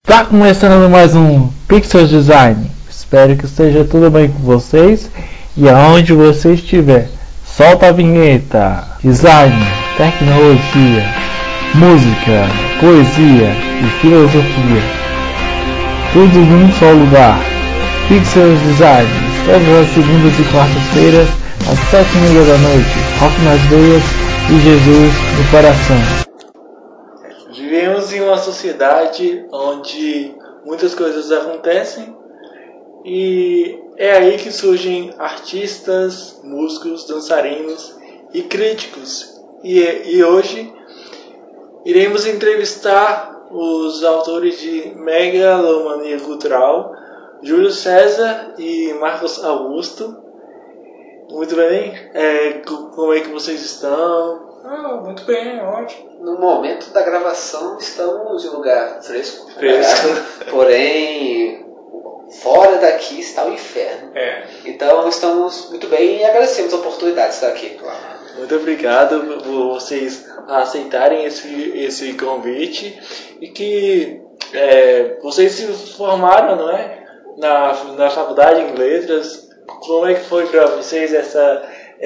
Tá começando mais um Pixel Design. Espero que esteja tudo bem com vocês e aonde você estiver. Solta a vinheta. Design, tecnologia, música, poesia e filosofia. Tudo num só lugar. Pixel Design. Todas as segundas e quartas-feiras às 7h30 da noite. Rock nas veias e Jesus no coração. Vivemos em uma sociedade onde muitas coisas acontecem e é aí que surgem artistas, músicos, dançarinos e críticos. E hoje iremos entrevistar os autores de Megalomania Cultural, Júlio César e Marcos Augusto. Muito bem, como é que vocês estão? Muito bem, ótimo. No momento da gravação estamos em um lugar fresco. Porém, fora daqui está o inferno. Então estamos muito bem e agradecemos a oportunidade de estar aqui. Muito obrigado por vocês aceitarem esse convite e que vocês se formaram, não é? Na faculdade em letras. Como é que foi para vocês essa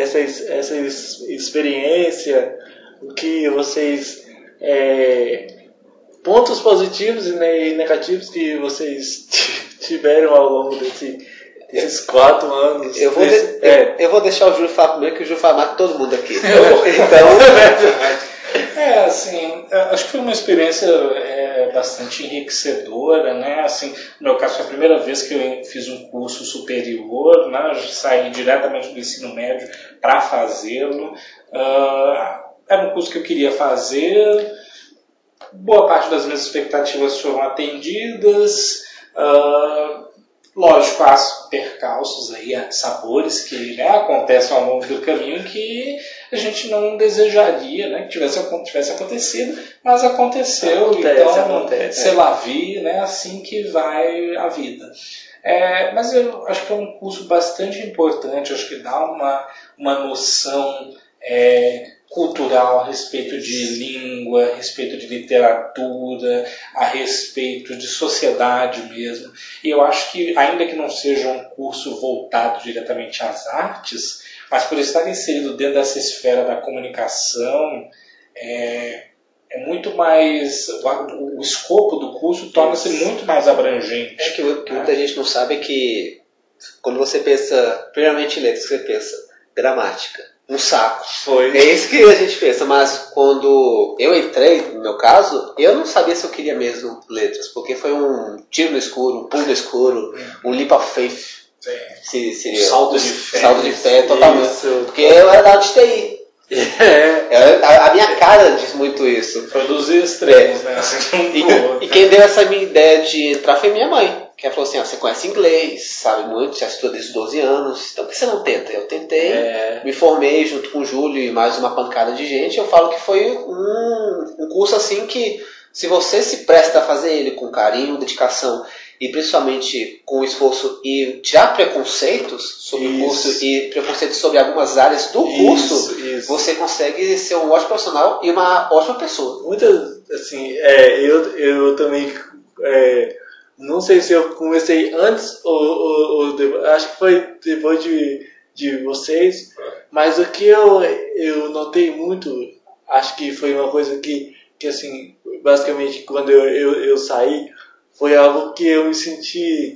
experiência? O que vocês pontos positivos e negativos que vocês tiveram ao longo desses 4 anos? Eu vou deixar o Júlio falar primeiro, que o Júlio fala mais que todo mundo aqui. Acho que foi uma experiência bastante enriquecedora, né? Assim, no meu caso, foi a primeira vez que eu fiz um curso superior, né? Eu saí diretamente do ensino médio para fazê-lo. Era um curso que eu queria fazer. Boa parte das minhas expectativas foram atendidas. Lógico, há percalços aí, há sabores que acontecem ao longo do caminho que a gente não desejaria, né, que tivesse acontecido, mas aconteceu. Acontece. C'est la vie, né, assim que vai a vida. Mas eu acho que é um curso bastante importante, acho que dá uma noção cultural a respeito de língua, a respeito de literatura, a respeito de sociedade mesmo. E eu acho que, ainda que não seja um curso voltado diretamente às artes, mas por estar inserido dentro dessa esfera da comunicação, é muito mais... O escopo do curso torna-se muito mais abrangente. Que muita gente não sabe é que, quando você pensa, primeiramente em letras, você pensa gramática. Um saco. É isso que a gente pensa, mas quando eu entrei, no meu caso, eu não sabia se eu queria mesmo letras, porque foi um tiro no escuro, um pulo no escuro, um leap of faith. Seria salto de fé, totalmente. Porque eu era da área de TI. A minha cara diz muito isso. Produzir extremos, né? E quem deu essa minha ideia de entrar foi minha mãe. Que ela falou assim, você conhece inglês, sabe muito, já estudou desde os 12 anos, então por que você não tenta? Eu tentei, me formei junto com o Júlio e mais uma pancada de gente. Eu falo que foi um curso assim que, se você se presta a fazer ele com carinho, dedicação e principalmente com esforço e tirar preconceitos sobre o curso e preconceitos sobre algumas áreas do curso, você consegue ser um ótimo profissional e uma ótima pessoa. Muitas, assim, eu também... não sei se eu comecei antes ou depois, acho que foi depois de vocês, mas o que eu notei muito, acho que foi uma coisa que assim, basicamente quando eu saí, foi algo que eu me senti,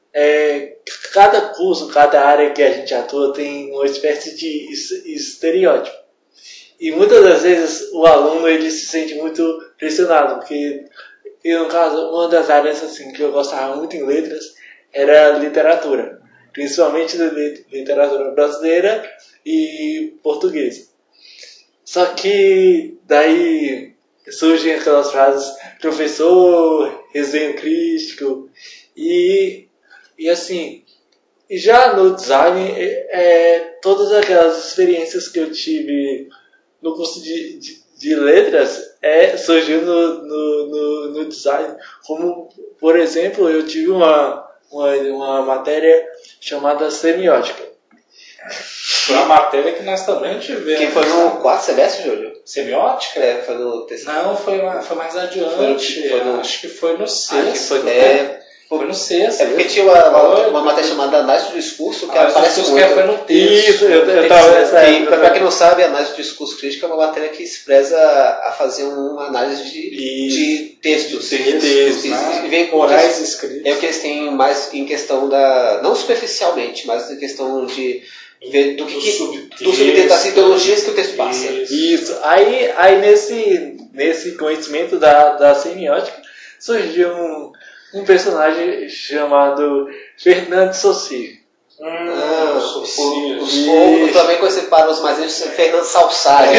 cada curso, cada área que a gente atua tem uma espécie de estereótipo. E muitas das vezes o aluno ele se sente muito pressionado, porque no caso, uma das áreas assim, que eu gostava muito em letras era literatura, principalmente literatura brasileira e portuguesa. Só que daí surgem aquelas frases professor, resenha crítico e assim, e já no design todas aquelas experiências que eu tive no curso de letras surgiu no design, como por exemplo eu tive uma matéria chamada semiótica. Foi uma matéria que nós também tivemos. Que foi no quarto semestre, Júlio? Semiótica? Foi no terceiro. Não, foi mais adiante. Acho que foi no sexto. Foi no sexto. É porque tinha uma matéria chamada Análise do Discurso, que aparece muito. Que foi no texto. Isso, para quem não sabe, a Análise do Discurso Crítico é uma matéria que se preza a fazer uma análise de textos. Né? E vem orais escritos. É o que eles têm mais em questão da... Não superficialmente, mas em questão de... ver do subtexto, das ideologias que o texto passa. Isso. Aí nesse conhecimento da semiótica surgiu um personagem chamado Fernando Saussure. O também conhecido para os mais íntimos, Fernando Salsari.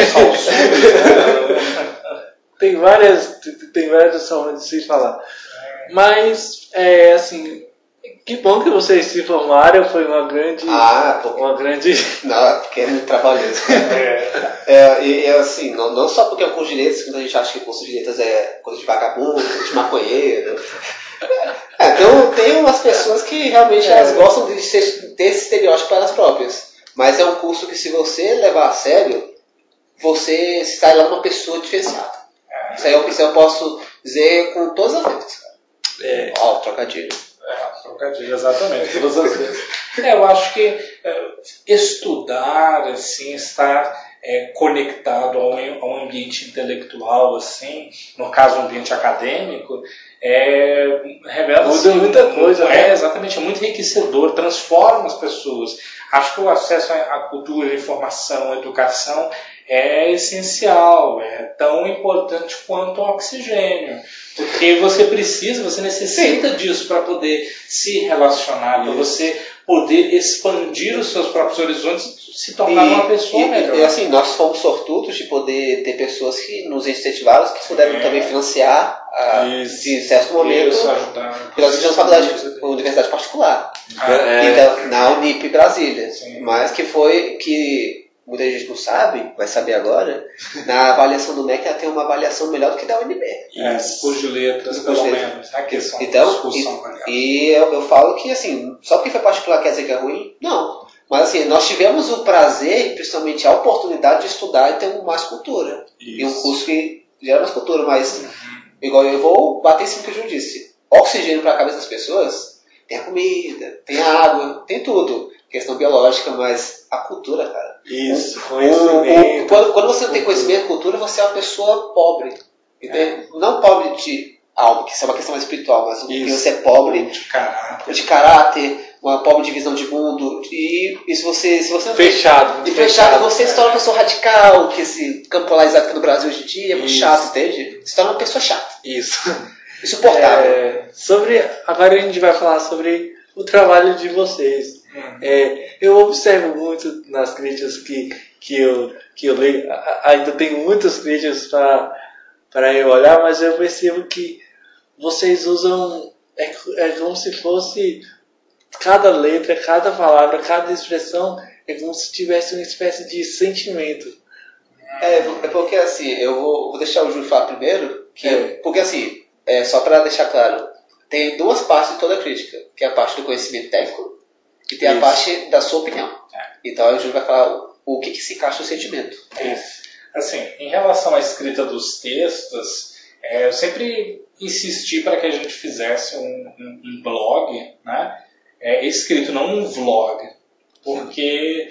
Tem várias formas de se falar. Mas, assim, que bom que vocês se formaram, foi uma grande... Não, porque é muito trabalhoso. E assim, não só porque é um curso de letras, quando a gente acha que o curso de letras é coisa de vagabundo, de maconheiro. Tem umas pessoas que realmente elas gostam de ter esse estereótipo para elas próprias. Mas é um curso que, se você levar a sério, você sai lá uma pessoa diferenciada. Isso aí eu posso dizer com todas as letras. Trocadilho. Trocadilho, exatamente. Todas as vezes. Eu acho que estudar, assim, estar conectado a um ambiente intelectual, assim, no caso, um ambiente acadêmico, revela muita coisa. Exatamente, é muito enriquecedor, transforma as pessoas. Acho que o acesso à cultura, à informação, à educação é essencial, é tão importante quanto o oxigênio. Porque você necessita disso para poder se relacionar, para você poder expandir os seus próprios horizontes, se tornar uma pessoa melhor. E assim, nós fomos sortudos de poder ter pessoas que nos incentivaram, que puderam também financiar de certo momento. Porque nós fizemos uma universidade particular, então, na Unip Brasília. Mas que muita gente não sabe, vai saber agora, na avaliação do MEC ela tem uma avaliação melhor do que da UNB. Curso de letras, pelo menos. Eu falo que, assim, só porque foi particular quer dizer que é ruim? Não. Mas, assim, nós tivemos o prazer, principalmente a oportunidade de estudar e ter mais cultura. E um curso que gera mais cultura, mas, igual eu vou bater em cima do que o João disse. Oxigênio para a cabeça das pessoas, tem a comida, tem a água, tem tudo. Questão biológica, mas a cultura, cara. Isso, conhecimento. Quando você não tem conhecimento, cultura, você é uma pessoa pobre. Não pobre de alma, que isso é uma questão mais espiritual, mas porque você é pobre de caráter, uma pobre de visão de mundo. E se você não fechado, você se torna uma pessoa radical, que esse campo polarizado aqui no Brasil hoje em dia é muito chato, entende? Se torna uma pessoa chata. Isso. Insuportável. Agora a gente vai falar sobre o trabalho de vocês. Eu observo muito nas críticas que eu leio, ainda tem muitas críticas para eu olhar, mas eu percebo que vocês usam, como se fosse cada letra, cada palavra, cada expressão, é como se tivesse uma espécie de sentimento. É porque assim, eu vou deixar o Júlio falar primeiro, porque assim, só para deixar claro, tem duas partes de toda a crítica, que é a parte do conhecimento técnico e tem a parte da sua opinião. Então aí o Júlio vai falar o que se encaixa no sentimento. Assim, em relação à escrita dos textos, eu sempre insisti para que a gente fizesse um blog, né? Escrito, não um vlog, porque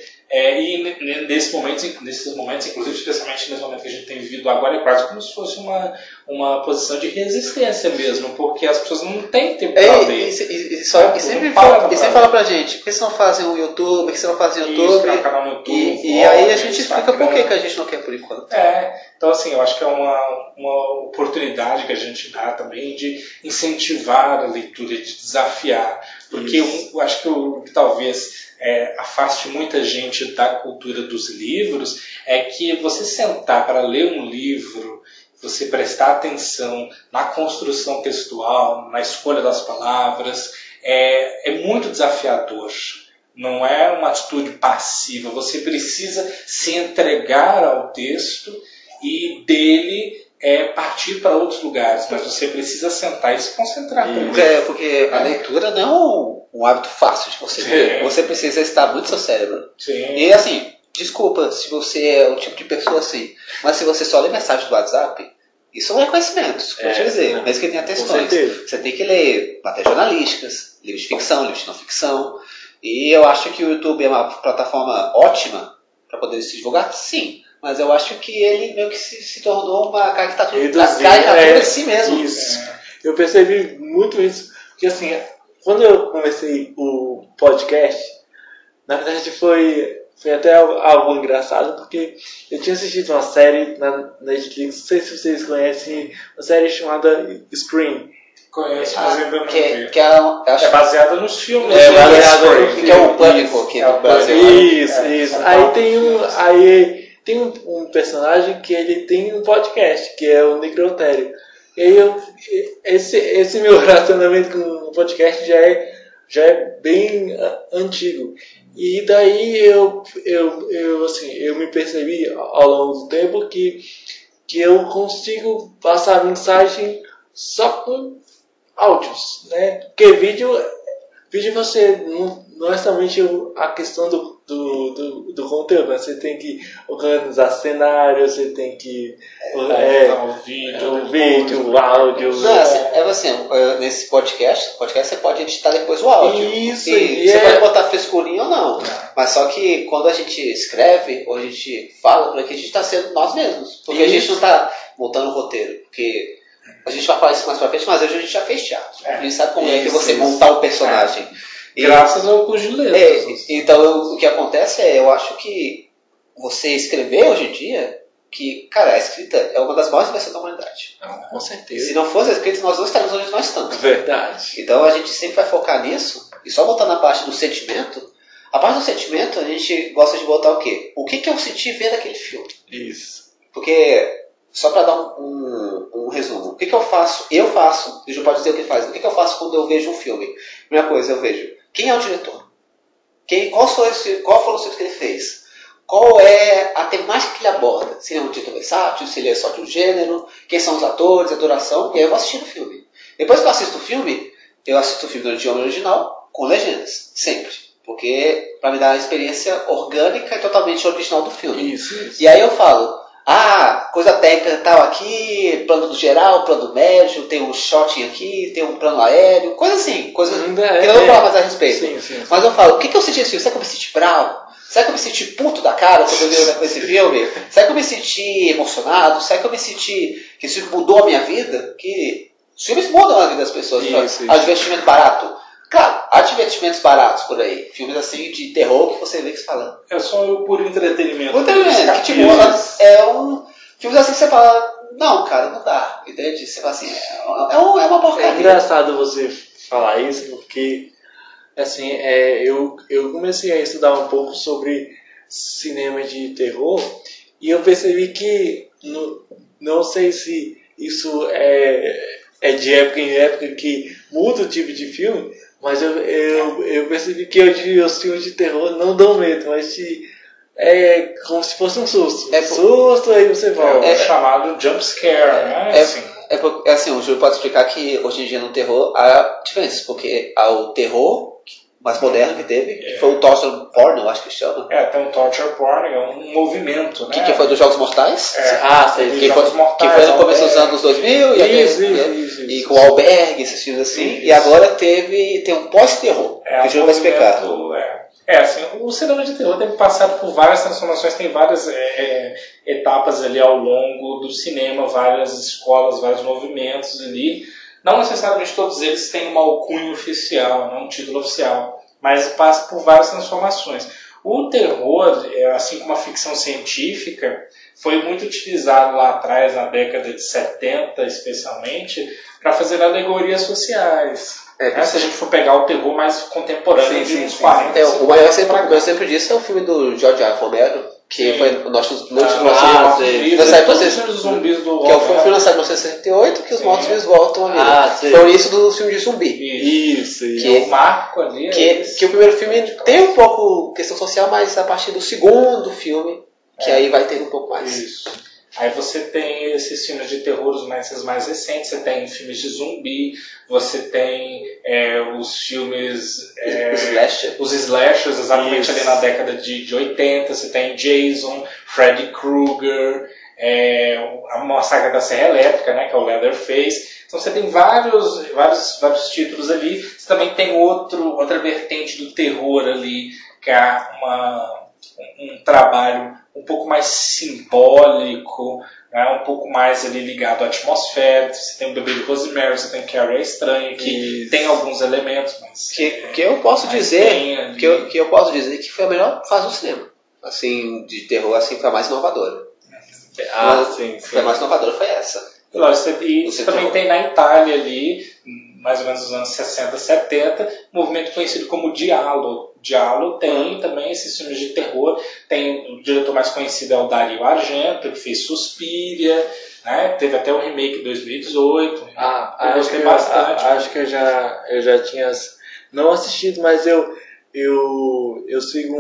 e nesses momentos, inclusive especialmente nesse momento que a gente tem vivido agora, é quase como se fosse uma posição de resistência mesmo, porque as pessoas não têm tempo para ler. E sempre fala pra gente, por que você não fazem um YouTube, por que você não fazem YouTube? Canal no YouTube, e aí a gente explica por que a gente não quer por enquanto. Então assim, eu acho que é uma oportunidade que a gente dá também de incentivar a leitura, de desafiar, porque eu acho que talvez afaste muita gente da cultura dos livros, é que você sentar para ler um livro, você prestar atenção na construção textual, na escolha das palavras, é muito desafiador. Não é uma atitude passiva, você precisa se entregar ao texto e dele partir para outros lugares, mas você precisa sentar e se concentrar. Porque a leitura não é um hábito fácil de você ter. Você precisa exercitar muito seu cérebro. Sim. E assim, desculpa se você é o tipo de pessoa assim, mas se você só lê mensagem do WhatsApp, isso não é conhecimento, isso que eu te dizer. Mesmo que tenha textões. Você tem que ler matérias jornalísticas, livros de ficção, livros de não ficção. E eu acho que o YouTube é uma plataforma ótima para poder se divulgar, sim. Mas eu acho que ele meio que se tornou uma caricatura de si mesmo. Isso. Eu percebi muito isso. Porque assim, quando eu comecei o podcast, na verdade foi até algo engraçado, porque eu tinha assistido uma série na Netflix, não sei se vocês conhecem, uma série chamada Scream. Conheço, mas ainda não vi. É baseada nos filmes. Que é o Pânico aqui no Brasil. Isso. Aí tem um personagem que ele tem um podcast, que é o Necrotério. E aí esse meu relacionamento com o podcast já é bem antigo. E daí eu me percebi ao longo do tempo que eu consigo passar a mensagem só com áudios, né? Porque vídeo você não é somente a questão do conteúdo, né? Você tem que organizar cenário, você tem que o vídeo, o áudio. Não, nesse podcast você pode editar depois o áudio. Isso, você pode botar frescurinha ou não. Mas só que quando a gente escreve ou a gente fala, porque a gente está sendo nós mesmos. Porque a gente não está montando o roteiro. Porque a gente vai falar isso mais pra frente, mas hoje a gente já fez teatro. A gente sabe como é que você montar o personagem. Graças ao curso de letras. Então o que acontece eu acho que você escrever hoje em dia, que, cara, a escrita é uma das maiores invenções da humanidade. Com certeza. Se não fosse a escrita, nós não estaríamos onde nós estamos. Verdade. Então a gente sempre vai focar nisso, e só voltando na parte do sentimento, a parte do sentimento a gente gosta de botar o quê? O que eu senti vendo aquele filme? Isso. Porque, só para dar um resumo, o que eu faço? O Ju pode dizer o que ele faz. O que eu faço quando eu vejo um filme? Primeira coisa, eu vejo quem é o diretor? Qual foram os filmes que ele fez? Qual é a temática que ele aborda? Se ele é um título versátil, se ele é só de um gênero, quem são os atores, a duração, e aí eu vou assistir o filme. Depois que eu assisto o filme no idioma original, com legendas, sempre. Porque para me dar a experiência orgânica e totalmente original do filme. Isso. E aí eu falo, coisa técnica tal aqui, plano do geral, plano do médio, tem um shot aqui, tem um plano aéreo, coisa assim, que eu não vou falar mais a respeito. Sim. Mas eu falo, o que eu senti nesse filme? Será que eu me senti bravo? Será que eu me senti puto da cara quando eu vi esse filme? Será que eu me senti emocionado? Será que eu me senti que esse filme mudou a minha vida? Que os filmes mudam a vida das pessoas. Há divertimento barato. Claro, há divertimentos baratos por aí. Filmes assim de terror que você vê que você fala. É só por entretenimento. Que tipo, filmes assim que você fala, não, cara, não dá. Entende? Você fala assim, é uma porcaria. É engraçado você falar isso, porque assim, eu comecei a estudar um pouco sobre cinema de terror e eu percebi que não sei se isso é de época em época que muda o tipo de filme, mas eu percebi que os filmes de terror não dão medo, mas é como se fosse um susto. Susto, aí você volta. É chamado jump scare, né? Assim, o Júlio pode explicar que hoje em dia no terror há diferenças, porque há o terror mais moderno que teve, que foi o torture porn, eu acho que chama. Tem um torture porn, é um movimento, né? Que foi dos Jogos Mortais. Que foi no começo dos anos 2000, e com o Albergue, esses filmes assim. Isso. E agora tem um pós-terror, que o Júlio vai explicar. Assim, o cinema de terror tem passado por várias transformações, tem várias etapas ali ao longo do cinema, várias escolas, vários movimentos ali. Não necessariamente todos eles têm uma alcunha oficial, um título oficial, mas passa por várias transformações. O terror, assim como a ficção científica, foi muito utilizado lá atrás, na década de 70 especialmente, para fazer alegorias sociais. Se a gente for pegar o terror mais contemporâneo de uns 40. O maior exemplo disso é o filme do George R. Romero, que foi o nosso filme dos zumbis do que foi lançado em 1968, que os mortos-vivos voltam a vida. Foi o início do filme de zumbi. Isso. Que é o marco ali. Que o primeiro filme tem um pouco questão social, mas a partir do segundo filme, que aí vai ter um pouco mais. Isso. Aí você tem esses filmes de terror, os mais recentes, você tem filmes de zumbi, você tem os filmes... os slashers, exatamente ali na década de 80, você tem Jason, Freddy Krueger, uma saga da Serra Elétrica, né, que é o Leatherface. Então você tem vários títulos ali. Você também tem outra vertente do terror ali, que é um trabalho um pouco mais simbólico, né, um pouco mais ali ligado à atmosfera. Você tem o Bebê de Rosemary, você tem Carrie a Estranha, que tem alguns elementos, mas... Que eu posso dizer que foi a melhor fase do cinema. Assim, de terror, assim, foi a mais inovadora. Sim. Foi a mais inovadora, foi essa. E você também tem na Itália ali, mais ou menos nos anos 60, 70, um movimento conhecido como Giallo. Giallo tem também esses filmes de terror. Tem o diretor mais conhecido é o Dario Argento, que fez Suspiria, né? Teve até o remake em 2018. Acho que eu já tinha não assistido, mas eu sigo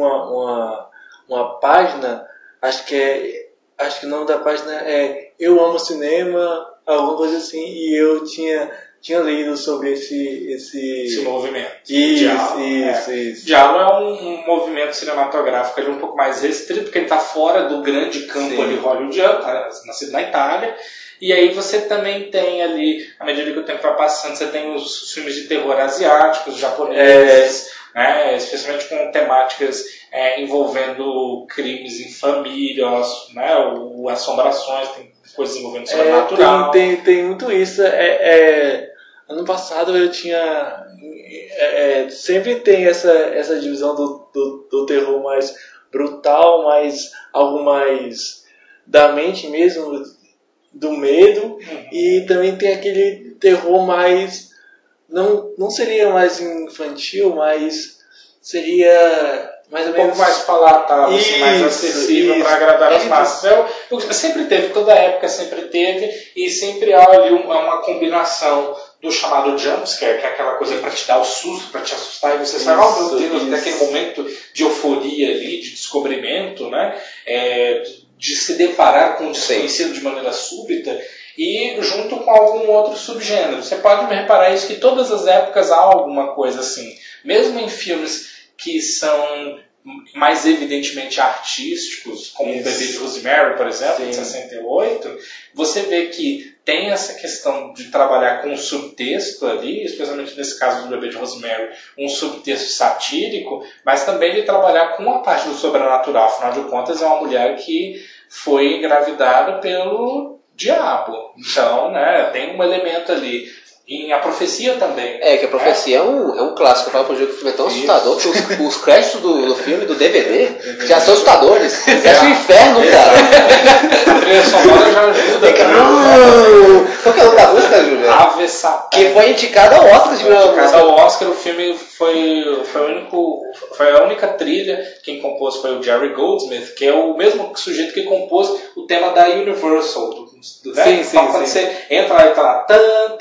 uma página, acho que o nome da página é Eu Amo Cinema, alguma coisa assim, e eu tinha lido sobre esse movimento. Isso. Giallo é um movimento cinematográfico ali um pouco mais restrito, porque ele está fora do grande campo ali hollywoodiano, nascido na Itália. E aí você também tem ali, à medida que o tempo vai passando, você tem os filmes de terror asiáticos, japoneses, né, especialmente com temáticas envolvendo crimes em família, né, assombrações, tem coisas envolvendo sobrenatural. Tem muito isso. Ano passado eu tinha... sempre tem essa divisão do terror mais brutal, algo mais da mente mesmo, do medo, e também tem aquele terror mais... Não seria mais infantil, mas seria... mais ou menos... pouco mais palatável, mais acessível para agradar as massas. Sempre teve, toda época sempre teve, e sempre há ali uma combinação do chamado jumpscare, que é aquela coisa para te dar o susto, para te assustar, e você sai, meu Deus, daquele momento de euforia ali, de descobrimento, né? De se deparar com o desconhecido de maneira súbita, e junto com algum outro subgênero. Você pode reparar isso, que todas as épocas há alguma coisa assim. Mesmo em filmes que são mais evidentemente artísticos, como o Bebê de Rosemary, por exemplo, de 68, você vê que tem essa questão de trabalhar com um subtexto ali, especialmente nesse caso do Bebê de Rosemary, um subtexto satírico, mas também de trabalhar com a parte do sobrenatural. Afinal de contas, é uma mulher que foi engravidada pelo diabo. Então, né, tem um elemento ali. E a profecia também. Que a profecia é um clássico. Eu falo pro Gil que o filme é tão assustador que os créditos do filme, do DVD, já são assustadores. É o inferno, cara. A trilha sonora já ajuda. Qual que é o nome da música, Júlio? Ave Satã. Que foi indicada ao Oscar de melhor música. Indicada ao Oscar, o filme foi a única trilha. Quem compôs foi o Jerry Goldsmith, que é o mesmo sujeito que compôs o tema da Universal. Quando você entra lá e tá lá,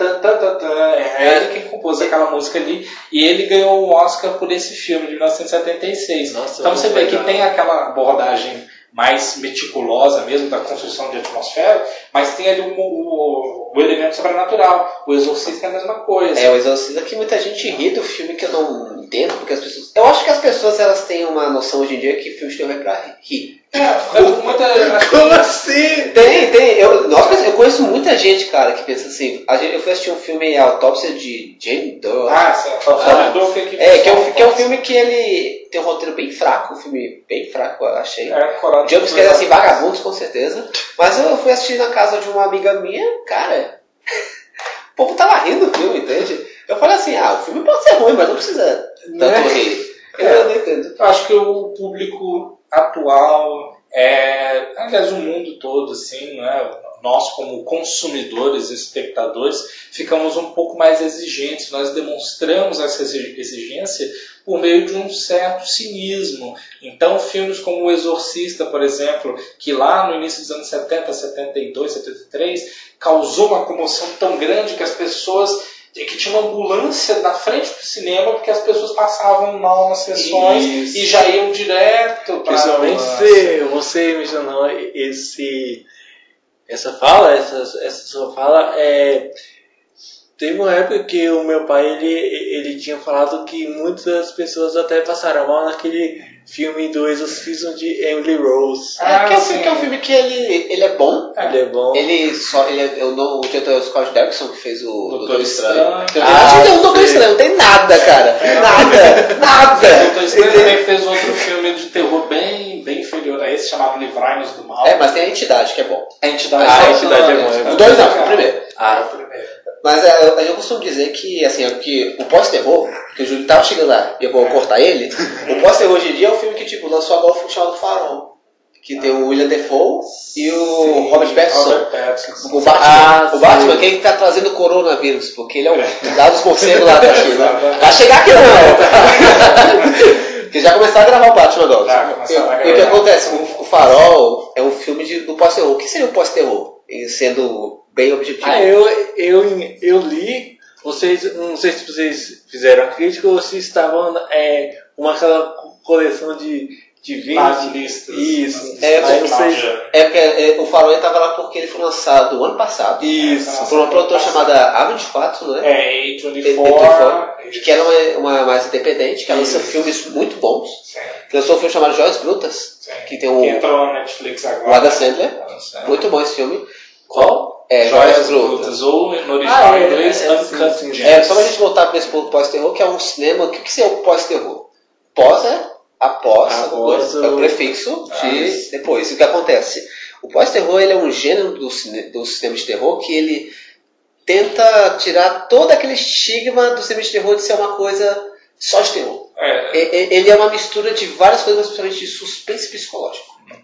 é ele quem compôs aquela música ali, e ele ganhou o Oscar por esse filme de 1976. Então você vê que tem aquela abordagem mais meticulosa mesmo da construção de atmosfera, mas tem ali o elemento sobrenatural. O Exorcista é a mesma coisa. O Exorcista, que muita gente ri do filme, que eu não entendo, porque as pessoas... Eu acho que as pessoas elas têm uma noção hoje em dia que filme de terror é pra rir. Como assim? Tem. Eu conheço muita gente, cara, que pensa assim. Eu fui assistir um filme, A Autópsia de Jane Doe. Que é um filme que ele tem um roteiro bem fraco, um filme bem fraco, eu achei. Jumpscare assim, vagabundos, com certeza. Mas eu fui assistir na casa de uma amiga minha, cara. O povo tava rindo do filme, entende? Eu falei assim, o filme pode ser ruim, mas não precisa tanto rir. Eu não entendo. Eu acho que o público atual, aliás, o mundo todo, assim, né? Nós como consumidores, espectadores, ficamos um pouco mais exigentes. Nós demonstramos essa exigência por meio de um certo cinismo. Então, filmes como O Exorcista, por exemplo, que lá no início dos anos 70, 72, 73, causou uma comoção tão grande que as pessoas... que tinha uma ambulância na frente do cinema, porque as pessoas passavam mal nas sessões e já iam direto para... Principalmente você mencionou essa sua fala, teve uma época que o meu pai, ele tinha falado que muitas pessoas até passaram mal naquele filme do Exorcismo de Emily Rose. Que é um filme que ele é bom. Ele é bom. O diretor é o Scott Derrickson, que fez o Doutor Estranho. O Doutor Estranho, não tem nada, cara. Nada. O Doutor Estranho também fez outro filme de terror bem inferior a esse, chamado Livrai-nos do Mal. Mas tem a Entidade, que é bom. A Entidade é bom. O 2 não, o primeiro. O primeiro. Mas eu costumo dizer que, assim, que o pós-terror, que o Júlio tava chegando lá e eu vou cortar ele, o pós-terror hoje em dia é um filme que, tipo, lançou agora um filme chamado Farol, que tem o William Dafoe e o Robert Pattinson. O Batman, quem tá trazendo o coronavírus, porque ele é o dado dos morcegos lá da China. Vai chegar aqui não! Porque já começaram a gravar o Batman agora. E o que acontece? O Farol é um filme do pós-terror. O que seria o pós-terror? Sendo bem objetivo. Eu li, não sei se vocês fizeram a crítica ou se estavam aquela coleção de 20 listas. Isso. Porque o Farol estava lá porque ele foi lançado ano passado. Isso. Por uma produtora chamada A24, não é? A24. Que era uma mais independente, que lança filmes muito bons. Que lançou um filme chamado Joias Brutas. Que tem que entrou na Netflix agora. O Adam Sandler. Muito bom esse filme. Qual? Joias Brutas. Ou no original em inglês, Uncut Gems. Só pra gente voltar para esse ponto pós-terror, que é um cinema. O que seria o pós-terror? Pós após, é o prefixo de depois. O que acontece? O pós-terror ele é um gênero do cinema de terror que ele tenta tirar todo aquele estigma do cinema de terror de ser uma coisa só de terror. Ele é uma mistura de várias coisas, principalmente de suspense psicológico.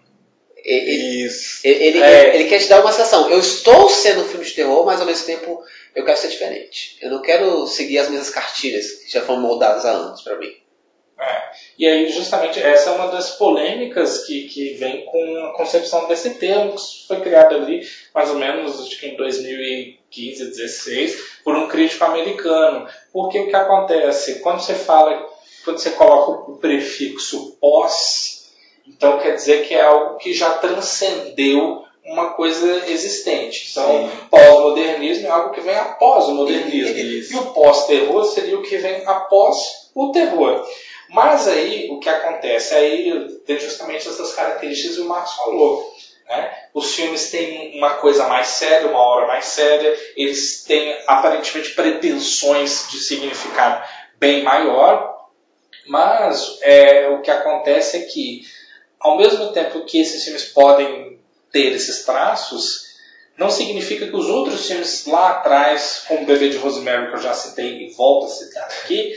Ele quer te dar uma sensação. Eu estou sendo um filme de terror, mas ao mesmo tempo eu quero ser diferente. Eu não quero seguir as mesmas cartilhas que já foram moldadas há anos para mim. E aí justamente essa é uma das polêmicas que vem com a concepção desse termo, que foi criado ali mais ou menos acho que em 2015, 2016, por um crítico americano. Porque o que acontece? Quando você coloca o prefixo pós, então quer dizer que é algo que já transcendeu uma coisa existente. Então, pós-modernismo é algo que vem após o modernismo. E o pós-terror seria o que vem após o terror. Mas aí, o que acontece? Aí tem justamente essas características que o Marcos falou. Né? Os filmes têm uma coisa mais séria, uma hora mais séria, eles têm aparentemente pretensões de significado bem maior, mas o que acontece é que, ao mesmo tempo que esses filmes podem ter esses traços, não significa que os outros filmes lá atrás, como O Bebê de Rosemary, que eu já citei e volto a citar aqui,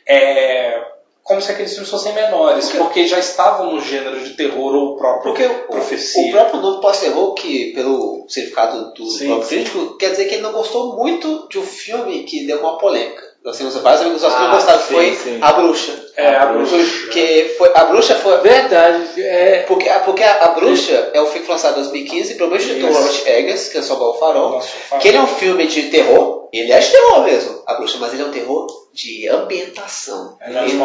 como se aqueles filmes fossem menores, porque já estavam no gênero de terror ou próprio profecia. O próprio nome pós-terror, que pelo significado do próprio crítico, quer dizer que ele não gostou muito de um filme que deu uma polêmica. Nós temos vários amigos nossos que não gostaram, que foi A Bruxa. A Bruxa. A Bruxa foi... Verdade. Porque a Bruxa é um filme lançado em 2015 pelo mesmo diretor Robert Eggers, que é só o Farol, que ele é um filme de terror. Ele é de terror mesmo, A Bruxa, mas ele é um terror de ambientação.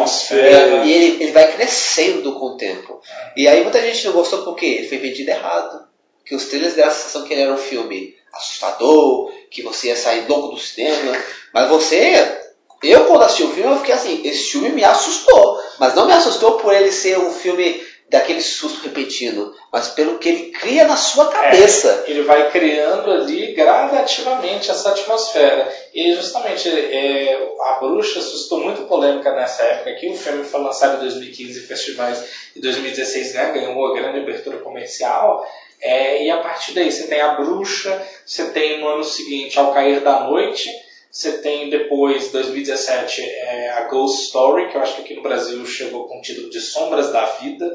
E ele vai crescendo com o tempo. E aí muita gente não gostou porque ele foi vendido errado. Que os trailers deram a sensação que ele era um filme assustador, que você ia sair louco do cinema. Mas eu quando assisti o filme, eu fiquei assim, esse filme me assustou. Mas não me assustou por ele ser um filme daquele susto repentino, mas pelo que ele cria na sua cabeça. Ele vai criando ali gradativamente essa atmosfera. E justamente A Bruxa suscitou muito polêmica nessa época aqui. O filme foi lançado em 2015 em festivais e 2016 ganhou uma grande abertura comercial. E a partir daí você tem A Bruxa, você tem no ano seguinte Ao Cair da Noite, você tem depois, 2017, a Ghost Story, que eu acho que aqui no Brasil chegou com o título de Sombras da Vida.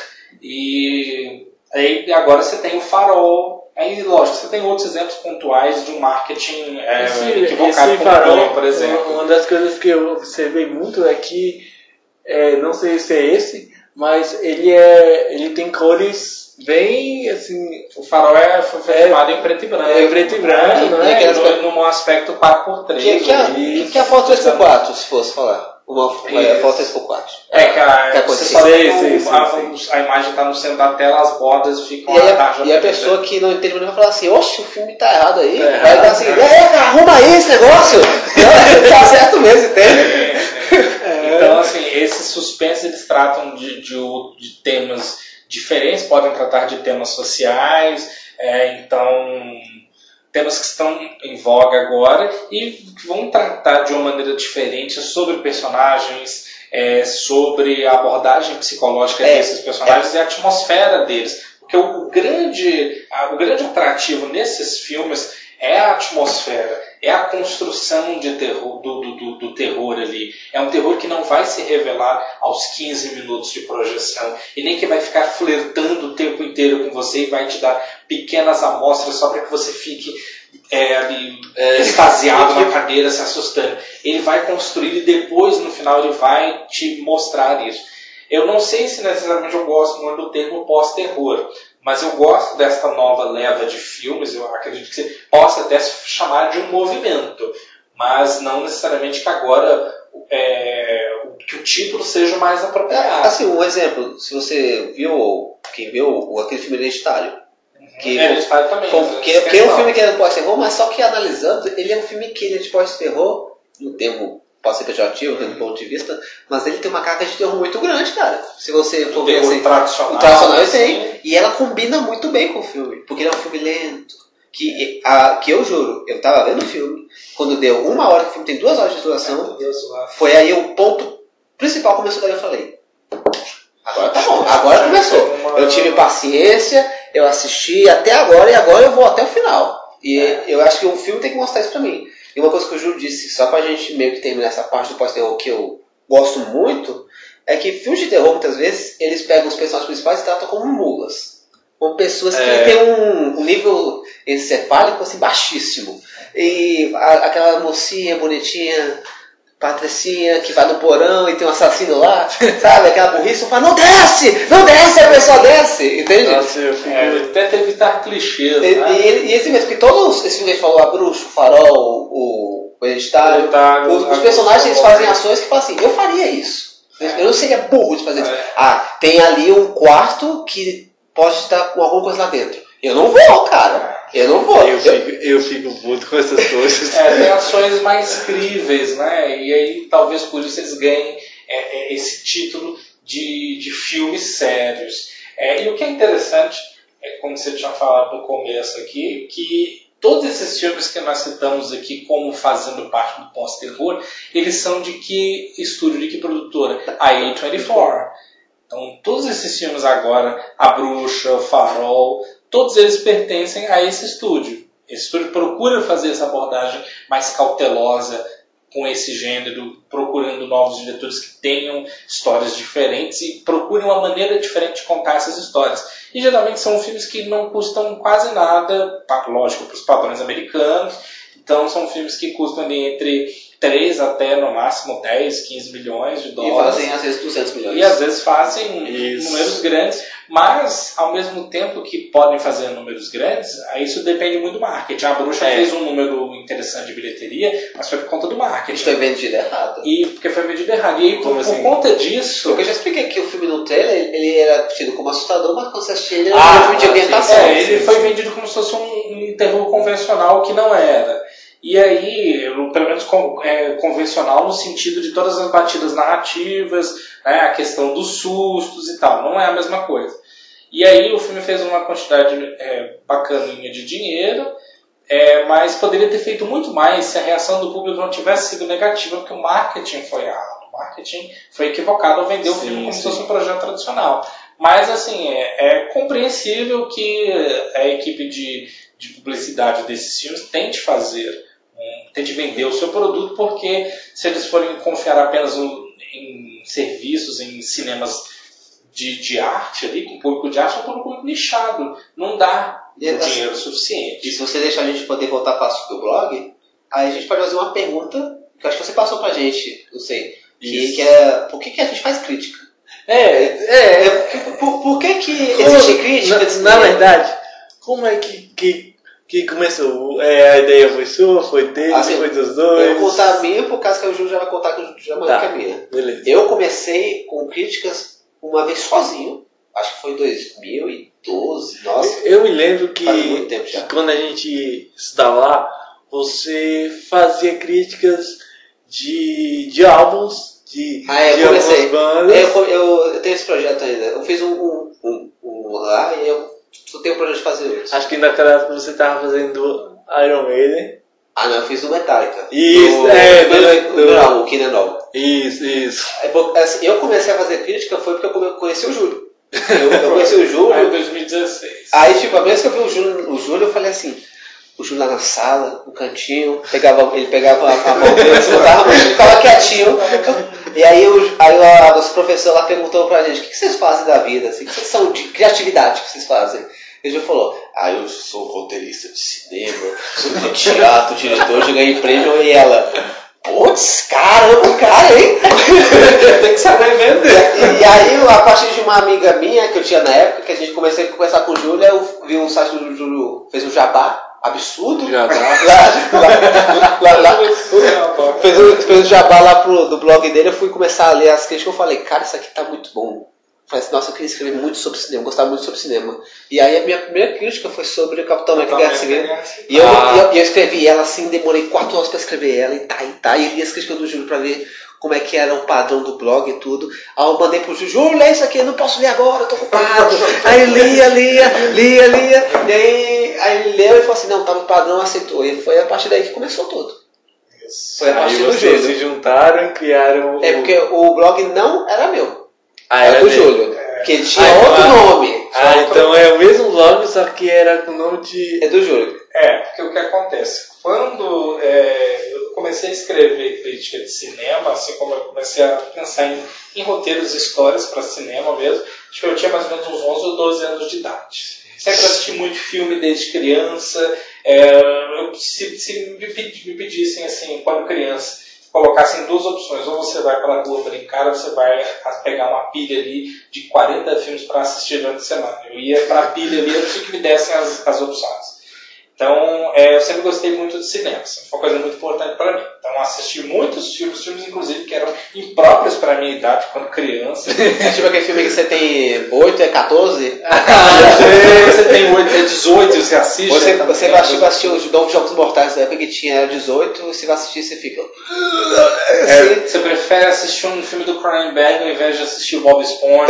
E aí agora você tem o Farol. Aí, lógico, você tem outros exemplos pontuais de um marketing equivocado com o nome, por exemplo. Uma das coisas que eu observei muito é que, não sei se é esse, mas ele tem cores bem assim. O Farol foi filmado em preto e branco. Preto e branco, num aspecto 4x3. Que é a foto 3x4, se fosse falar? uma foto 3x4. A imagem está no centro da tela, as bordas ficam e a pessoa que não entende vai falar assim, oxe, o filme tá errado aí. Vai dar assim, arruma aí esse negócio. Tá certo mesmo, entende? Então, assim, esses suspensos eles tratam de temas diferentes, podem tratar de temas sociais, então temas que estão em voga agora e vão tratar de uma maneira diferente sobre personagens, sobre a abordagem psicológica desses personagens e a atmosfera deles. Porque o grande atrativo nesses filmes é a atmosfera, é a construção de terror, do terror ali. É um terror que não vai se revelar aos 15 minutos de projeção e nem que vai ficar flertando o tempo inteiro com você e vai te dar pequenas amostras só para que você fique ali extasiado na cadeira, se assustando. Ele vai construir e depois, no final, ele vai te mostrar isso. Eu não sei se necessariamente eu gosto muito do termo pós-terror, mas eu gosto desta nova leva de filmes, eu acredito que você possa até se chamar de um movimento, mas não necessariamente que agora que o título seja o mais apropriado. Assim, um exemplo, se você viu, quem viu aquele filme Hereditário, que é um filme que é de pós-terror, mas só que analisando, ele é um filme que ele é de pós-terror, no termo pode ser pejorativo, do ponto de vista, mas ele tem uma carga de terror muito grande, cara. Se você for ver assim, tradicional, o tradicional tem, e ela combina muito bem com o filme, porque ele é um filme lento, que eu juro, eu tava vendo o filme, quando deu 1 hora, que o filme tem 2 horas de duração, foi aí o ponto principal começou daí, eu falei, agora tá bom, agora começou. Eu tive paciência, eu assisti até agora e agora eu vou até o final. E eu acho que o filme tem que mostrar isso pra mim. E uma coisa que o Júlio disse, só pra gente meio que terminar essa parte do pós-terror que eu gosto muito, é que filmes de terror, muitas vezes, eles pegam os personagens principais e tratam como mulas. Como pessoas que têm um nível encefálico assim, baixíssimo. E aquela mocinha bonitinha, patricinha, que vai no porão e tem um assassino lá, sabe? Aquela burrice, fala, não desce, a pessoa desce, entende? Nossa, tenta evitar clichês, né? E esse mesmo, porque todos esses filmes que a gente falou, A Bruxa, o Farol, o Hereditário, os personagens eles fazem ações que falam assim, eu faria isso. Eu não seria burro de fazer isso. Tem ali um quarto que pode estar com alguma coisa lá dentro. Eu não vou, cara. Eu não vou. Eu fico puto com essas coisas. Tem ações mais críveis, né? E aí talvez por isso eles ganhem esse título de filmes sérios. E o que é interessante, como você tinha falado no começo aqui, que todos esses filmes que nós citamos aqui como fazendo parte do pós-terror, eles são de que estúdio, de que produtora? A A24. Então todos esses filmes agora, A Bruxa, O Farol, todos eles pertencem a esse estúdio. Esse estúdio procura fazer essa abordagem mais cautelosa com esse gênero, procurando novos diretores que tenham histórias diferentes e procurem uma maneira diferente de contar essas histórias. E geralmente são filmes que não custam quase nada, lógico, para os padrões americanos. Então são filmes que custam ali entre 3 até no máximo 10, 15 milhões de dólares. E fazem às vezes 200 milhões. E às vezes fazem números grandes, mas ao mesmo tempo que podem fazer números grandes, isso depende muito do marketing. A Bruxa fez um número interessante de bilheteria, mas foi por conta do marketing. Foi vendido errado. Porque foi vendido errado. E aí, por conta disso... Porque eu já expliquei que o filme no trailer, ele era tido como assustador, mas quando você assistia ele era um filme de ambientação. Ele foi vendido como se fosse um terror convencional que não era. E aí, pelo menos convencional no sentido de todas as batidas narrativas, né, a questão dos sustos e tal, não é a mesma coisa. E aí o filme fez uma quantidade bacaninha de dinheiro, mas poderia ter feito muito mais se a reação do público não tivesse sido negativa, porque o marketing foi errado, o marketing foi equivocado ao vender o filme como se fosse um projeto tradicional. Mas assim, é compreensível que a equipe de publicidade desses filmes tente vender o seu produto, porque se eles forem confiar apenas em serviços, em cinemas de arte ali, com público de arte, é um público muito nichado, não dá dinheiro suficiente. E se você deixar a gente poder voltar para o blog, aí a gente pode fazer uma pergunta que eu acho que você passou pra gente, não sei, que é por que a gente faz crítica? Por que existe crítica? Na verdade, como é que começou? A ideia foi sua, foi dele, foi dos dois? Eu vou contar a minha, por causa que o Júlio já vai contar que já maior que a minha. Beleza. Eu comecei com críticas uma vez sozinho, acho que foi em 2012, nossa. Eu me lembro que, faz muito tempo já. quando a gente estava lá, você fazia críticas de álbuns, de Eu comecei. algumas bandas. Eu tenho esse projeto ainda. Eu fiz um lá e eu só tenho o projeto de fazer outro. Acho que naquela época você estava fazendo Iron Maiden. Ah, não, eu fiz do Metallica. Isso, o Keenan Noll. Isso. Assim, eu comecei a fazer crítica foi porque eu conheci o Júlio. Eu conheci o Júlio. Aí, em 2016. Aí, tipo, a vez que eu vi o Júlio, eu falei assim, o Júlio lá na sala, no cantinho, ele pegava a mão dele, botava, ele ficava quietinho. E aí a nossa professora lá perguntou pra gente, o que vocês fazem da vida? Assim, o que vocês são de criatividade que vocês fazem? Ele já falou, eu sou roteirista de cinema, sou de teatro, diretor, já ganhei prêmio. E ela, putz, caramba, cara, hein? Tem que saber vender. E aí, a partir de uma amiga minha que eu tinha na época, que a gente comecei a conversar com o Júlio, eu vi um site do Júlio, fez um jabá absurdo. Fez um jabá lá do blog dele, eu fui começar a ler as críticas, eu falei, cara, isso aqui tá muito bom. Falei assim, nossa, eu queria escrever muito sobre cinema, gostava muito sobre cinema. E aí a minha primeira crítica foi sobre o Capitão América Guerra Civil. E eu escrevi ela assim, demorei 4 horas pra escrever ela, e li as críticas do Júlio pra ver como é que era o padrão do blog e tudo. Aí eu mandei pro Júlio, lê isso aqui, eu não posso ler agora, eu tô ocupado. Aí lia. E aí ele leu e falou assim, não, tá no padrão, aceitou. E foi a partir daí que começou tudo. Foi a partir do Júlio. Se juntaram e criaram... porque o blog não era meu. Era do Júlio. Que ele tinha outro nome. Então é o mesmo blog, só que era com o nome de... É do Júlio. Porque o que acontece? Quando eu comecei a escrever crítica de cinema, assim como eu comecei a pensar em roteiros e histórias para cinema mesmo, acho que eu tinha mais ou menos uns 11 ou 12 anos de idade. Sempre assisti muito filme desde criança. Se me pedissem, assim, quando criança, colocassem 2 opções, ou você vai pela rua brincar, ou você vai pegar uma pilha ali de 40 filmes para assistir durante a semana. Eu ia para a pilha ali, eu preciso que me dessem as opções. Então, eu sempre gostei muito de cinema, foi uma coisa muito importante para mim. Então, assisti muitos filmes inclusive que eram impróprios para a minha idade quando criança. É tipo aquele filme que você tem 8, é 14? Você tem 8, é 18, você assiste. Você vai assistir os Jogos Mortais da época que tinha 18, você vai assistir e você fica... Você prefere assistir um filme do Cronenberg ao invés de assistir o Bob Esponja.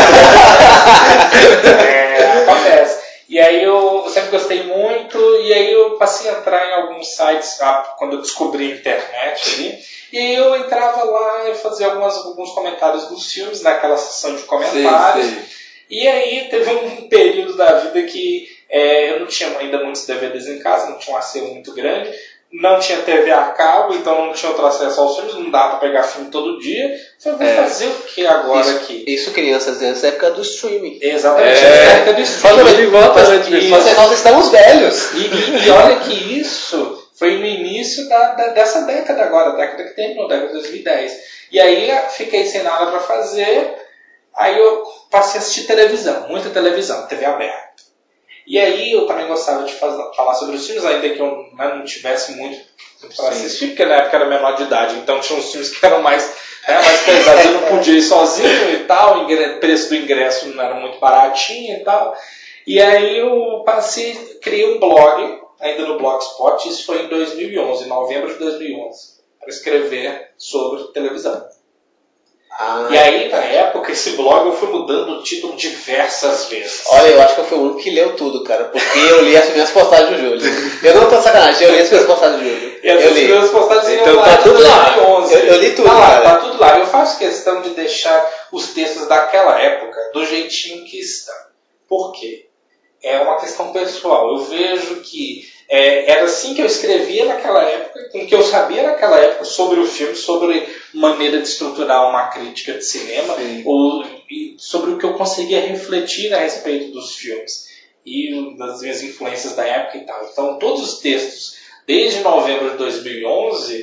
Acontece. E aí eu sempre gostei muito, e aí eu passei a entrar em alguns sites quando eu descobri a internet ali, e aí eu entrava lá e fazia alguns comentários dos filmes naquela seção de comentários. Sim. E aí teve um período da vida que eu não tinha ainda muitos DVDs em casa, não tinha um acervo muito grande, não tinha TV a cabo, então não tinha outro acesso aos filmes, não dava pra pegar filme todo dia. Então eu vou fazer o que agora aqui? Isso, crianças, nessa época do streaming. Exatamente, nessa época do streaming. Nós estamos velhos. E olha que isso foi no início dessa década agora, década que terminou, década de 2010. E aí fiquei sem nada pra fazer, aí eu passei a assistir televisão, muita televisão, TV aberta. E aí eu também gostava de falar sobre os filmes, ainda que eu não tivesse muito para assistir, porque na época era menor de idade, então tinha uns filmes que eram mais pesados, eu não podia ir sozinho e tal, o preço do ingresso não era muito baratinho e tal. E aí eu criei um blog, ainda no Blogspot, isso foi em 2011, novembro de 2011, para escrever sobre televisão. E aí, na época, esse blog eu fui mudando o título diversas vezes. Olha, eu acho que eu fui o único que leu tudo, cara, porque eu li as minhas postagens do Júlio. Eu não tô sacanagem, eu li as minhas postagens do Júlio. Eu li as postagens então tá tudo lá. Eu li tudo, cara. Tá tudo lá. Eu faço questão de deixar os textos daquela época do jeitinho que estão. Por quê? É uma questão pessoal. Eu vejo que era assim que eu escrevia naquela época, com o que eu sabia naquela época sobre o filme, sobre maneira de estruturar uma crítica de cinema, e sobre o que eu conseguia refletir a respeito dos filmes e das minhas influências da época e tal. Então, todos os textos, desde novembro de 2011,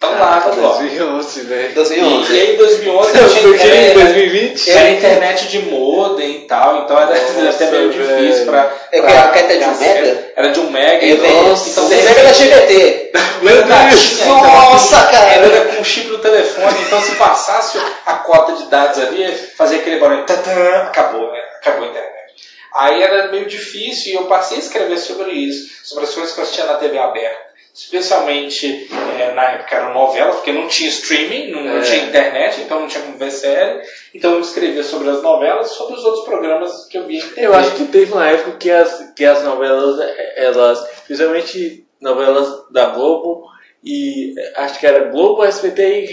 Então lá no blog. 2011, velho. 2011. E aí em 2011 em 2020? Era internet de modem e tal, então era até meio difícil pra... Era de 1 mega? Era de 1 mega. Então 1 mega da GBT. Meu Deus! Nossa, cara! Era com chip no telefone, então se passasse a cota de dados ali, fazia aquele barulho, acabou a internet. Aí era meio difícil e eu passei a escrever sobre isso, sobre as coisas que eu assistia na TV aberta. Especialmente na época eram novelas, porque não tinha streaming, não tinha internet, então não tinha como ver série. Então eu escrevia sobre as novelas e sobre os outros programas que eu via. Eu acho que teve uma época que as novelas, elas, principalmente novelas da Globo, e acho que era Globo, SBT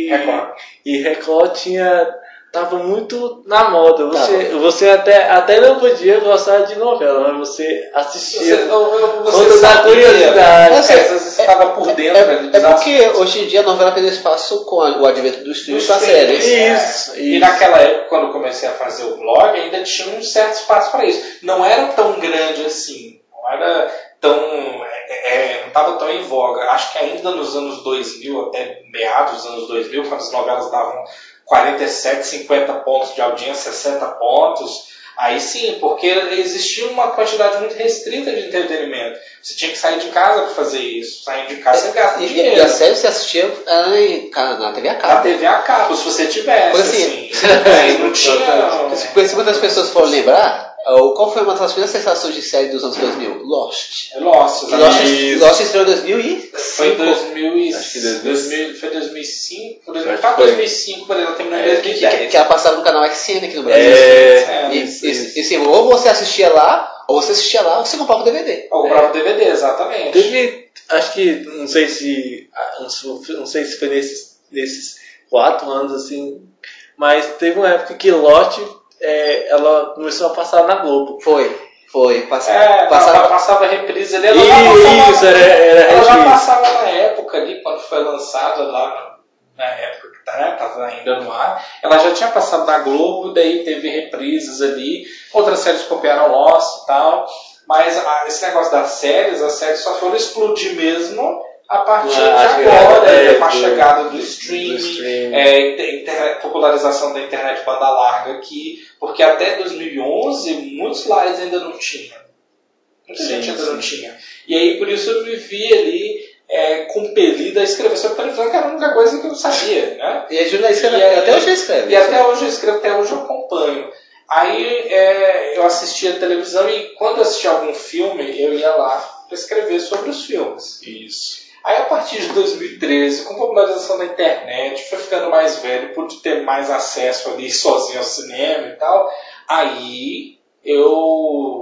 e Record tava muito na moda. Você até não podia gostar de novela, mas você assistia você da curiosidade. Você estava por dentro. É porque hoje em dia a novela perdeu espaço com o advento do streaming para séries. Isso. E naquela época, quando eu comecei a fazer o blog, ainda tinha um certo espaço para isso. Não era tão grande assim. Não era tão... não estava tão em voga. Acho que ainda nos anos 2000, até meados dos anos 2000, quando as novelas davam 47, 50 pontos de audiência, 60 pontos, aí sim, porque existia uma quantidade muito restrita de entretenimento. Você tinha que sair de casa para fazer isso. Saindo de casa você gasta dinheiro. E a série você assistia na TV a cabo. Na TV a cabo, se você tivesse. Assim, não tinha... Conheci muitas pessoas foram lembrar. Qual foi uma das primeiras sensações de série dos anos 2000? Lost. Lost estreou em 2005. Foi 2000, acho que 2005. Foi 2005, por exemplo, terminou em 2010. Que ela passava no canal XN aqui no Brasil. E assim, ou você assistia lá, ou você comprava o DVD. Ou comprava o DVD, exatamente. Acho que, não sei se foi nesses 4 anos, assim, mas teve uma época que Lost... ela começou a passar na Globo. Foi. Passava reprise ali. Ela já passava na época ali, quando foi lançada lá, na época que estava ainda no ar. Ela já tinha passado na Globo, daí teve reprises ali. Outras séries copiaram Lost e tal. Mas esse negócio das séries, as séries só foram explodir mesmo a partir de agora, com a chegada do streaming, popularização da internet banda larga aqui, porque até 2011 muitos lares ainda não tinham. Muita gente ainda não tinha. E aí por isso eu me vi ali compelido a escrever sobre televisão, que era a única coisa que eu sabia. Né? E a jornalista até hoje eu escrevo. E até hoje eu escrevo, até hoje eu acompanho. Aí eu assistia a televisão e quando eu assistia algum filme, eu ia lá para escrever sobre os filmes. Isso. Aí a partir de 2013, com a popularização da internet, foi ficando mais velho, pude ter mais acesso ali sozinho ao cinema e tal, aí eu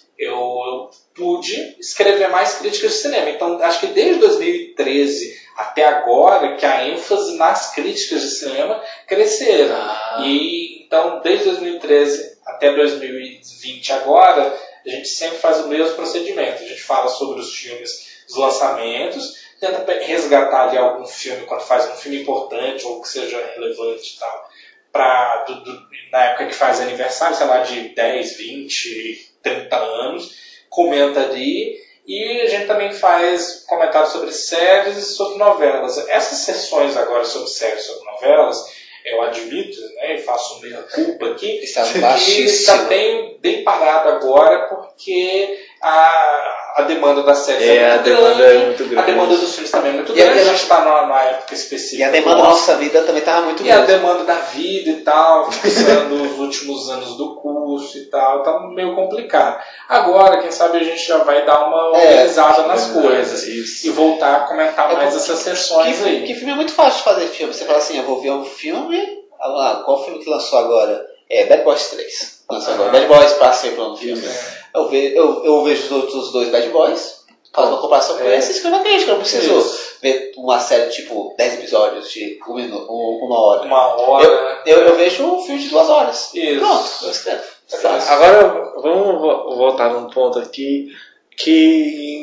pude escrever mais críticas de cinema. Então acho que desde 2013 até agora que a ênfase nas críticas de cinema cresceram. E então desde 2013 até 2020 agora, a gente sempre faz o mesmo procedimento. A gente fala sobre os filmes, os lançamentos, tenta resgatar ali algum filme quando faz um filme importante ou que seja relevante e tal, na época que faz aniversário, sei lá, de 10, 20, 30 anos, comenta ali, e a gente também faz comentários sobre séries e sobre novelas. Essas sessões agora sobre séries e sobre novelas, eu admito, né, e faço meia culpa aqui, está bem parado agora porque a demanda das séries é muito grande. A demanda dos filmes também é muito grande. A gente está numa época específica. E a demanda da nossa vida também estava muito grande. E a demanda da vida e tal, pensando os últimos anos do curso e tal, tá meio complicado. Agora, quem sabe a gente já vai dar uma organizada nas coisas e voltar a comentar mais essas sessões aí. Que filme é muito fácil de fazer filme. Você fala assim, eu vou ver um filme. Qual filme que lançou agora? Bad Boys 3. Lançou agora. Bad Boys para sempre no filme. Eu vejo os outros 2 Bad Boys, faço uma comparação com esse e escrevo uma crítica. Eu não preciso ver uma série tipo 10 episódios de 1 minuto, 1 hora. Uma hora. Eu vejo um filme de 2 horas. Isso. Pronto, eu escrevo. Agora vamos voltar num ponto aqui que em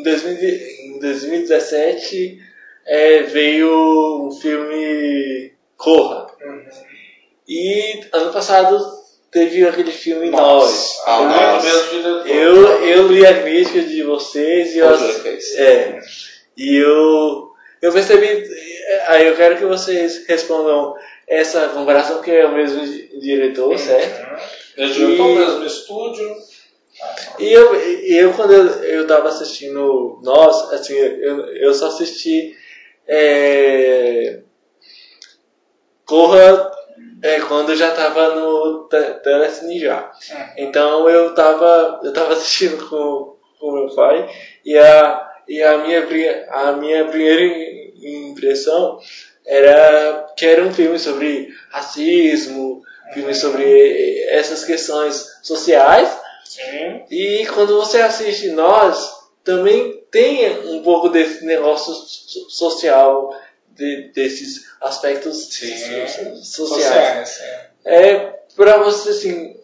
2017 veio um filme Corra. E ano passado teve aquele filme Nós. Eu li as críticas de vocês e eu eu percebi, aí eu quero que vocês respondam essa comparação, que é o mesmo diretor, certo? O mesmo estúdio. E eu quando eu tava assistindo assim, eu só assisti Corra quando eu já tava no Telecine já. Então eu tava assistindo com meu pai e a minha primeira impressão era que era um filme sobre racismo, filme sobre essas questões sociais. Sim. E quando você assiste Nós, também tem um pouco desse negócio social, desses aspectos sociais. Para você, assim,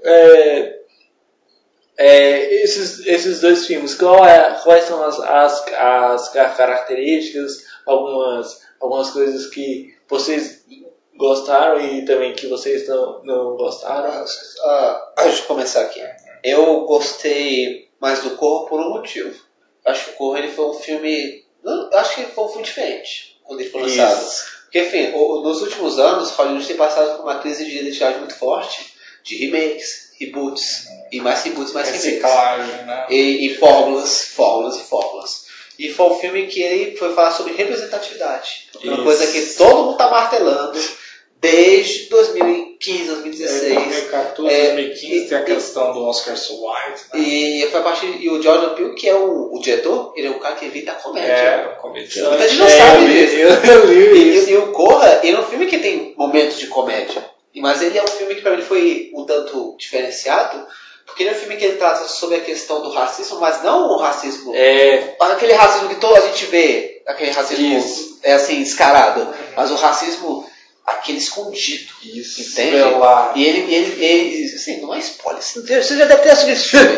esses dois filmes, quais são as características, algumas coisas que vocês gostaram e também que vocês não gostaram? Deixa eu começar aqui. Eu gostei mais do Corra por um motivo. Acho que o Corra ele foi um filme... Acho que foi um filme diferente quando ele foi lançado. Porque, enfim, nos últimos anos, Hollywood tem passado por uma crise de identidade muito forte, de remakes, reboots, e mais reboots, mais remakes. Né? E fórmulas. E foi um filme que ele foi falar sobre representatividade. Uma coisa que todo mundo está martelando desde 2015, 2016. 2014, 2015 tem a questão do Oscar So White. Né? E foi a partir. E o Jordan Peele, que é o diretor, ele é um cara que evita a comédia. Comédia. Muita gente não sabe disso. E o Corra, ele é um filme que tem momentos de comédia. Mas ele é um filme que pra mim foi um tanto diferenciado, porque ele é um filme que ele trata sobre a questão do racismo, mas não o racismo. Aquele racismo que toda a gente vê, aquele racismo assim, descarado. Mas o racismo. Aquele escondido. Isso. Entende? E ele assim, não é spoiler. Você já deve ter assistido esse filme.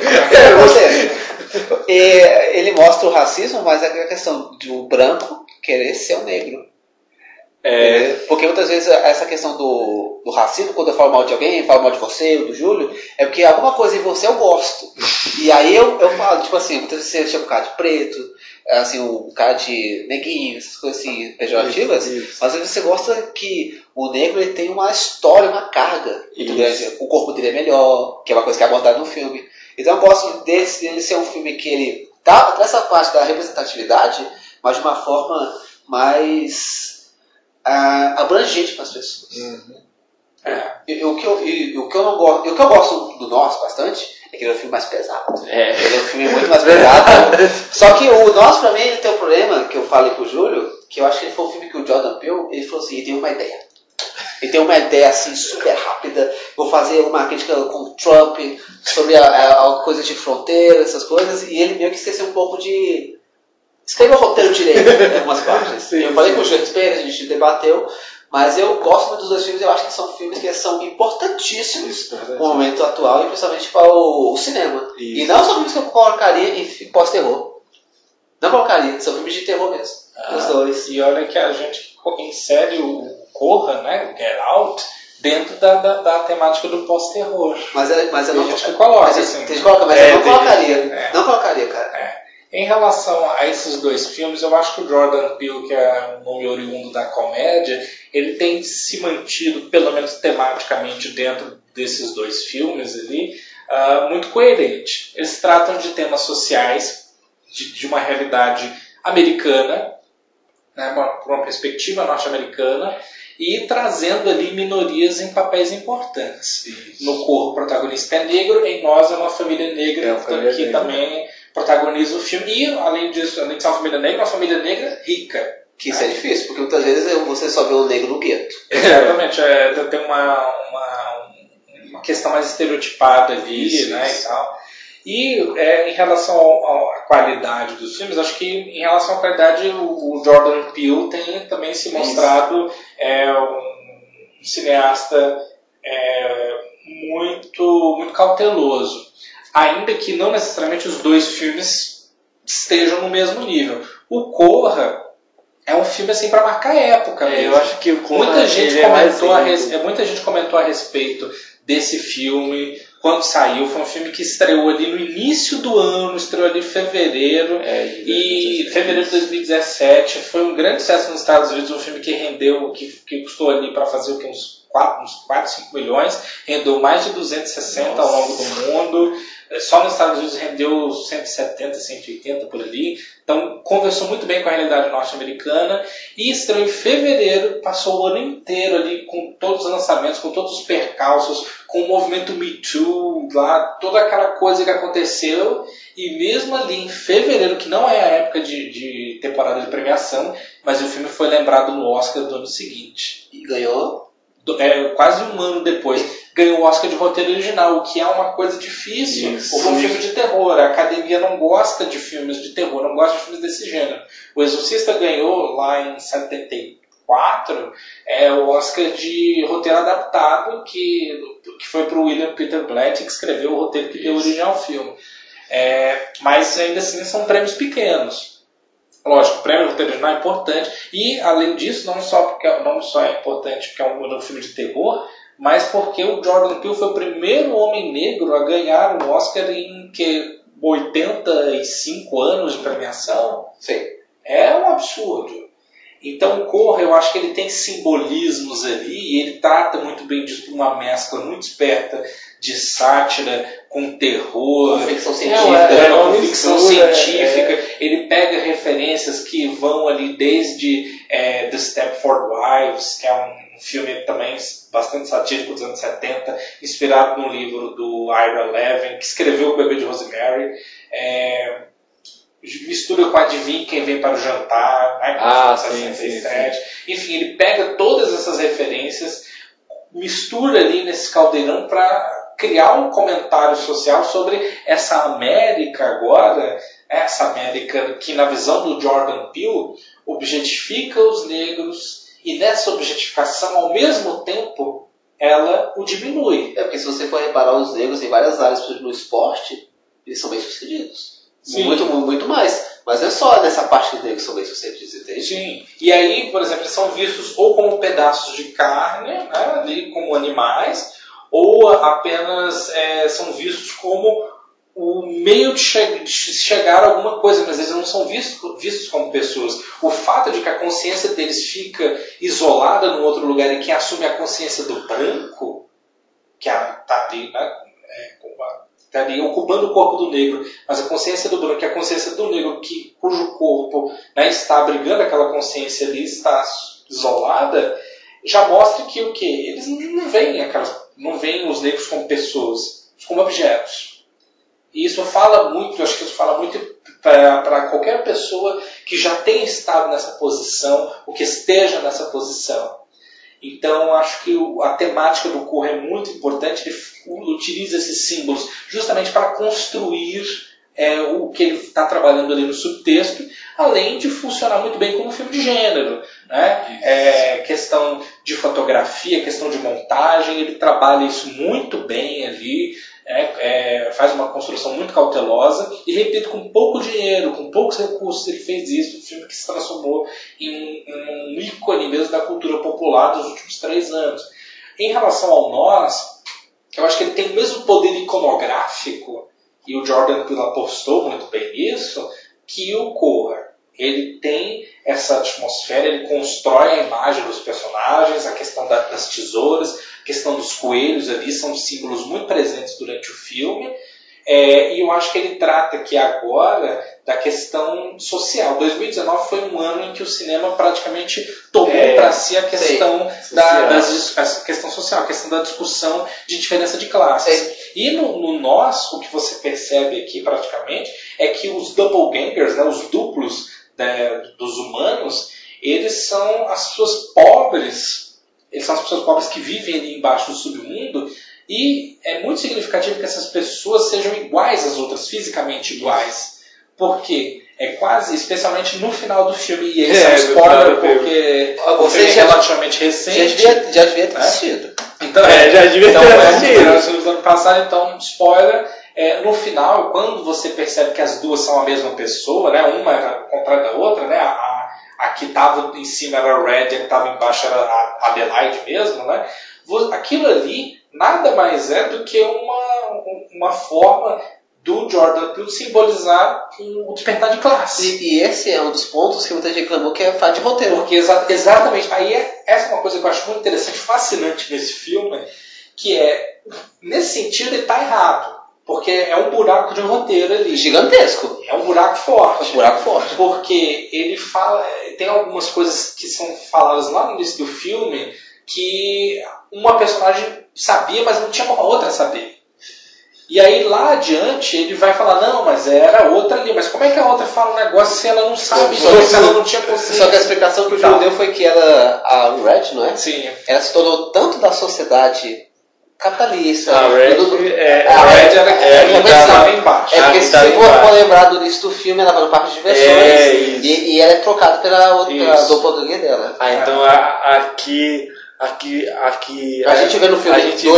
Ele mostra o racismo, mas é a questão do branco querer ser o negro. Porque muitas vezes essa questão do racismo, quando eu falo mal de alguém, eu falo mal de você ou do Júlio, é porque alguma coisa em você eu gosto. E aí eu falo, tipo assim, muitas vezes você chama um cara de preto, assim, um cara de neguinho, essas coisas assim, pejorativas, mas às vezes você gosta que o negro ele tem uma história, uma carga muito grande. O corpo dele é melhor, que é uma coisa que é abordada no filme. Então eu gosto dele ser um filme que ele tá nessa parte da representatividade, mas de uma forma mais abrangente para as pessoas. O que eu gosto do Nós bastante é que ele é um filme mais pesado. Ele é um filme muito mais pesado. Só que o Nós, pra mim, ele tem um problema que eu falei pro Júlio, que eu acho que ele foi um filme que o Jordan Peele, ele falou assim, ele tem uma ideia. Ele tem uma ideia assim super rápida. Vou fazer uma crítica com o Trump sobre a coisa de fronteira, essas coisas, e ele meio que esqueceu um pouco de escrever o roteiro direito em algumas partes. Eu falei com o Júlio Pérez, a gente debateu, mas eu gosto muito dos dois filmes. Eu acho que são filmes que são importantíssimos no momento atual e principalmente para o cinema. E não são filmes que eu colocaria em pós-terror. Não colocaria, são filmes de terror mesmo. Os dois. E olha que a gente insere o Corra, né, o Get Out, dentro da temática do pós-terror. Mas eu não coloca, eu não colocaria. Não colocaria, cara. Em relação a esses dois filmes, eu acho que o Jordan Peele, que é um nome oriundo da comédia, ele tem se mantido, pelo menos tematicamente, dentro desses dois filmes ali, muito coerente. Eles tratam de temas sociais, de uma realidade americana, né, por uma perspectiva norte-americana, e trazendo ali minorias em papéis importantes. No Corra, o protagonista é negro, em Nós é uma família negra, que também protagoniza o filme. E, além disso, além de ser uma família negra rica. Que isso é difícil, porque muitas vezes você só vê o negro no gueto. Exatamente, tem uma questão mais estereotipada ali, né, e tal. E em relação à qualidade dos filmes, acho que em relação à qualidade o Jordan Peele tem também se mostrado um cineasta muito, muito cauteloso. Ainda que não necessariamente os dois filmes estejam no mesmo nível. O Corra, é um filme assim para marcar época mesmo. Eu acho que muita gente comentou a respeito desse filme quando saiu. Foi um filme que estreou ali no início do ano, estreou ali em fevereiro, e fevereiro de 2017 foi um grande sucesso nos Estados Unidos, um filme que rendeu, que custou ali para fazer o que, uns 4, 5 milhões, rendeu mais de 260 ao longo do mundo. Só nos Estados Unidos rendeu 170, 180 por ali. Então conversou muito bem com a realidade norte-americana e estreou em fevereiro, passou o ano inteiro ali com todos os lançamentos, com todos os percalços, com o movimento Me Too, lá, toda aquela coisa que aconteceu. E mesmo ali em fevereiro, que não é a época de temporada de premiação, mas o filme foi lembrado no Oscar do ano seguinte. E ganhou? Quase um ano depois, ganhou o Oscar de roteiro original, o que é uma coisa difícil, porque é um filme de terror. A academia não gosta de filmes de terror, não gosta de filmes desse gênero. O Exorcista ganhou lá em 74 o Oscar de roteiro adaptado, que foi para o William Peter Blatty, que escreveu o roteiro que deu origem ao filme. Mas ainda assim são prêmios pequenos. Lógico, o prêmio roteiro original é importante, e além disso, não só é importante porque é um filme de terror, mas porque o Jordan Peele foi o primeiro homem negro a ganhar um Oscar em 85 anos de premiação. Sim. É um absurdo. Então o Corra, eu acho que ele tem simbolismos ali, e ele trata muito bem disso, uma mescla muito esperta de sátira com terror, com ficção científica. Ele pega referências que vão ali desde The Stepford Wives, que é um filme também bastante satírico dos anos 70, inspirado num livro do Ira Levin, que escreveu O Bebê de Rosemary. Mistura com Adivinha Quem Vem para o Jantar, né, 67. Sim. Enfim, ele pega todas essas referências, mistura ali nesse caldeirão para criar um comentário social sobre essa América agora, essa América que na visão do Jordan Peele objetifica os negros, e nessa objetificação, ao mesmo tempo, ela o diminui. Porque se você for reparar, os negros em várias áreas, por exemplo, no esporte, eles são bem-sucedidos. Sim. Muito mais. Mas não é só nessa parte que os negros são bem-sucedidos, entende? Sim. E aí, por exemplo, eles são vistos ou como pedaços de carne, né, ali como animais, ou apenas são vistos como o meio de chegar a alguma coisa, mas eles não são vistos como pessoas. O fato de que a consciência deles fica isolada num outro lugar, e quem assume a consciência do branco, que está ali, né, está ali ocupando o corpo do negro, mas a consciência do branco, que é a consciência do negro, cujo corpo, né, está abrigando aquela consciência ali, está isolada, já mostra que o quê? Eles não veem os negros como pessoas, como objetos. E isso fala muito, eu acho que isso fala muito para qualquer pessoa que já tenha estado nessa posição, ou que esteja nessa posição. Então, acho que a temática do Corra é muito importante. Ele utiliza esses símbolos justamente para construir o que ele está trabalhando ali no subtexto, além de funcionar muito bem como um filme de gênero, né? Questão de fotografia, questão de montagem, ele trabalha isso muito bem ali, faz uma construção muito cautelosa, e repito, com pouco dinheiro, com poucos recursos, ele fez isso, um filme que se transformou em um ícone mesmo da cultura popular dos últimos 3 anos. Em relação ao Nós, eu acho que ele tem o mesmo poder iconográfico, e o Jordan Peele apostou muito bem nisso, que o Corra. Ele tem essa atmosfera, ele constrói a imagem dos personagens, a questão das tesouras, a questão dos coelhos ali, são símbolos muito presentes durante o filme. E eu acho que ele trata aqui agora da questão social. 2019 foi um ano em que o cinema praticamente tomou para si a questão a questão social, a questão da discussão de diferença de classes. E no Nós, o que você percebe aqui praticamente é que os doppelgangers, né, os duplos dos humanos, eles são as pessoas pobres, que vivem ali embaixo do submundo, e é muito significativo que essas pessoas sejam iguais às outras, fisicamente iguais. Por quê? Quase, especialmente no final do filme, e esse é um spoiler porque o filme é relativamente recente. Já devia ter assistido. Então, já devia ter assistido. No ano passado, então, spoiler. No final, quando você percebe que as duas são a mesma pessoa, né, uma é ao contrário da outra, né, a que estava em cima era a Red e a que estava embaixo era a Adelaide mesmo, né? Aquilo ali nada mais é do que uma forma do Jordan Peele simbolizar o despertar de classe. E esse é um dos pontos que muita gente reclamou, que é falha de roteiro. Porque exatamente, aí essa é uma coisa que eu acho muito interessante, fascinante nesse filme, que é, nesse sentido ele está errado, porque é um buraco de roteiro ali. Gigantesco. É um buraco forte. É um buraco forte. Porque ele fala, tem algumas coisas que são faladas lá no início do filme, que uma personagem sabia, mas não tinha uma outra a saber. E aí lá adiante ele vai falar, não, mas era outra ali. Mas como é que a outra fala um negócio se ela não sabe? Se ela não tinha consciência? Só que a explicação que o Júlio deu foi que ela, a Red, não é? Sim. Ela se tornou tanto da sociedade capitalista. A Red era que estava embaixo. É porque se você for lembrar do início do filme, ela vai no parque de diversões e ela é trocada pela outra doppelganger dela. Então aqui a gente vê no filme,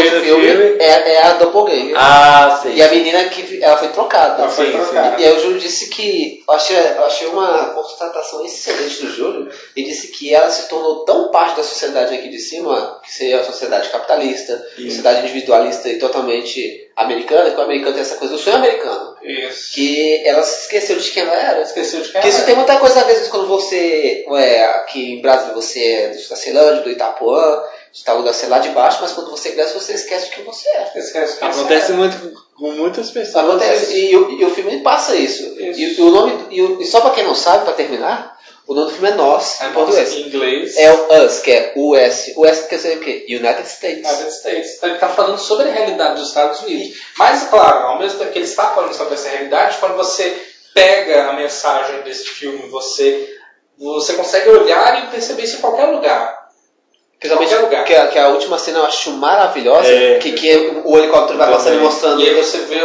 é a doppelganger. Sim. E a menina que ela foi trocada. Sim. E aí o Júlio disse que eu achei uma constatação excelente do Júlio. Ele disse que ela se tornou tão parte da sociedade aqui de cima, que seria a sociedade capitalista, sociedade individualista e totalmente americana, que o americano tem essa coisa do sonho americano. Isso. Que ela se esqueceu de quem ela era. Porque isso tem muita coisa, às vezes, quando você, aqui em Brasília, você é da Ceilândia, do Itapuã, de tal lugar, sei lá de baixo, mas quando você cresce, você esquece de quem você é. Acontece muito com muitas pessoas. Acontece, e o filme passa isso. E o nome, e só pra quem não sabe, pra terminar, o nome do filme é Nós, em português. Em inglês. É o Us, que é US. US quer dizer o quê? United States. United States. Então ele está falando sobre a realidade dos Estados Unidos. Mas, claro, ao mesmo tempo que ele está falando sobre essa realidade, quando você pega a mensagem desse filme, você consegue olhar e perceber isso em qualquer lugar. Principalmente que a última cena eu acho maravilhosa, que o helicóptero vai passando e mostrando. E aí você vê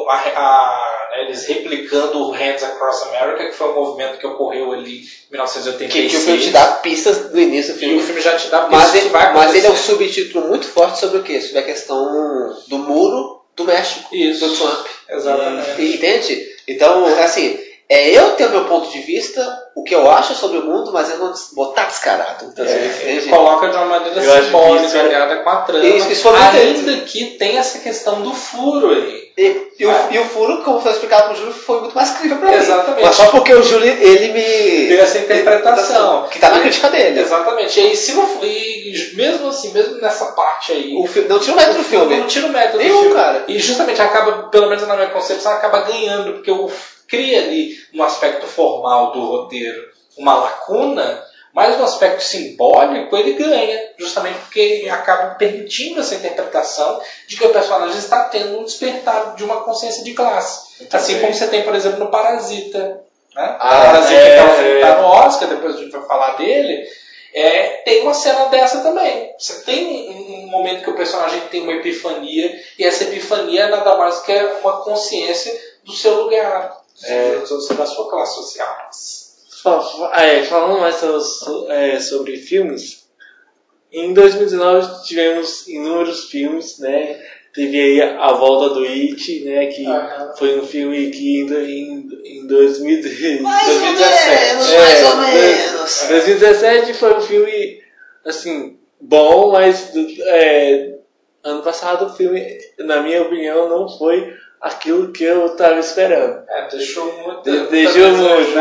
eles replicando o Hands Across America, que foi um movimento que ocorreu ali em 1986. Que o filme te dá pistas do início do filme. E o filme já te dá pistas. Mas ele é um subtítulo muito forte sobre o quê? Sobre a questão do muro do México, do Trump. Exatamente. Entende? Então, assim, eu tenho meu ponto de vista, o que eu acho sobre o mundo, mas eu não vou estar descarado. Então, ele coloca de uma maneira simbólica, aliada com a trama. Ainda que tem essa questão do furo aí. E o furo, como foi explicado pro Júlio, foi muito mais crível pra mim. Exatamente. Mas só porque o Júlio, ele me deu essa interpretação. Que tá na crítica dele. Exatamente. E aí, se não mesmo assim, mesmo nessa parte aí. Não tira o mérito do filme. Não tira o mérito do filme. Cara. E justamente acaba, pelo menos na minha concepção, acaba ganhando, porque cria ali, no aspecto formal do roteiro, uma lacuna, mas no aspecto simbólico ele ganha, justamente porque ele acaba permitindo essa interpretação de que o personagem está tendo um despertar de uma consciência de classe. Assim como você tem, por exemplo, no Parasita. Né? Parasita, que é um filme que está no Oscar, depois a gente vai falar dele, tem uma cena dessa também. Você tem um momento que o personagem tem uma epifania, e essa epifania nada mais que é uma consciência do seu lugar, da sua classe social. Falando mais sobre filmes, em 2019 tivemos inúmeros filmes, né? Teve aí A Volta do It, né? Que foi um filme que em 2017. Mais ou menos. 2017 foi um filme assim bom, mas ano passado o filme, na minha opinião, não foi aquilo que eu estava esperando. Deixou muito. Deixou muito.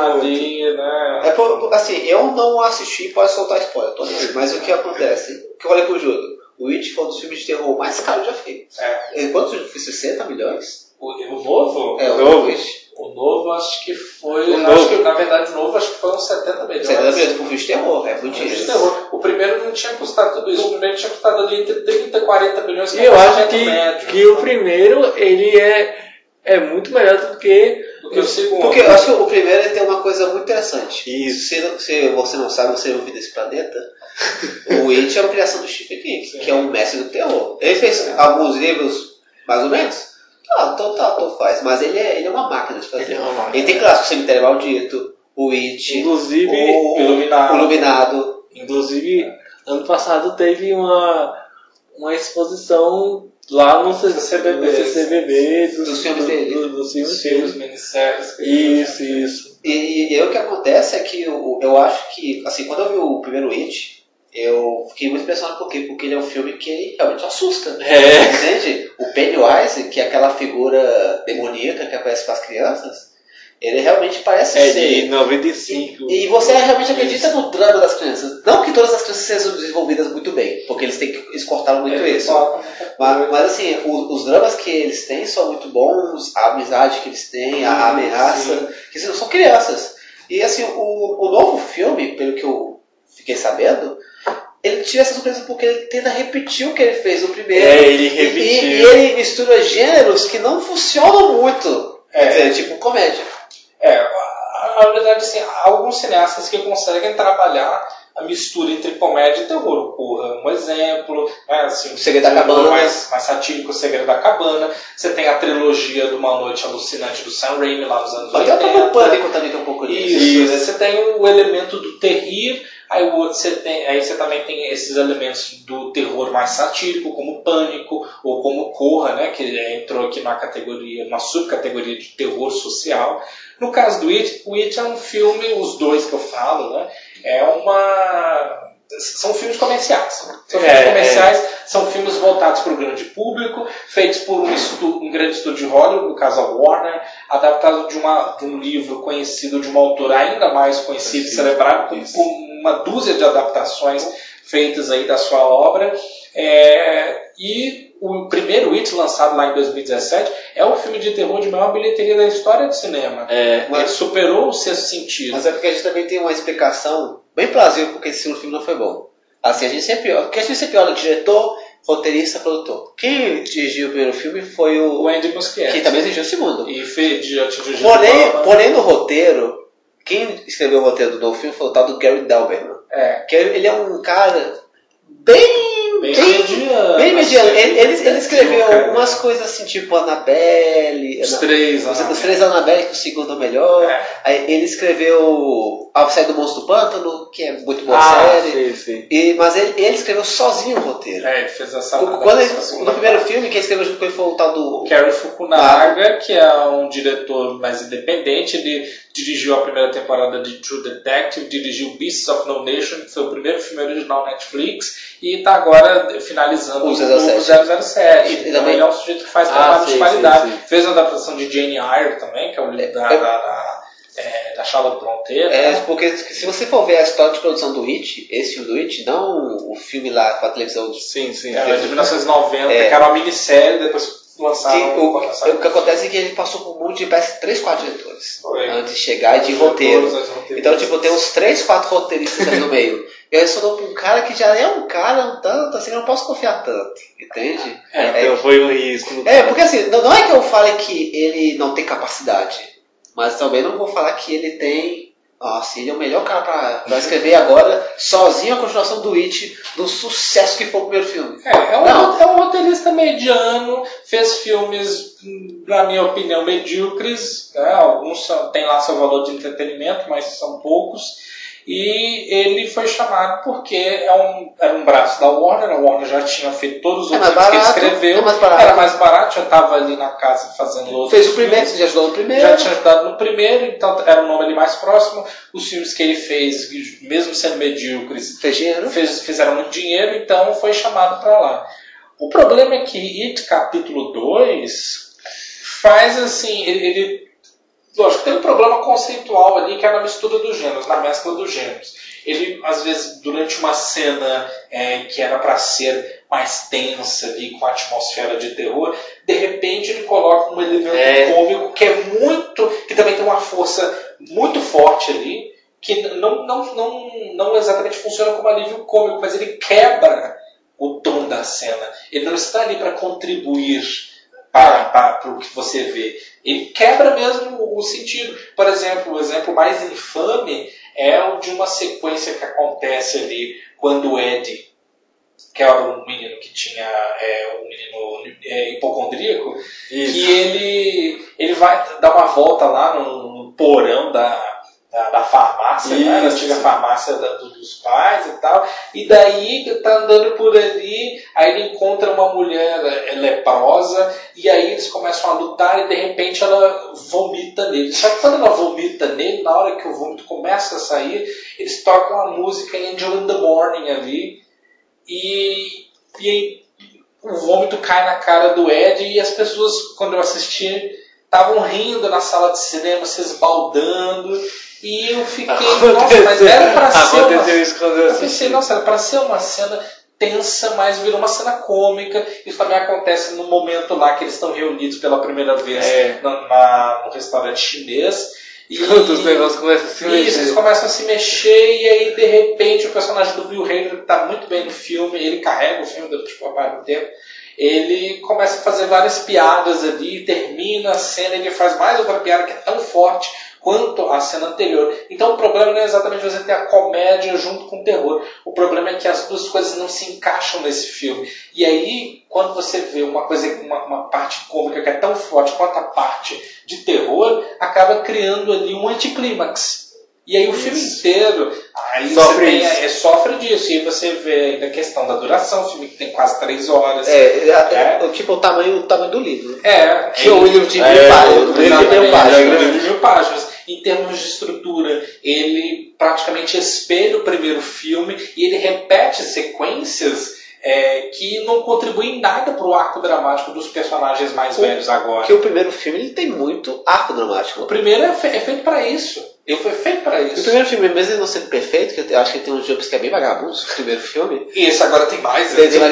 Né? Assim, eu não assisti, pode soltar spoiler, mas o que acontece? O que eu falei com o Júlio? O It foi um dos filmes de terror mais caros já feitos. Quantos? 60 milhões? O novo? O novo It. O novo acho que foi. Na verdade, o novo acho que foi uns 70 milhões. 70 milhões por filme de terror, é muito dinheiro. O primeiro não tinha custado tudo isso. O primeiro tinha custado ali entre 30 e 40 milhões. E eu acho que o primeiro ele é muito melhor do que o segundo. Porque eu acho que o primeiro ele tem uma coisa muito interessante. Isso. Se você não sabe, você ouviu desse planeta, o It é uma criação do Stephen King, que é um mestre do terror. Ele fez alguns livros, mais ou menos. Então faz. Mas ele é uma máquina de fazer. Ele tem clássico, o Cemitério Maldito, o It, inclusive o Iluminado. Inclusive, ano passado teve uma uma exposição lá no CCBB dos filmes dele. Dos filmes minisséries. Isso. E o que acontece é que eu acho que, assim, quando eu vi o primeiro It, eu fiquei muito impressionado por quê? Porque ele é um filme que ele realmente assusta. Entende? O Pennywise, que é aquela figura demoníaca que aparece para as crianças, ele realmente parece ser... É de 95. E você realmente acredita no drama das crianças. Não que todas as crianças sejam desenvolvidas muito bem, porque eles cortaram muito isso. Mas assim, os dramas que eles têm são muito bons, a amizade que eles têm, a ameaça, que são crianças. E assim, o novo filme, pelo que eu fiquei sabendo, ele tira essa surpresa porque ele tenta repetir o que ele fez no primeiro. Ele repetiu. E ele mistura gêneros que não funcionam muito. Quer dizer, tipo comédia. Na verdade, assim, há alguns cineastas que conseguem trabalhar a mistura entre comédia e terror. Um exemplo, assim, o Segredo da Cabana. Mais satírico, O Segredo da Cabana. Você tem a trilogia do Uma Noite Alucinante do Sam Raimi lá nos anos 80. Até o Pânico também tem um pouco disso. Isso. Você tem o elemento do terrir. Aí você também tem esses elementos do terror mais satírico, como Pânico, ou como Corra, né, que entrou aqui numa subcategoria de terror social. No caso do It, o It é um filme, os dois que eu falo, né, são filmes comerciais. São filmes voltados para o grande público, feitos por um grande estúdio de Hollywood, no caso a Warner, adaptado de um livro conhecido de uma autora ainda mais conhecida e celebrada, com uma dúzia de adaptações feitas aí da sua obra. E o primeiro It, lançado lá em 2017, é o filme de terror de maior bilheteria da história do cinema. Ele superou o Sexto Sentido. Mas é porque a gente também tem uma explicação bem plausível porque esse filme não foi bom. Assim, a gente sempre olha o diretor, roteirista, produtor. Quem dirigiu o primeiro filme foi o Andy Muschietti, que também dirigiu o segundo. E atingiu porém no roteiro, quem escreveu o roteiro do novo filme foi o tal do Gary Dauberman. Que ele é um cara bem mediano. Ele escreveu algumas coisas assim, tipo Annabelle. Os três Annabelle, que o segundo é o melhor. Aí ele escreveu A Série do Monstro do Pântano, que é muito boa série. Sim. Mas ele escreveu sozinho o roteiro. Ele fez essa. No primeiro filme, quem escreveu junto com ele foi o tal do Cary Fukunaga, que é um diretor mais independente. Ele dirigiu a primeira temporada de True Detective, dirigiu Beasts of No Nation, que foi o primeiro filme original Netflix, e está agora finalizando o 007. E também ele é um sujeito que faz trabalho de qualidade. Fez a adaptação de Jane Eyre também, que é o livro da Charlotte Brontë. Porque se você for ver a história de produção do It, esse filme do It, não o filme lá com a televisão. Sim. É de 1990, que era uma minissérie, depois lançaram. O que acontece é que ele passou por um monte de 3-4 diretores antes de chegar e de roteiro. Então, tipo, tem uns 3-4 roteiristas ali no meio. E aí sonou pra um cara que já é um cara tanto, assim, eu não posso confiar tanto, entende? Então foi um risco. Porque assim, não é que eu fale que ele não tem capacidade, mas também não vou falar que ele tem... Nossa, ele é o melhor cara pra escrever agora, sozinho, a continuação do It, do sucesso que foi o primeiro filme. É um roteirista mediano, fez filmes, na minha opinião, medíocres, né? Alguns têm lá seu valor de entretenimento, mas são poucos. E ele foi chamado porque era um braço da Warner. A Warner já tinha feito todos os outros filmes que ele escreveu. Era mais barato, já estava ali na casa fazendo outros. Fez o primeiro, você já ajudou no primeiro. Já tinha ajudado no primeiro, então era um nome ali mais próximo. Os filmes que ele fez, mesmo sendo medíocres, fizeram muito dinheiro, então foi chamado para lá. O problema é que It capítulo 2 faz assim, lógico, tem um problema conceitual ali, que é na mistura dos gêneros, na mescla dos gêneros. Ele, às vezes, durante uma cena que era para ser mais tensa ali, com a atmosfera de terror, de repente ele coloca um elemento cômico que também tem uma força muito forte ali, que não exatamente funciona como alívio cômico, mas ele quebra o tom da cena. Ele não está ali para contribuir para o que você vê. Ele quebra mesmo o sentido. Por exemplo, o exemplo mais infame é o de uma sequência que acontece ali quando o Ed, que era um menino que tinha um menino hipocondríaco, que ele vai dar uma volta lá no porão da farmácia, né? Da antiga farmácia dos pais e tal. E daí tá andando por ali, aí ele encontra uma mulher leprosa, e aí eles começam a lutar e de repente ela vomita nele. Só que quando ela vomita nele, na hora que o vômito começa a sair, eles tocam a música Angel in the Morning ali, e aí o vômito cai na cara do Ed, e as pessoas, quando eu assisti, estavam rindo na sala de cinema, se esbaldando. E eu fiquei, nossa, mas era pra ser eu pensei, nossa, era pra ser uma cena tensa, mas virou uma cena cômica. Isso também acontece no momento lá que eles estão reunidos pela primeira vez no restaurante chinês. E os negócios começam a se mexer. Isso, eles começam a se mexer, e aí de repente o personagem do Bill Hader, que está muito bem no filme, ele carrega o filme durante uma parte do tempo, ele começa a fazer várias piadas ali, termina a cena, ele faz mais outra piada que é tão forte quanto a cena anterior. Então o problema não é exatamente você ter a comédia junto com o terror. O problema é que as duas coisas não se encaixam nesse filme. E aí, quando você vê uma parte cômica que é tão forte quanto a parte de terror, acaba criando ali um anticlímax. E aí o filme inteiro aí sofre disso. E aí você vê a questão da duração, o filme que tem quase 3 horas. Tipo o tamanho do livro. Que o livro de 1000 páginas. Em termos de estrutura, ele praticamente espelha o primeiro filme e ele repete sequências que não contribuem em nada para o arco dramático dos personagens mais velhos agora. Porque o primeiro filme ele tem muito arco dramático. O primeiro é feito para isso. Ele foi feito para isso. O primeiro filme, mesmo ele não sendo perfeito, que eu acho que tem uns jumps que é bem vagabundos, o primeiro filme. E esse agora tem mais.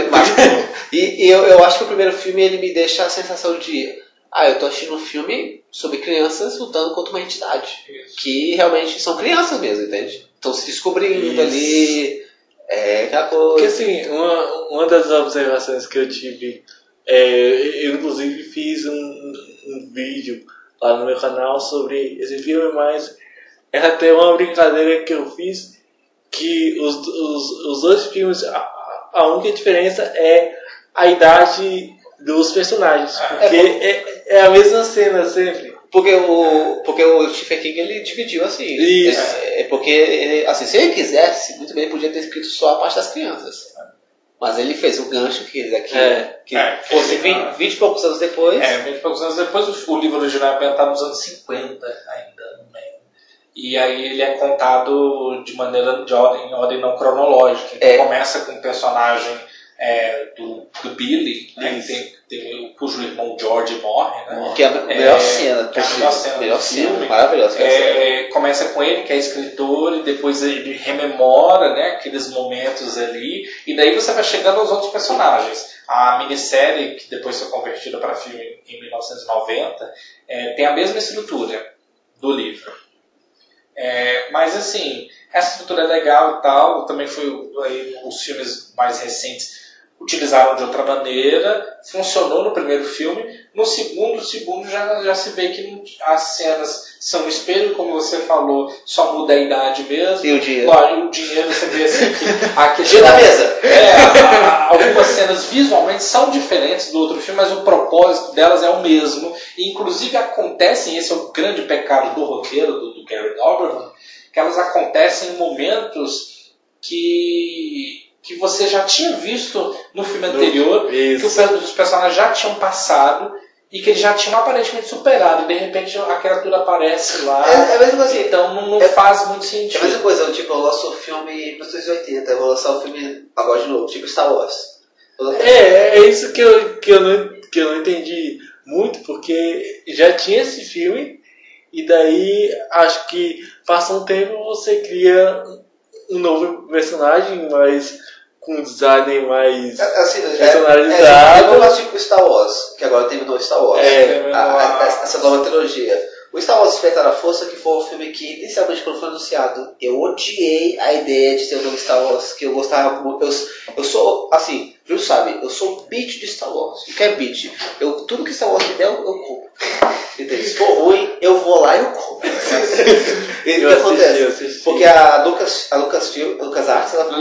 E eu acho que o primeiro filme ele me deixa a sensação de eu tô assistindo um filme sobre crianças lutando contra uma entidade. Isso. Que realmente são crianças mesmo, entende? Estão se descobrindo ali. Aquela coisa. Porque assim, uma das observações que eu tive, eu inclusive fiz um vídeo lá no meu canal sobre esse filme, mas era até uma brincadeira que eu fiz, que os dois filmes, a única diferença é a idade dos personagens, porque é a mesma cena sempre. Porque o Stephen King ele dividiu assim. Isso. Porque ele, assim, se ele quisesse, muito bem podia ter escrito só a parte das crianças. Mas ele fez o gancho que fosse 20 e poucos anos depois. 20 e poucos anos depois, o livro original é ambientado nos anos 50 ainda. E aí ele é contado de ordem não cronológica. Então começa com o personagem do Billy, né, cujo irmão George morre, né? Que é a melhor cena. Melhor cena, maravilhosa. Começa com ele, que é escritor, e depois ele rememora, né, aqueles momentos ali, e daí você vai chegando aos outros personagens. A minissérie, que depois foi convertida para filme em 1990, tem a mesma estrutura do livro. Mas assim, essa estrutura é legal e tal. Também foi aí, os filmes mais recentes utilizaram de outra maneira, funcionou no primeiro filme. No segundo já se vê que as cenas são um espelho, como você falou, só muda a idade mesmo. E o dinheiro. O dinheiro você vê assim que a questão da mesa. Algumas cenas visualmente são diferentes do outro filme, mas o propósito delas é o mesmo. E inclusive acontecem, esse é o grande pecado do roteiro do Gary Dauberman, que elas acontecem em momentos que você já tinha visto no filme anterior, que os personagens já tinham passado e que eles já tinham aparentemente superado, e de repente a criatura aparece lá. É a mesma coisa. Então não faz muito sentido. É a mesma coisa, tipo, eu lanço o filme em 1980, eu vou lançar o filme agora de novo, tipo Star Wars. É isso que eu não entendi muito, porque já tinha esse filme, e daí acho que passa um tempo você cria um novo personagem, mas com um design mais personalizado. Eu tipo Star Wars, que agora teve o novo Star Wars. Essa nova trilogia. O Star Wars Despertar da Força, que foi um filme que, inicialmente, quando foi anunciado, eu odiei a ideia de ter o novo Star Wars, que eu gostava muito. Eu sou, assim, Ju sabe, eu sou beat de Star Wars. O que é beat? Tudo que Star Wars me der, eu compro. Entendeu? Se for ruim, eu vou lá e eu compro. E o que acontece? Porque a LucasArts, ela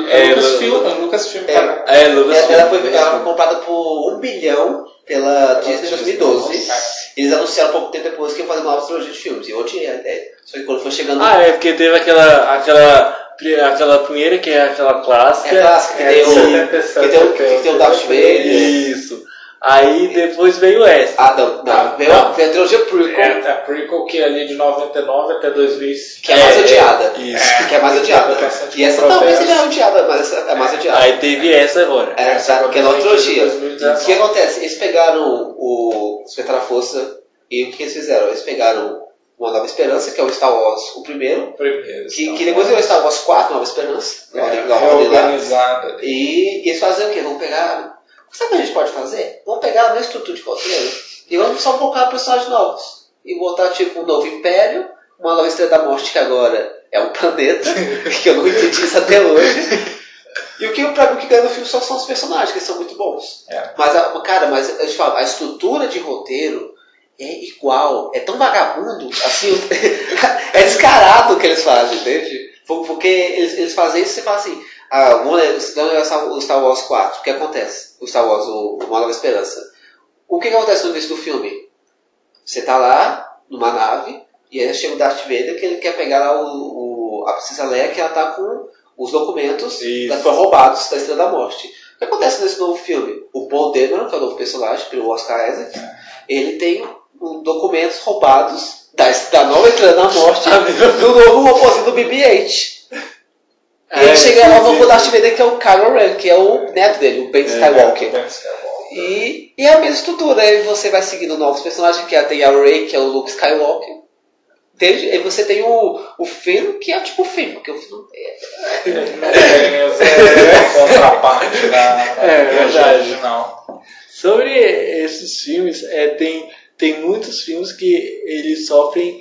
foi comprada por $1 bilhão pela Disney em 2012. Eles anunciaram pouco tempo depois que iam fazer uma nova trilogia de filmes. E eu odiei a ideia. Só que quando foi chegando... porque teve aquela primeira, que é aquela clássica. É clássica, que tem o Darth Vader. Isso. Aí depois veio essa. Veio a trilogia prequel. A prequel que é ali de 99 até 2005. Que é mais odiada. Isso. Que é mais odiada. E essa talvez seja odiada, mas essa é mais odiada. Aí teve essa agora. Que é a nova trilogia. O que acontece? Eles pegaram o Despertar da Força e o que eles fizeram? Eles pegaram Uma Nova Esperança, que é o Star Wars, o primeiro. Que depois veio o Star Wars 4, Nova Esperança. Organizada. E eles fazem o quê? Vão pegar... Sabe o que a gente pode fazer? Vamos pegar a mesma estrutura de roteiro e vamos só colocar personagens novos. E botar tipo um novo Império, uma nova Estrela da Morte que agora é um planeta, que eu não entendi isso até hoje. E o que ganha no filme só são os personagens, que são muito bons. Mas eu te falo, a estrutura de roteiro é igual, é tão vagabundo, assim, é descarado o que eles fazem, entende? Porque eles fazem isso e você fala assim, vamos levar o Star Wars 4, o que acontece? O Star Wars, Uma Nova Esperança. O que acontece no início do filme? Você tá lá, numa nave, e aí chega o Darth Vader, que ele quer pegar lá a Princesa Leia, que ela tá com os documentos que foram roubados da Estrela da Morte. O que acontece nesse novo filme? O Paul Dameron, que é o novo personagem, pelo Oscar Isaac, ele tem documentos roubados da nova Estrela da Morte do novo robozinho do BB-8. E ele chega lá no Darth Vader, que é o Kylo Ren, que é o neto dele, o Ben Skywalker. E é a mesma estrutura, aí você vai seguindo novos personagens, que tem a Rey, que é o Luke Skywalker. Entende? Aí você tem o Finn, que é tipo o Finn, porque o Finn não é contraparte da original. Sobre esses filmes, tem muitos filmes que eles sofrem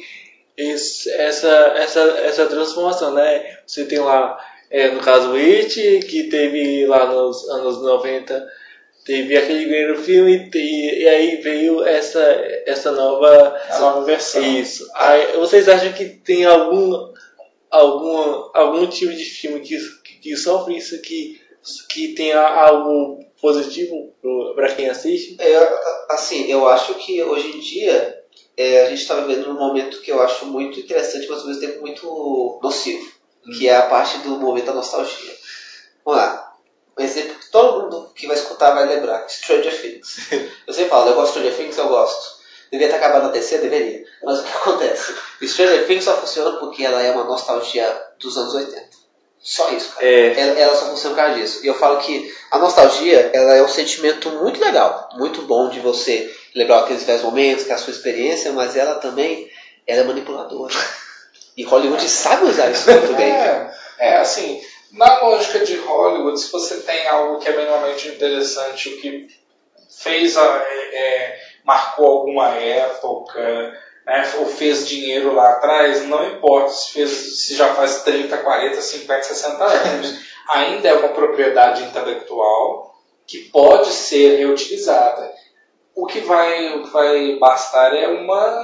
essa transformação, né? Você tem lá, no caso, It, que teve lá nos anos 90, teve aquele primeiro filme e aí veio essa nova versão. Isso. Aí, vocês acham que tem algum tipo de filme que sofre isso, que tenha algo positivo para quem assiste? Eu acho que hoje em dia a gente está vivendo um momento que eu acho muito interessante, mas ao mesmo tempo muito nocivo, que é a parte do momento da nostalgia. Vamos lá. Um exemplo que todo mundo que vai escutar vai lembrar: Stranger Things. Eu sempre falo, eu gosto de Stranger Things, eu gosto. Devia ter acabado na terceira? Deveria. Mas o que acontece? Stranger Things só funciona porque ela é uma nostalgia dos anos 80. Só isso, cara. Ela só funciona por causa disso. E eu falo que a nostalgia, ela é um sentimento muito legal, muito bom de você lembrar aqueles velhos momentos, que é a sua experiência, mas ela também é manipuladora. E Hollywood sabe usar isso muito bem. Assim, na lógica de Hollywood, se você tem algo que é minimamente interessante, o que fez marcou alguma época, ou fez dinheiro lá atrás, não importa se já faz 30, 40, 50, 60 anos, ainda é uma propriedade intelectual que pode ser reutilizada. O que vai bastar é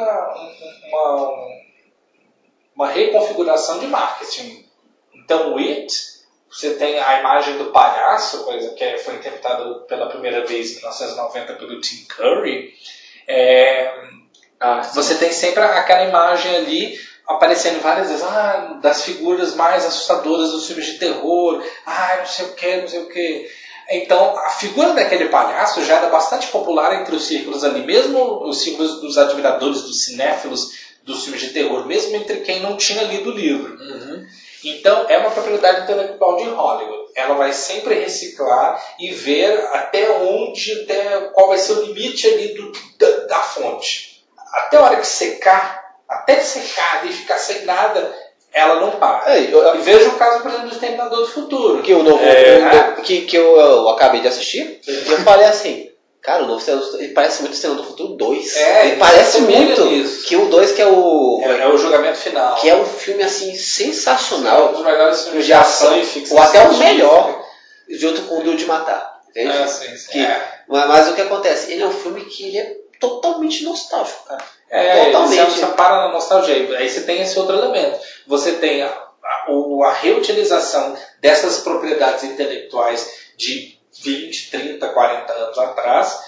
uma reconfiguração de marketing. Então, o It, você tem a imagem do palhaço, coisa que foi interpretado pela primeira vez em 1990 pelo Tim Curry. Você tem sempre aquela imagem ali aparecendo várias vezes, das figuras mais assustadoras dos filmes de terror, não sei o que. Então, a figura daquele palhaço já era bastante popular entre os círculos ali, mesmo os círculos dos admiradores, dos cinéfilos dos filmes de terror, mesmo entre quem não tinha lido o livro. Então, é uma propriedade intelectual de Hollywood. Ela vai sempre reciclar e ver qual vai ser o limite ali da fonte. Até a hora que secar, e ficar sem nada, ela não para. E veja o caso, por exemplo, do Exterminador do Futuro. Que o novo que eu acabei de assistir, e eu falei assim, cara, o novo ele parece muito o Exterminador do Futuro 2. Ele parece muito. Isso. Que o 2 que é o... É o julgamento final. Que é um filme, assim, sensacional. Um dos melhores filmes de ação e ficção. Ou até o melhor, junto com o Duro de Matar. Entende? Sim. Mas o que acontece? Ele é um filme que ele é totalmente nostálgico, cara. Totalmente. Você para na nostalgia. Aí você tem esse outro elemento. Você tem a reutilização dessas propriedades intelectuais de 20, 30, 40 anos atrás,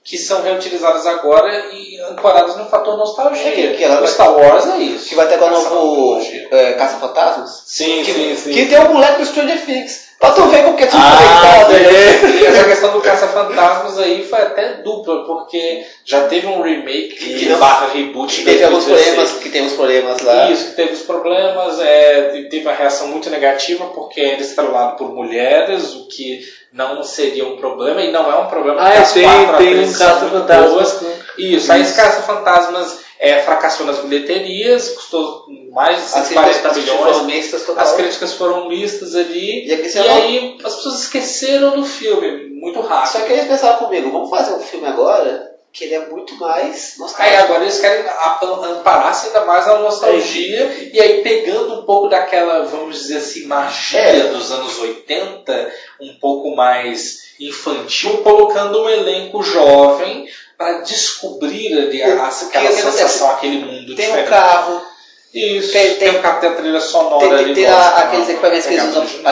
que são reutilizadas agora e ancoradas no fator nostalgia. O Star Wars é isso. Que vai ter agora o novo Caça-Fantasmas? Sim. Que tem um moleque do Stranger Things. Pra tu ver como que é tudo conectado. E essa questão do Caça-Fantasmas aí foi até dupla, porque já teve um remake que barra reboot que teve alguns problemas, que tem uns problemas lá. Isso, que teve os problemas, teve uma reação muito negativa, porque ele é estrelado por mulheres, o que não seria um problema, e não é um problema. Tem um Caça-Fantasmas. Isso, aí esse Caça-Fantasmas fracassou nas bilheterias, custou mais de 140 milhões. As críticas foram mistas ali. E aí as pessoas esqueceram do filme muito rápido. Só que eles pensaram comigo, vamos fazer um filme agora que ele é muito mais nostálgico. Aí agora eles querem amparar-se ainda mais na nostalgia, e aí pegando um pouco daquela, vamos dizer assim, magia dos anos 80, um pouco mais infantil, colocando um elenco jovem para descobrir ali aquela sensação, aquele mundo tem diferente. Um carro. Isso, tem um carro, tem a trilha sonora ali. Tem aqueles equipamentos que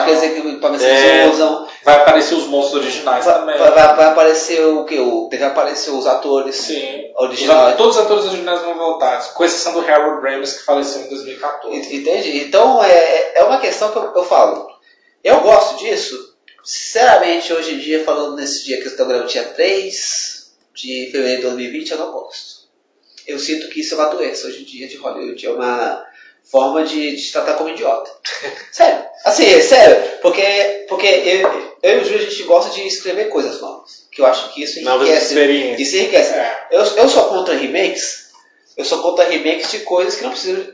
eles usam. Vai aparecer os monstros originais também. Vai aparecer o que? Vai aparecer os atores originais. Todos os atores originais vão voltar, com exceção do Harold Ramis, que faleceu em 2014. Entendi. Então é uma questão que eu falo. Eu gosto disso. Sinceramente, hoje em dia, falando nesse dia que eu estou gravando, dia 3 de fevereiro de 2020, eu não gosto. Eu sinto que isso é uma doença hoje em dia de Hollywood. É uma forma de te tratar como idiota. Sério. Assim, sério. Porque eu e o Júlio, a gente gosta de escrever coisas novas. Que eu acho que isso enriquece. Isso enriquece. Eu sou contra remakes. Eu sou contra remakes de coisas que não precisam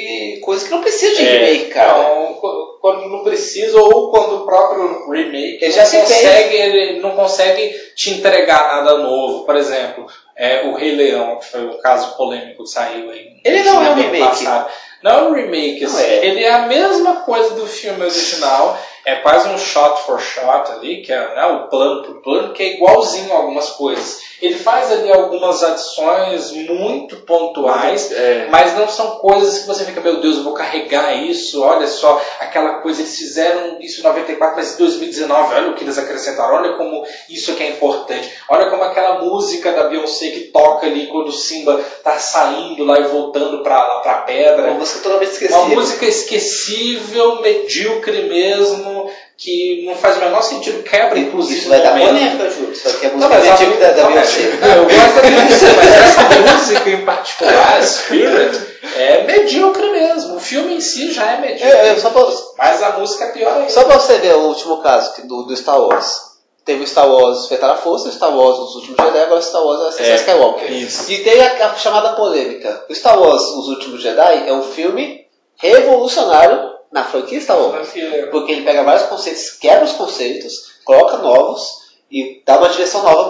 de remake, cara. Não, quando não precisa, ou quando o próprio remake ele não consegue te entregar nada novo. Por exemplo, o Rei Leão, que foi o caso polêmico que saiu aí. Ele não é um remake. Passado. Não é um remake, assim. Ele é a mesma coisa do filme original. É quase um shot for shot ali, que é o plano por plano, que é igualzinho a algumas coisas. Ele faz ali algumas adições muito pontuais, mas não são coisas que você fica, meu Deus, eu vou carregar isso, olha só, aquela coisa, eles fizeram isso em 94, mas em 2019, olha o que eles acrescentaram, olha como isso aqui é importante, olha como aquela música da Beyoncé que toca ali quando o Simba tá saindo lá e voltando pra pedra. Uma música totalmente esquecível. Uma música esquecível, medíocre mesmo, que não faz o menor sentido, quebra inclusive. Isso vai dar polêmica, Júlio. Isso aqui é música da Beyoncé. Eu gosto da Beyoncé, mas essa música em particular, Spirit, é medíocre mesmo. O filme em si já é medíocre. Mas a música é pior ainda. Só pra você ver o último caso do Star Wars. Teve o Star Wars Fetar a Força, o Star Wars Os Últimos Jedi, agora o Star Wars Ascensão Skywalker. Isso. E teve a chamada polêmica. O Star Wars Os Últimos Jedi é um filme revolucionário na franquia Star Wars. Porque ele pega vários conceitos, quebra os conceitos, coloca novos e dá uma direção nova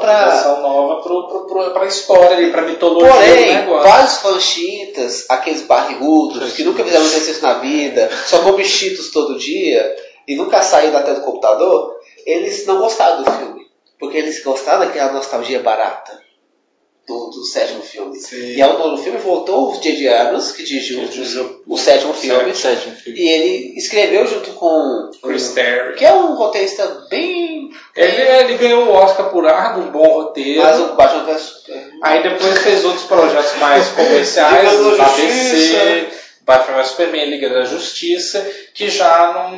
pra história ali, pra mitologia. Porém, vários fãs chiitas, aqueles barrigudos, que nunca fizeram exercício na vida, só comem cheetos todo dia e nunca saíram da tela do computador, eles não gostaram do filme. Porque eles gostaram daquela nostalgia barata do sétimo filme. Sim. E ao nono filme voltou o J.J. Abrams, que dirigiu o sétimo filme. E ele escreveu junto com Chris Terry, que é um roteirista bem... Ele ganhou um Oscar por um bom roteiro. Mas o Batman vs. Aí depois fez outros projetos mais comerciais, ABC, Batman vs Superman, Liga da Justiça, que já não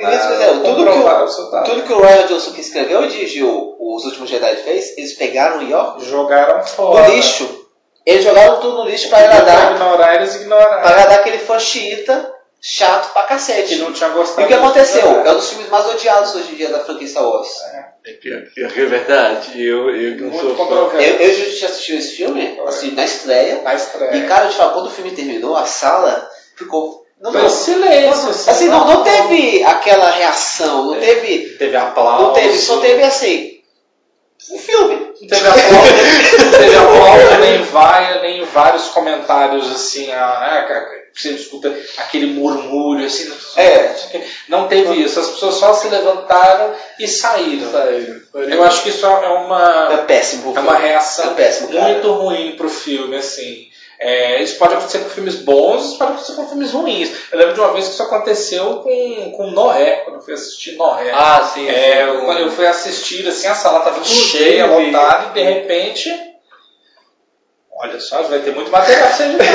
tudo que o Ryan Johnson que escreveu e dirigiu Os Últimos Jedi fez, eles pegaram e jogaram fora. No lixo. Eles jogaram tudo no lixo para agradar aquele fã xiita chato pra cacete. Que não tinha gostado. E o que aconteceu? É um dos filmes mais odiados hoje em dia da franquia Star Wars. É verdade. Eu não sou fã. Eu já assisti esse filme, assim, na estreia. E cara, eu te falo, quando o filme terminou, a sala ficou... Não, silêncio. Assim, não teve aquela reação, não teve... Teve aplauso. Não teve, só teve assim... O filme. Não teve aplauso, nem vários comentários assim, você escuta aquele murmúrio assim. Não teve isso, as pessoas só se levantaram e saíram. Eu acho que isso é péssimo. É uma reação muito cara. ruim pro filme, assim. Isso pode acontecer com filmes bons, isso pode acontecer com filmes ruins. Eu lembro de uma vez que isso aconteceu com Noé, quando eu fui assistir Noé. Sim. Quando eu fui assistir, assim, a sala estava cheia, lotada, e de repente Olha só, vai ter muito material pra você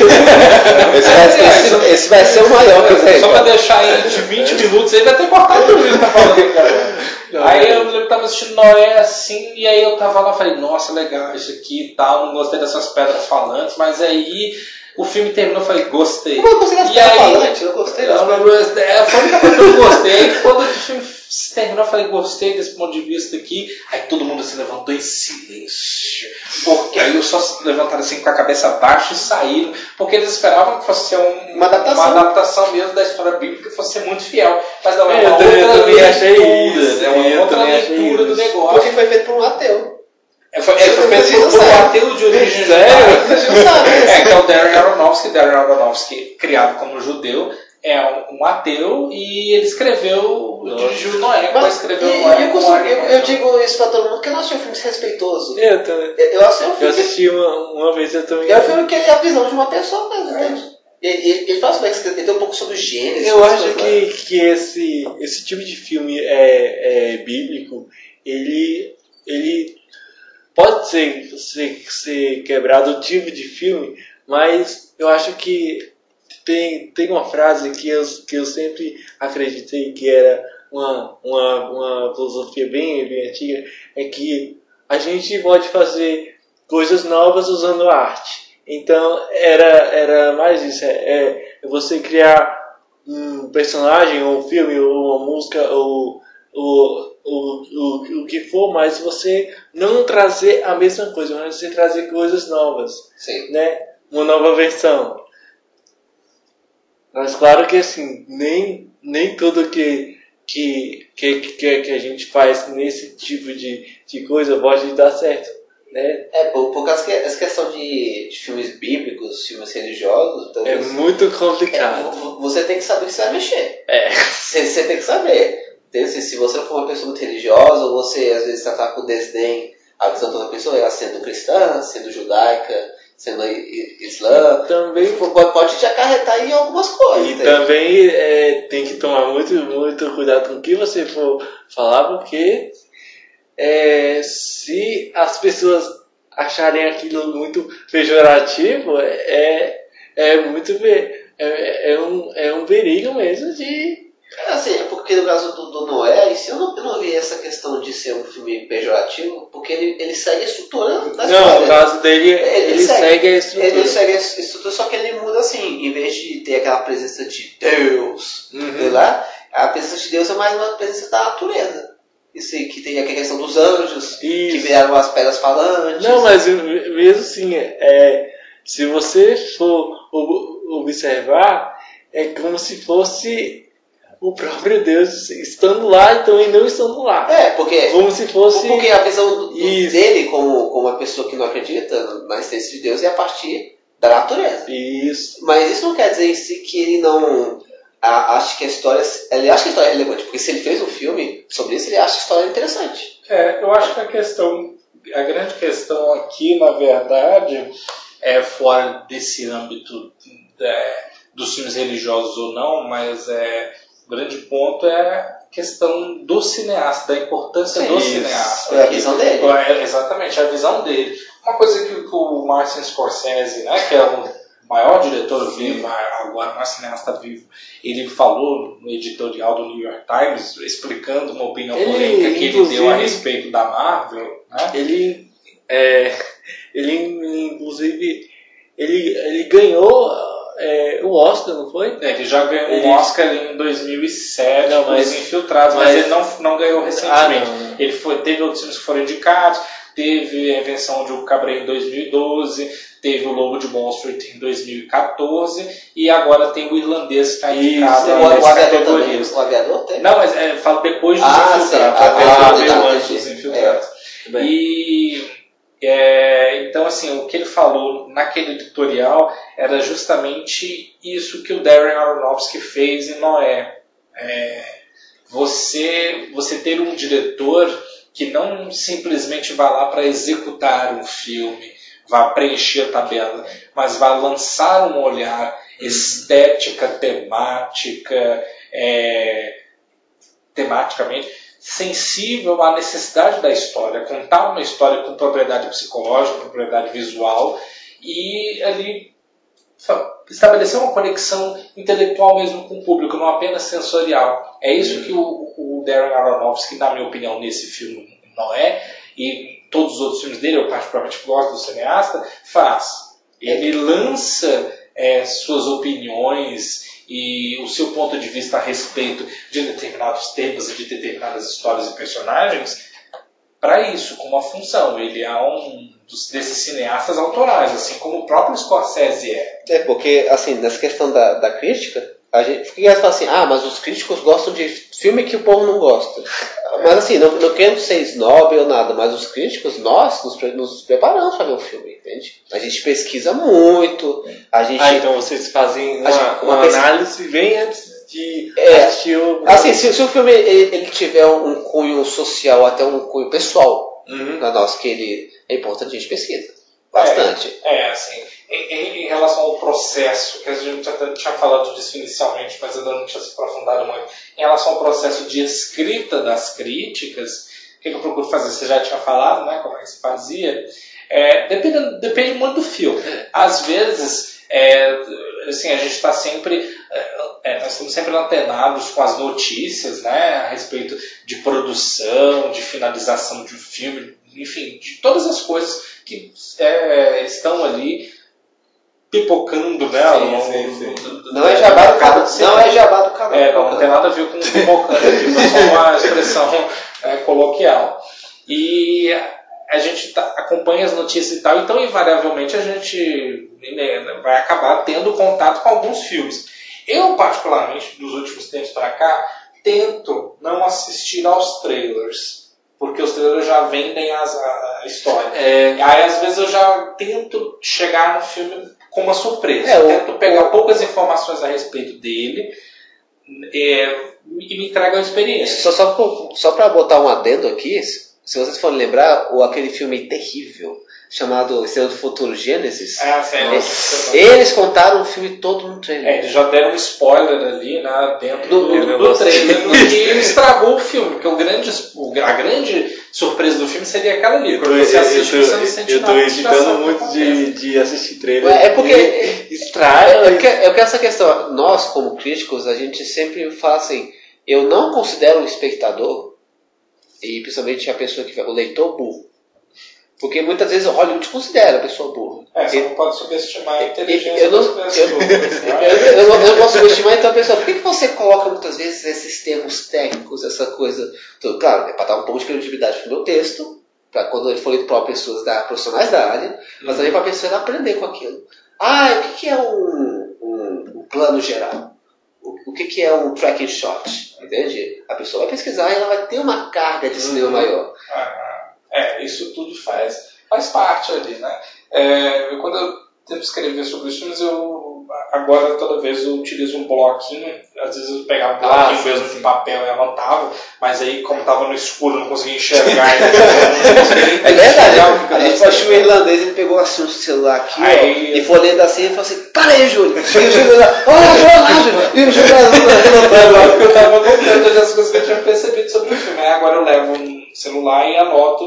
esse vai ser o maior que eu tenho. Só pra deixar aí de 20 minutos aí, vai ter cortado tudo que tá falando, cara. Aí eu lembro que tava assistindo Noé assim, e aí eu tava lá e falei, nossa, legal isso aqui e tal, não gostei dessas pedras falantes, mas aí o filme terminou, eu falei, gostei. Eu não gostei das pedras falantes, eu gostei. Foi a única coisa que eu gostei. Quando o filme terminou, eu falei, gostei desse ponto de vista aqui. Aí todo mundo se levantou em silêncio. Porque aí eu só levantaram assim com a cabeça baixa e saíram. Porque eles esperavam que fosse ser uma adaptação mesmo da história bíblica, que fosse ser muito fiel. Mas não, é uma outra leitura. É uma outra leitura do negócio. Porque foi feito por um ateu. Foi feito por um ateu de origem judaica. Que é o Darren Aronofsky. Darren Aronofsky, criado como judeu, é um ateu e ele escreveu dirigiu Noé, eu digo isso pra todo mundo porque eu não achei um filme desrespeitoso. Eu também. Eu achei um filme. Eu assisti uma vez, eu também. É um filme que é a visão de uma pessoa mesmo, entende? Ele faz bem, ele tem um pouco sobre gênero. Eu acho que esse tipo de filme bíblico, ele pode ser quebrado o tipo de filme, mas eu acho que tem uma frase que eu sempre acreditei que era uma filosofia bem antiga, é que a gente pode fazer coisas novas usando arte. Então era mais isso, você criar um personagem, ou um filme, ou uma música, ou o que for, mas você não trazer a mesma coisa, mas você trazer coisas novas. Sim. Né? Uma nova versão. Mas claro que assim, nem tudo que a gente faz nesse tipo de coisa pode dar certo, né? Por causa essa questão de filmes bíblicos, filmes religiosos... É muito complicado. Você tem que saber que você vai mexer. Você tem que saber. Se você não for uma pessoa muito religiosa, ou você às vezes tratar com desdém a visão de outra pessoa, ela sendo cristã, sendo judaica, sendo islã, também pode te acarretar em algumas coisas. E também tem que tomar muito cuidado com o que você for falar, porque se as pessoas acharem aquilo muito pejorativo, é um perigo mesmo de... Assim, porque no caso do Noé, eu não vi essa questão de ser um filme pejorativo, porque ele segue a estrutura da história. Não, no caso dele, ele segue a estrutura. Ele segue a estrutura, só que ele muda assim, em vez de ter aquela presença de Deus, lá, a presença de Deus é mais uma presença da natureza. Isso aí, que tem a questão dos anjos, que vieram as pedras falantes. Não, mas mesmo assim, se você for observar, é como se fosse o próprio Deus estando lá e também não estando lá. Porque... Como se fosse... Porque a visão dele como uma pessoa que não acredita na existência de Deus é a partir da natureza. Isso. Mas isso não quer dizer em si que ele não... acha que a história... Ele acha que a história é relevante, porque se ele fez um filme sobre isso, ele acha a história interessante. Eu acho que a grande questão aqui, na verdade, fora desse âmbito dos filmes religiosos ou não, mas o grande ponto é a questão do cineasta, da importância do cineasta. É a visão dele. Exatamente, a visão dele. Uma coisa que o Martin Scorsese, né, que é o maior diretor vivo, agora o maior cineasta vivo, ele falou no editorial do New York Times, explicando uma opinião polêmica que ele deu a respeito da Marvel. Né? Ele inclusive, ele ganhou... o Oscar, não foi? Ele já ganhou um Oscar em 2007 com Os Infiltrados, mas ele não ganhou recentemente. Não. Ele teve outros filmes que foram indicados, teve A Invenção de um Cabré em 2012, teve O Lobo de Wall Street em 2014 e agora tem o Irlandês que está indicado nessa categoria. O Aviador tem? Não, mas falo depois dos Infiltrados. Antes dos Infiltrados. Então, assim, o que ele falou naquele editorial era justamente isso que o Darren Aronofsky fez em Noé. Você ter um diretor que não simplesmente vai lá para executar um filme, vai preencher a tabela, mas vai lançar um olhar tematicamente, sensível à necessidade da história, contar uma história com propriedade psicológica, propriedade visual, e ali estabelecer uma conexão intelectual mesmo com o público, não apenas sensorial. É isso que o Darren Aronofsky, na minha opinião, nesse filme não é, e todos os outros filmes dele, eu particularmente gosto do cineasta, faz. Ele lança suas opiniões e o seu ponto de vista a respeito de determinados temas e de determinadas histórias e personagens para isso, com uma função. Ele é um desses cineastas autorais, assim como o próprio Scorsese é. Porque, assim, nessa questão da crítica, a gente fala assim, mas os críticos gostam de filme que o povo não gosta. Mas assim, não querendo ser snob ou nada, mas os críticos, nós nos preparamos para ver o filme, entende? A gente pesquisa muito, a gente... então vocês fazem uma análise bem antes de assistir o... Assim, se o filme ele tiver um cunho social, até um cunho pessoal, na nossa, que ele é importante, a gente pesquisa bastante. Assim, em relação ao processo, que a gente até tinha falado disso inicialmente, mas ainda não tinha se aprofundado muito, em relação ao processo de escrita das críticas, o que eu procuro fazer? Você já tinha falado, né, como é que se fazia. Depende muito do filme. Às vezes, assim, a gente está sempre... nós estamos sempre antenados com as notícias, né, a respeito de produção, de finalização de um filme, enfim, de todas as coisas que estão ali pipocando, né? Não é jabá do canal. Não é jabá do canal. Não tem nada a ver com pipocando aqui, foi só uma expressão coloquial. E a gente acompanha as notícias e tal, então invariavelmente a gente vai acabar tendo contato com alguns filmes. Eu, particularmente, dos últimos tempos para cá, tento não assistir aos trailers, porque os trailers já vendem a história. Aí, às vezes, eu já tento chegar no filme com uma surpresa. Eu tento pegar poucas informações a respeito dele e me entrega uma experiência. Só para botar um adendo aqui, se vocês forem lembrar, aquele filme terrível chamado Estrela do Futuro, Gênesis, eles contaram o filme todo no trailer. Eles já deram um spoiler ali, né, dentro do trailer, que estragou o filme, porque a grande surpresa do filme seria aquela ali. Quando você assiste, você não sente nada. Eu tô evitando muito de assistir trailer. É porque estraga. É que essa questão, nós como críticos, a gente sempre fala assim, eu não considero o espectador, e principalmente a pessoa que vai, o leitor, burro. Porque muitas vezes o Hollywood considera a pessoa burra. Você não pode subestimar a inteligência das pessoas. Eu não posso subestimar então a pessoa. Por que você coloca muitas vezes esses termos técnicos, essa coisa? Então, claro, é para dar um pouco de credibilidade para o meu texto, para quando ele for lido por pessoas profissionais da área, mas também para a pessoa aprender com aquilo. O que é um plano geral? O que é um tracking shot? Entende? A pessoa vai pesquisar e ela vai ter uma carga de cinema maior. Isso tudo faz parte ali, né? Quando eu tento escrever sobre os filmes, agora toda vez eu utilizo um bloquinho, às vezes eu pegava um bloquinho mesmo de papel e anotava, mas aí como estava no escuro eu não conseguia enxergar. É verdade, a gente foi assistir o irlandês, ele pegou assim um celular aqui e foi lendo assim e falou assim, para aí, Júlio! E o Júlio lá, olha, Júlio! Eu estava anotando as coisas que eu tinha percebido sobre o filme, agora eu levo um celular e anoto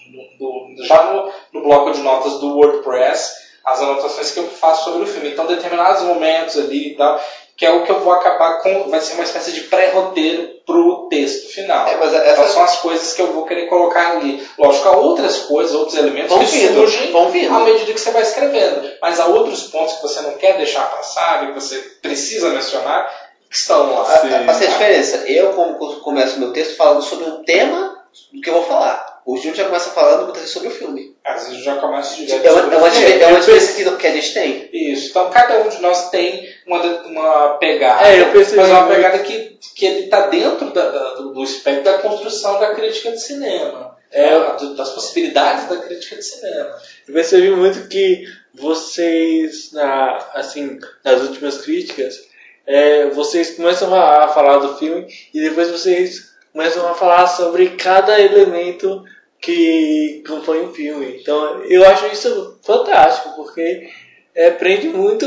já no bloco de notas do WordPress as anotações que eu faço sobre o filme. Então, determinados momentos ali e tal, que é o que eu vou acabar com, vai ser uma espécie de pré-roteiro pro texto final. Essas são as coisas que eu vou querer colocar ali. Lógico, há outras coisas, outros elementos que surgem à medida que você vai escrevendo. Mas há outros pontos que você não quer deixar passar e que você precisa mencionar, que estão lá. Faz a diferença. Eu começo o meu texto falando sobre um tema do que eu vou falar. O Júlio já começa falando muitas vezes sobre o filme. Às vezes eu já começo direto sobre o filme. É uma diferença que a gente tem. Isso. Então cada um de nós tem uma pegada. Mas é uma pegada que ele está dentro do espectro da construção da crítica de cinema. Das possibilidades da crítica de cinema. Eu percebi muito que vocês, nas últimas críticas, vocês começam a falar do filme e depois vocês começam a falar sobre cada elemento que compõe o filme. Então eu acho isso fantástico, porque prende muito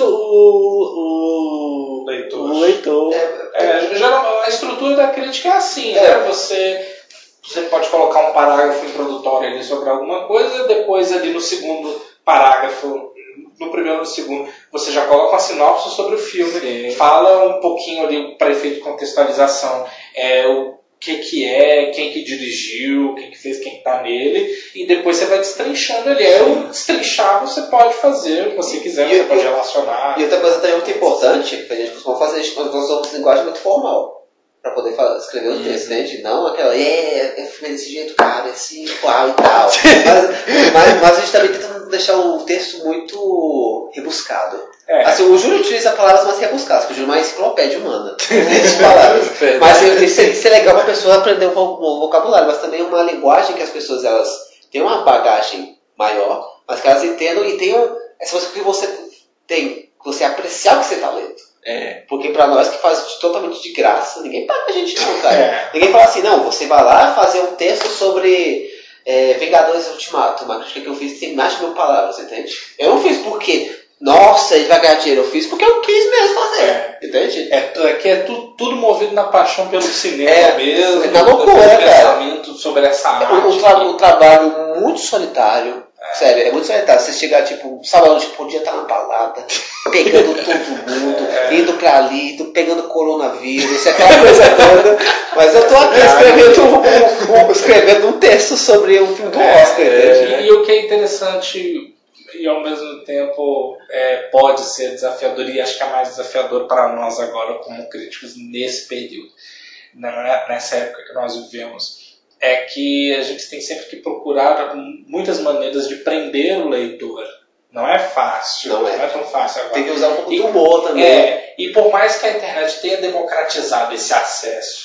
o leitor. A estrutura da crítica é assim, né? Você você pode colocar um parágrafo introdutório ali sobre alguma coisa, depois ali no segundo parágrafo, no primeiro e no segundo, você já coloca uma sinopse sobre o filme, sim, fala um pouquinho ali para efeito de contextualização, o que é, quem que dirigiu, quem que fez, quem que tá nele, e depois você vai destrinchando ali. O destrinchar você pode fazer o que você quiser, você pode relacionar. E outra coisa também muito importante, que a gente costuma fazer, nós usamos linguagem muito formal para poder escrever o texto, entende? Não aquela, filme desse jeito, cara, assim, qual e tal. mas a gente também tenta deixar o texto muito rebuscado. Assim, o Júlio utiliza palavras mais rebuscadas, porque o Júlio é uma enciclopédia humana. Mas isso é legal para a pessoa aprender um vocabulário, mas também uma linguagem que as pessoas elas têm uma bagagem maior, mas que elas entendam e tenham essa coisa que você tem, que você apreciar o que você está lendo. Porque pra nós que faz totalmente de graça, ninguém paga a gente não, cara. Ninguém fala assim, não, você vai lá fazer um texto sobre Vingadores Ultimato, uma crítica que eu fiz tem mais de 1000 palavras, entende? Eu não fiz porque, nossa, ele vai ganhar dinheiro, eu fiz porque eu quis mesmo fazer, entende? Que é tudo movido na paixão pelo cinema mesmo, na loucura, cara. Pensamento sobre essa arte. Um trabalho muito solitário. Sério, é muito solitário. Você chegar, tipo, sábado, podia estar na balada, pegando todo mundo, indo pra ali, pegando coronavírus, aquela coisa toda. Mas eu tô aqui escrevendo um texto sobre um filme do Oscar. E o que é interessante e ao mesmo tempo pode ser desafiador, e acho que é mais desafiador para nós agora como críticos nesse período, nessa época que nós vivemos, é que a gente tem sempre que procurar muitas maneiras de prender o leitor. Não é fácil, não é tão fácil agora. Tem que usar um pouco de humor também. E por mais que a internet tenha democratizado esse acesso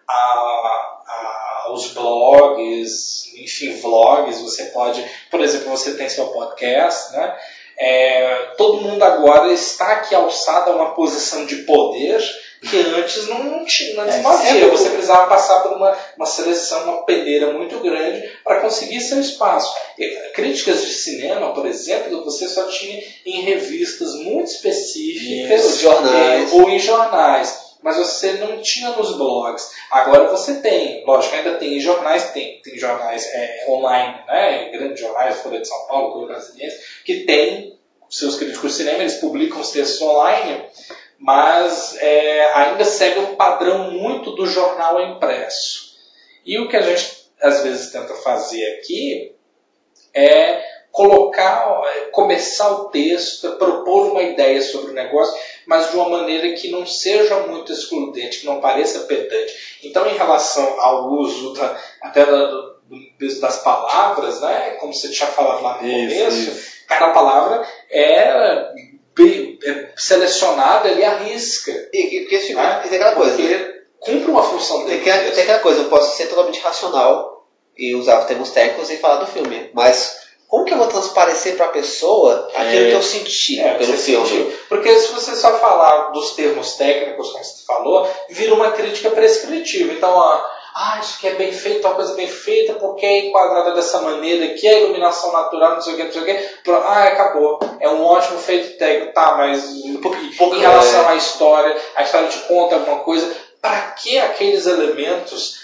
aos blogs, enfim, vlogs, você pode, por exemplo, você tem seu podcast, né? Todo mundo agora está aqui alçado a uma posição de poder que antes não tinha, não fazia. Você precisava passar por uma seleção, uma peneira muito grande para conseguir seu espaço. Críticas de cinema, por exemplo, você só tinha em revistas muito específicas, jornais. Ou em jornais. Mas você não tinha nos blogs. Agora você tem, lógico, ainda tem jornais, tem jornais online, né? Grandes jornais, Folha de São Paulo, Correio Brasiliense, que tem seus críticos de cinema, eles publicam os textos online, mas ainda segue um padrão muito do jornal impresso. E o que a gente às vezes tenta fazer aqui é começar o texto, propor uma ideia sobre o negócio, mas de uma maneira que não seja muito excludente, que não pareça pedante. Então, em relação ao uso das palavras, né, como você tinha falado lá no começo, cada palavra é selecionada ali à risca. E tem aquela coisa. Porque cumpre uma função dele. Tem aquela coisa, eu posso ser totalmente racional e usar termos técnicos e falar do filme, mas como que eu vou transparecer para a pessoa aquilo que eu senti pelo filme? Porque se você só falar dos termos técnicos, como você falou, vira uma crítica prescritiva. Então, isso aqui é bem feito, uma coisa bem feita, porque é enquadrada dessa maneira aqui, a iluminação natural, não sei o que. Acabou. É um ótimo feito técnico, mas em relação à história, a história te conta alguma coisa. Para que aqueles elementos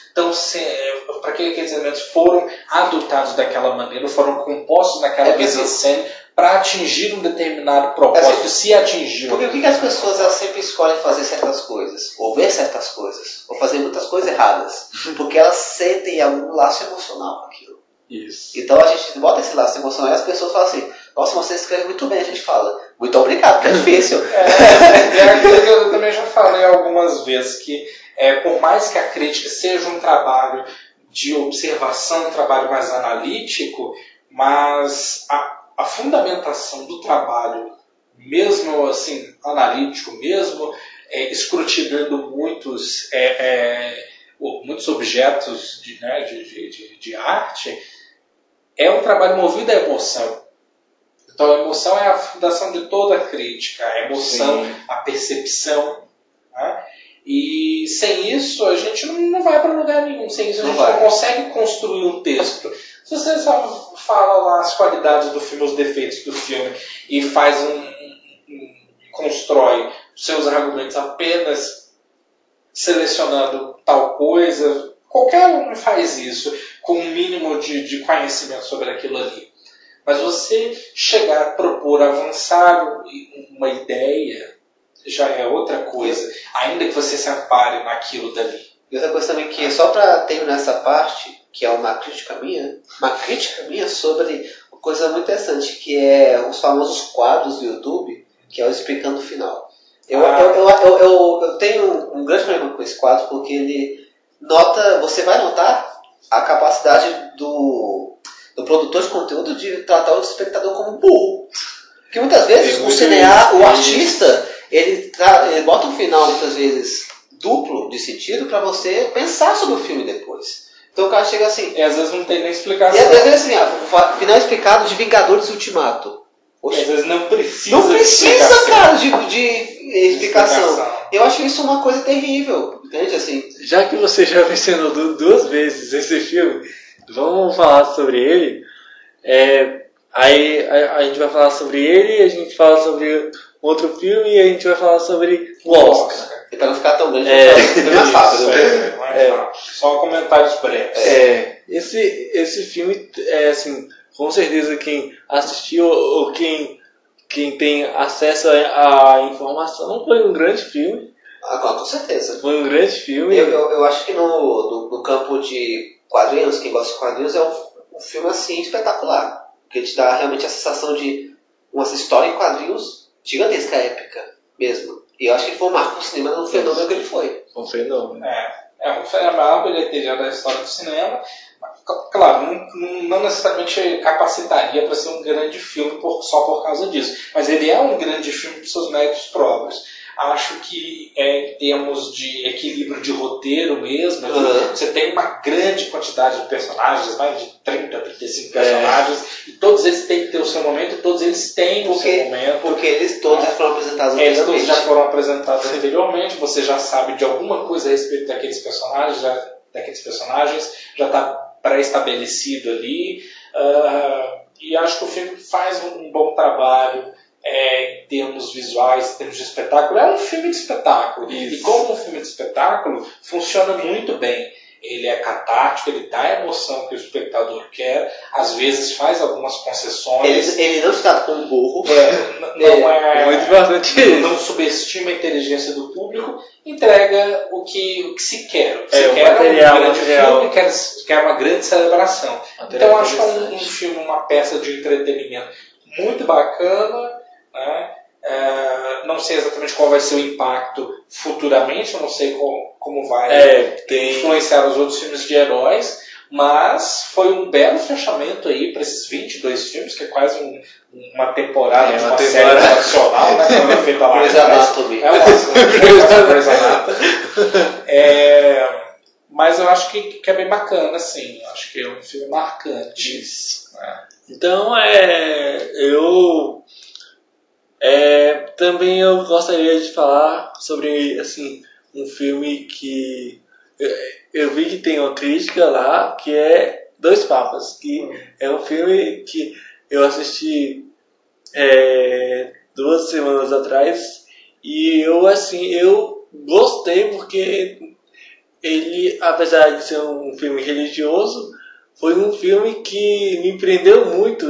foram adotados daquela maneira, foram compostos naquela mise-en-scène para atingir um determinado propósito, se atingir. Porque o que as pessoas elas sempre escolhem fazer certas coisas, ou ver certas coisas, ou fazer muitas coisas erradas? Porque elas sentem algum laço emocional com aquilo. Isso. Então a gente bota esse laço emocional e as pessoas falam assim, nossa, você escreve muito bem, a gente fala, muito obrigado, porque é difícil. É aquilo que eu também já falei algumas vezes, que por mais que a crítica seja um trabalho de observação, um trabalho mais analítico, mas a fundamentação do trabalho, mesmo assim, analítico, mesmo escrutinando muitos objetos de arte, é um trabalho movido à emoção. Então a emoção é a fundação de toda a crítica, a emoção, a percepção, né? E sem isso a gente não vai para lugar nenhum, sem isso a gente não consegue construir um texto. Se você só fala lá as qualidades do filme, os defeitos do filme, e faz constrói seus argumentos apenas selecionando tal coisa, qualquer um faz isso com um mínimo de conhecimento sobre aquilo ali. Mas você chegar a propor, avançar uma ideia, já é outra coisa, ainda que você se ampare naquilo dali. E outra coisa também que, só para terminar essa parte, que é uma crítica minha sobre uma coisa muito interessante, que é os famosos quadros do YouTube, que é o Explicando o Final. Eu tenho um grande problema com esse quadro, porque ele você vai notar a capacidade do produtor de conteúdo de tratar o espectador como burro. Porque muitas vezes o artista, ele bota um final, muitas vezes, duplo de sentido para você pensar sobre o filme depois. Então o cara chega assim... E às vezes não tem nem explicação. E às vezes assim, o final explicado de Vingadores Ultimato. Às vezes não precisa. Não precisa, cara, de explicação. Eu acho isso uma coisa terrível. Entende? Assim, já que você já mencionou 2 vezes esse filme, vamos falar sobre ele. Aí a gente vai falar sobre ele, a gente fala sobre outro filme e a gente vai falar sobre o Oscar. E para não ficar tão grande, é mais fácil. Só comentários breves. Esse filme, assim, com certeza quem assistiu ou quem tem acesso à informação, foi um grande filme. Com certeza. Foi um grande filme. Eu acho que no campo de quadrinhos, quem gosta de quadrinhos, é um filme assim espetacular. Porque te dá realmente a sensação de uma história em quadrinhos gigantesca, épica mesmo. E eu acho que ele foi um marco no cinema, no fenômeno que ele foi. Um fenômeno. É a maior bilheteria da história do cinema. Claro, não necessariamente capacitaria para ser um grande filme só por causa disso. Mas ele é um grande filme por seus méritos próprios. Acho que em termos de equilíbrio de roteiro mesmo, você tem uma grande quantidade de personagens, mais de 30, 35 personagens, e todos eles têm que ter o seu momento, e todos eles têm o seu momento. Porque eles todos já foram apresentados anteriormente. Eles todos já foram apresentados anteriormente, você já sabe de alguma coisa a respeito daqueles personagens, já está pré-estabelecido ali, e acho que o filme faz um bom trabalho em termos visuais, em termos de espetáculo. É um filme de espetáculo. Isso. E como um filme de espetáculo, funciona muito bem. Ele é catártico, ele dá a emoção que o espectador quer, às vezes faz algumas concessões. Ele não está com um burro. Muito importante. Não subestima a inteligência do público, entrega o que se quer. O que se quer é um grande filme, quer uma grande celebração. Então acho que é um filme, uma peça de entretenimento muito bacana, né? Não sei exatamente qual vai ser o impacto futuramente, eu não sei como vai influenciar os outros filmes de heróis, mas foi um belo fechamento aí para esses 22 filmes, que é quase uma temporada de uma série tradicional, né, que foi feita lá atrás. Mas eu acho que é bem bacana, assim. Acho que é um filme marcante. Isso. Então, também eu gostaria de falar sobre, assim, um filme que eu vi que tem uma crítica lá, que é Dois Papas, que é um filme que eu assisti 2 semanas atrás, e eu gostei porque ele, apesar de ser um filme religioso, foi um filme que me prendeu muito.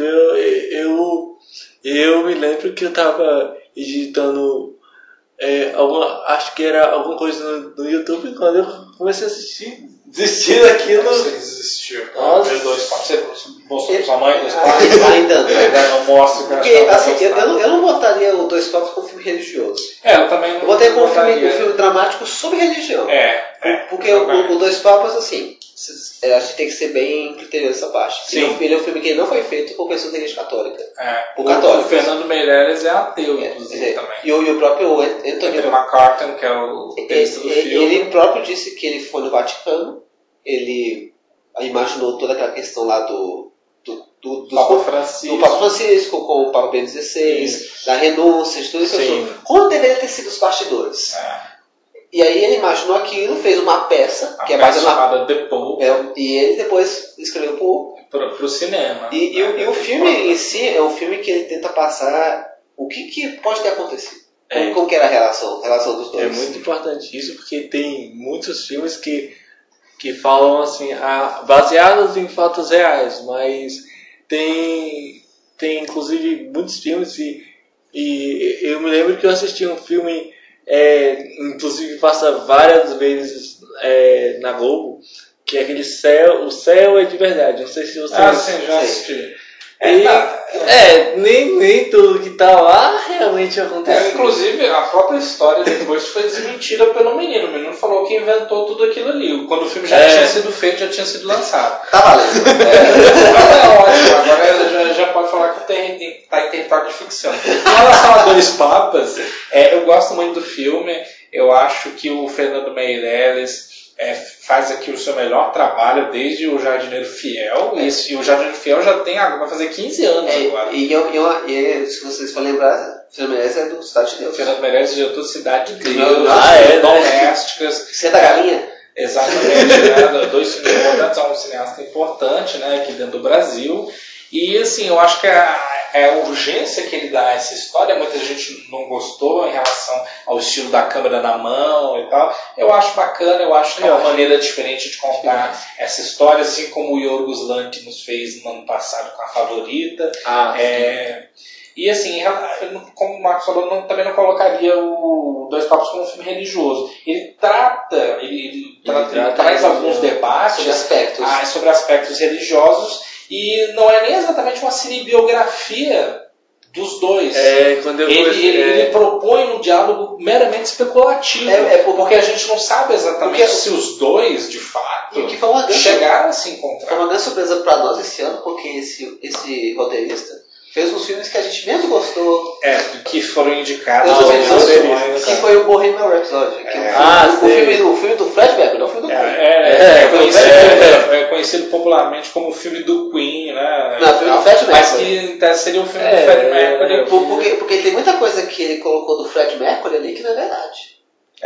Eu me lembro que eu estava editando acho que era alguma coisa no YouTube, quando eu comecei a assistir, desisti daquilo. Você desistiu. Você mostrou sua mãe Dois Papas? Ainda não. Não mostro. Porque assim, eu não botaria o Dois Papas como filme religioso. Eu também não. Eu botaria como um filme dramático sobre religião. Porque o Dois Papas, assim, a gente tem que ser bem criterioso nessa parte. Ele é um filme que não foi feito por pessoas da igreja católica. O Fernando Meirelles é ateu, inclusive, também. E o próprio Anthony McCartan, que é o texto do filme. Ele próprio disse que ele foi no Vaticano, ele imaginou toda aquela questão lá do Papa Francisco com o Papa Bento XVI, da renúncia, de tudo isso. Como deveria ter sido os bastidores? E aí ele imaginou aquilo, fez uma peça, que é chamada The Pope. E ele depois escreveu para o cinema. E o filme em si é um filme que ele tenta passar o que pode ter acontecido. Como que era a relação dos dois. É muito importante isso, porque tem muitos filmes que que falam assim, baseadas em fatos reais, mas tem inclusive muitos filmes e eu me lembro que eu assisti um filme, inclusive passa várias vezes na Globo, que é aquele O Céu é de Verdade. Não sei se você... sim, já assisti. Nem tudo que tá lá realmente aconteceu. Inclusive, a própria história depois foi desmentida pelo menino. O menino falou que inventou tudo aquilo ali. Quando o filme já tinha sido feito, já tinha sido lançado. Tá valendo. Ótimo. Agora já pode falar que tá em território de ficção. Com relação a Dois Papas, eu gosto muito do filme. Eu acho que o Fernando Meirelles faz aqui o seu melhor trabalho desde o Jardineiro Fiel. E o Jardineiro Fiel vai fazer 15 anos agora. E se vocês forem lembrar, Fernando Meirelles é do Cidade de Deus. Fernando Meirelles é do Cidade de Deus, Domésticas. Você é da galinha? Exatamente, né? Dois filmes importantes, é um cineasta importante, né, aqui dentro do Brasil. E assim, eu acho que a urgência que ele dá a essa história, muita gente não gostou em relação ao estilo da câmera na mão e tal. Eu acho bacana, eu acho que é uma maneira diferente de contar essa história, assim como o Yorgos Lanthimos fez no ano passado com A Favorita. E assim, como o Marcos falou, também não colocaria o Dois Papas como um filme religioso. Ele traz alguns debates sobre aspectos religiosos. E não é nem exatamente uma cinebiografia dos dois. Ele propõe um diálogo meramente especulativo. Porque a gente não sabe exatamente se os dois, de fato, chegaram a se encontrar. Foi uma grande surpresa para nós esse ano, porque esse roteirista fez uns filmes que a gente menos gostou. Que foram indicados. Que foi o Bohemian Rhapsody. O filme do Fred Mercury, não o filme do Queen. É conhecido popularmente como o filme do Queen, né? Não, o filme do Fred Mercury. Mas que seria o filme do Fred Mercury. Porque tem muita coisa que ele colocou do Fred Mercury ali que não é verdade.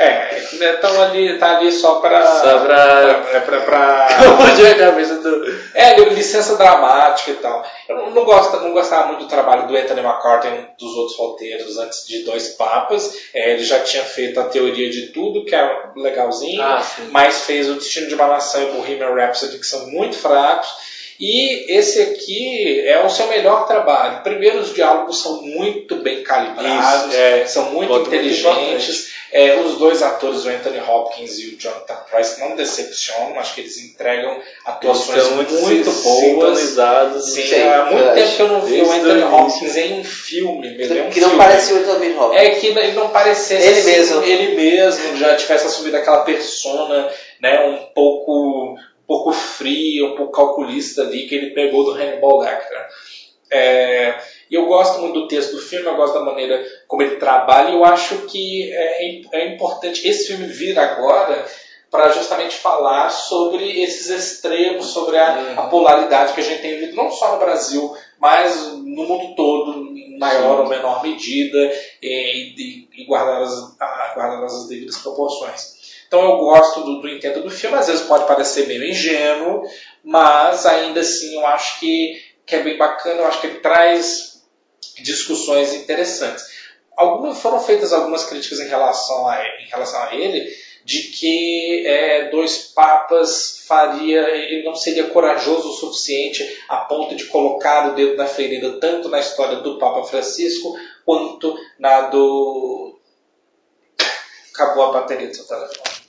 Tá ali só pra confundir a cabeça do... licença dramática e tal. Eu não gostava muito do trabalho do Anthony McCarthy dos outros roteiros antes de Dois Papas. Ele já tinha feito a Teoria de Tudo, que é legalzinho, mas fez O Destino de uma Nação e Bohemian Rhapsody, que são muito fracos. E esse aqui é o seu melhor trabalho. Primeiro, os diálogos são muito bem calibrados, são muito inteligentes. Os dois atores, o Anthony Hopkins e o Jonathan Pryce, não decepcionam. Acho que eles entregam atuações muito boas. Sim, há muito tempo que eu não vi o Anthony Hopkins em um filme. Não parecia o Anthony Hopkins. Que ele não parecesse ele mesmo já tivesse assumido aquela persona, né, um pouco frio, um pouco calculista ali, que ele pegou do Hannibal Lecter. E eu gosto muito do texto do filme, eu gosto da maneira como ele trabalha, e eu acho que é importante esse filme vir agora para justamente falar sobre esses extremos, sobre a polaridade que a gente tem vivido, não só no Brasil, mas no mundo todo, em maior ou menor medida, e guardadas as devidas proporções. Então eu gosto do intento do filme, às vezes pode parecer meio ingênuo, mas ainda assim eu acho que é bem bacana, eu acho que ele traz discussões interessantes. Foram feitas algumas críticas em relação a ele, de que Dois Papas ele não seria corajoso o suficiente a ponto de colocar o dedo na ferida tanto na história do Papa Francisco quanto na do... Acabou a bateria do seu telefone.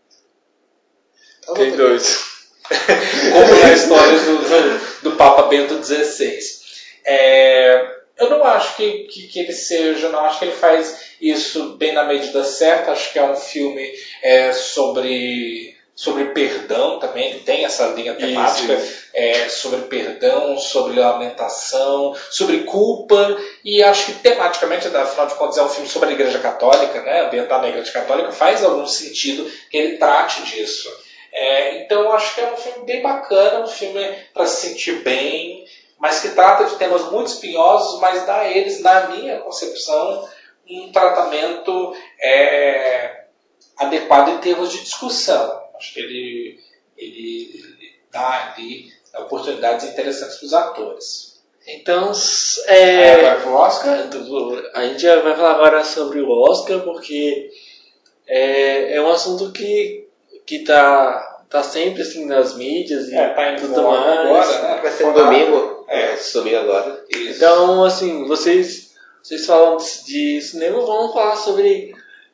Tem dois. Como na história do Papa Bento XVI. Eu não acho que ele seja, não acho que ele faz isso bem na medida certa. Acho que é um filme sobre perdão também, ele tem essa linha temática sobre perdão, sobre lamentação, sobre culpa, e acho que tematicamente, afinal de contas, é um filme sobre a Igreja Católica, né, ambientado na Igreja Católica, faz algum sentido que ele trate disso. Então acho que é um filme bem bacana, um filme para se sentir bem, mas que trata de temas muito espinhosos, mas dá a eles, na minha concepção, um tratamento adequado em termos de discussão. Acho que ele dá ali oportunidades interessantes para os atores. Então, agora para o Oscar? A gente vai falar agora sobre o Oscar, porque é um assunto que está tá sempre assim nas mídias e tá indo tudo mais. Agora, né? Vai ser no domingo. Domingo agora. Isso. Então, assim, vocês falam de cinema, vão falar sobre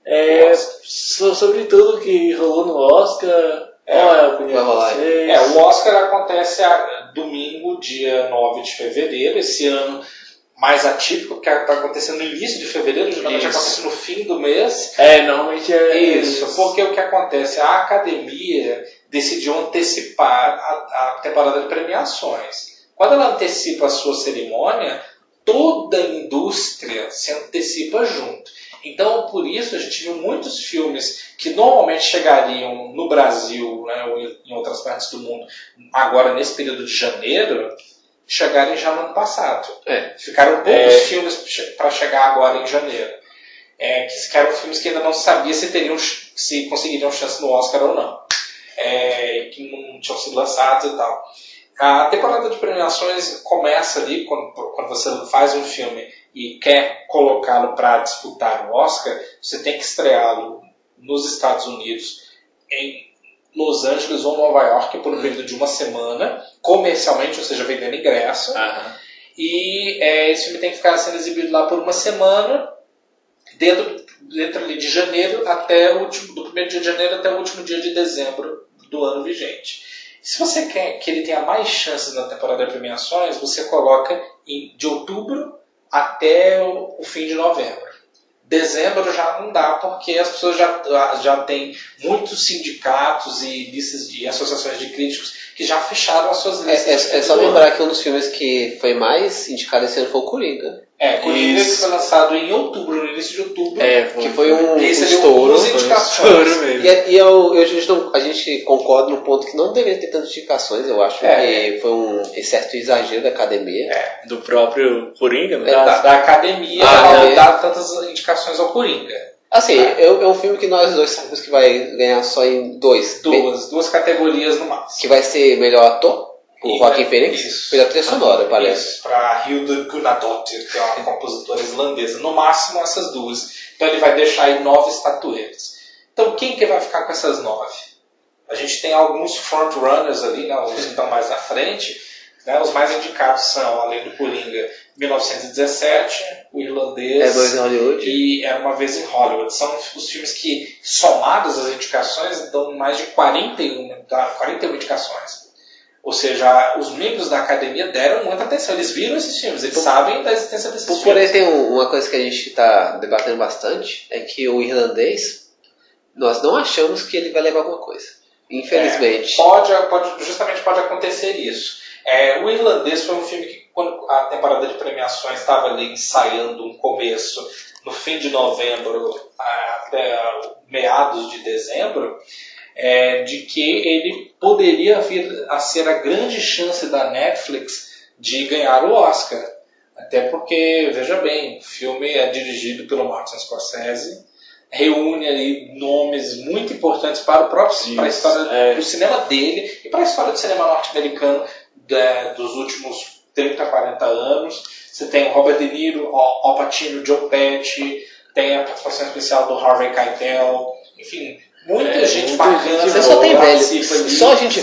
sobre tudo que rolou no Oscar. Qual é a opinião de vocês? O Oscar acontece domingo, dia 9 de fevereiro. Esse ano mais atípico, porque está acontecendo no início de fevereiro, geralmente acontece no fim do mês. Normalmente é isso. Porque o que acontece? A academia decidiu antecipar a temporada de premiações. Quando ela antecipa a sua cerimônia, toda a indústria se antecipa junto. Então, por isso, a gente viu muitos filmes que normalmente chegariam no Brasil, né, ou em outras partes do mundo, agora nesse período de janeiro, chegarem já no ano passado. Ficaram poucos filmes para chegar agora em janeiro. Que eram filmes que ainda não sabia se conseguiriam chance no Oscar ou não. Que não tinham sido lançados e tal. A temporada de premiações começa ali, quando você faz um filme e quer colocá-lo para disputar o Oscar, você tem que estreá-lo nos Estados Unidos, em Los Angeles ou Nova York, por um período de uma semana, comercialmente, ou seja, vendendo ingresso. E esse filme tem que ficar sendo exibido lá por uma semana, dentro ali de janeiro do primeiro dia de janeiro até o último dia de dezembro do ano vigente. Se você quer que ele tenha mais chances na temporada de premiações, você coloca de outubro até o fim de novembro. Dezembro já não dá, porque as pessoas já têm muitos sindicatos e listas de associações de críticos que já fecharam as suas listas. É só lembrar que um dos filmes que foi mais indicado esse ano foi o Coringa. Coringa foi lançado em outubro, no início de outubro. Que foi um estouro. A gente concorda no ponto que não deveria ter tantas indicações, eu acho. Que foi um certo exagero da academia. Do próprio Coringa, né? Da academia, dar tantas indicações ao Coringa. Assim, é um filme que nós dois sabemos que vai ganhar só em duas categorias no máximo. Que vai ser melhor ator, o Joaquin Phoenix, pela trilha sonora, parece. Para Hildur Guðnadóttir, que é uma compositora islandesa. No máximo essas duas. Então ele vai deixar aí 9 estatuetas. Então quem que vai ficar com essas 9? A gente tem alguns frontrunners ali, né, os que estão mais na frente. Né, os mais indicados são, além do Coringa, 1917, o Irlandês e Era Uma Vez em Hollywood. São os filmes que, somados as indicações, dão mais de 41 indicações. Ou seja, os membros da academia deram muita atenção. Eles viram esses filmes, eles sabem da existência desses filmes. Porém, tem uma coisa que a gente está debatendo bastante, é que o Irlandês, nós não achamos que ele vai levar alguma coisa. Infelizmente. Justamente pode acontecer isso. O Irlandês foi um filme que, quando a temporada de premiações estava ali ensaiando um começo, no fim de novembro até meados de dezembro, de que ele poderia vir a ser a grande chance da Netflix de ganhar o Oscar. Até porque, veja bem, o filme é dirigido pelo Martin Scorsese, reúne ali nomes muito importantes para a história do cinema dele e para a história do cinema norte-americano dos últimos 30, 40 anos. Você tem o Robert De Niro, Al Pacino, Joe Pesci, tem a participação especial do Harvey Keitel, enfim, muita gente bacana. Você só tem velho, só gente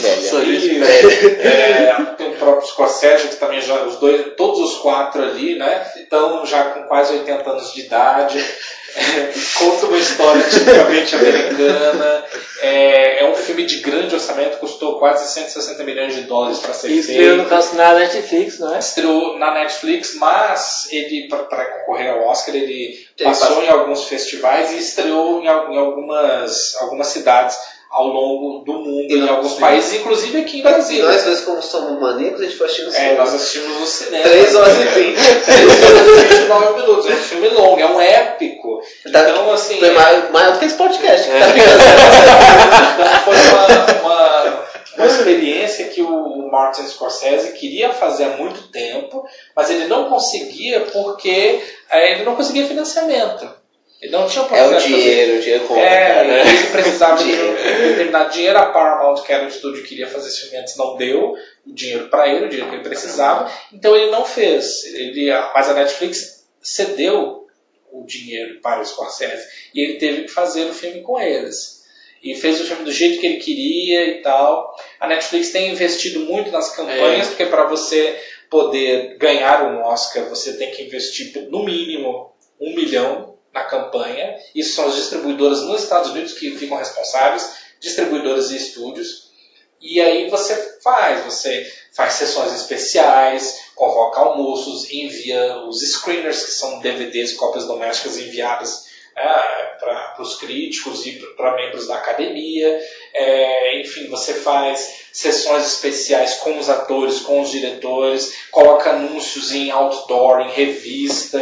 velha. Tem o próprio Scorsese, que também já, todos os 4 ali, né, estão já com quase 80 anos de idade. Conta uma história tipicamente americana. É um filme de grande orçamento, custou quase 160 milhões de dólares para ser feito. Estreou no caso na Netflix, não é? Estreou na Netflix, mas ele, para concorrer ao Oscar, ele passou em alguns festivais e estreou em algumas cidades ao longo do mundo, em alguns países, inclusive aqui em Brasília. Nós dois, como somos maníacos, a gente foi assistir no cinema. Nós assistimos no cinema. 3 horas e 20. 3 horas e 29 minutos. É um filme longo, é um épico. Então, assim... Foi maior do que esse podcast. Então, foi uma experiência que o Martin Scorsese queria fazer há muito tempo, mas ele não conseguia porque ele não conseguia financiamento. Ele não tinha oportunidade de fazer. O dinheiro conta. Ele precisava de determinado dinheiro. A Paramount, que era o estúdio que queria fazer esse filme antes, não deu o dinheiro para ele, o dinheiro que ele precisava. Então ele não fez. Mas a Netflix cedeu o dinheiro para o Scorsese e ele teve que fazer o filme com eles. e fez o filme do jeito que ele queria e tal. A Netflix tem investido muito nas campanhas, porque para você poder ganhar um Oscar, você tem que investir no mínimo $1 milhão na campanha. Isso são as distribuidoras nos Estados Unidos que ficam responsáveis, distribuidoras e estúdios. E aí você faz sessões especiais, convoca almoços, envia os screeners, que são DVDs, cópias domésticas enviadas para os críticos e para membros da academia. Enfim, você faz sessões especiais com os atores, com os diretores, coloca anúncios em outdoor, em revista.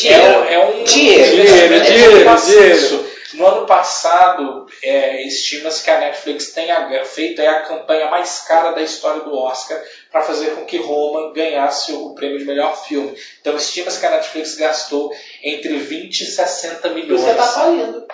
Dinheiro. No ano passado, estima-se que a Netflix tenha feito a campanha mais cara da história do Oscar para fazer com que Roma ganhasse o prêmio de melhor filme. Então, estima-se que a Netflix gastou entre 20 e 60 milhões. Você está falindo.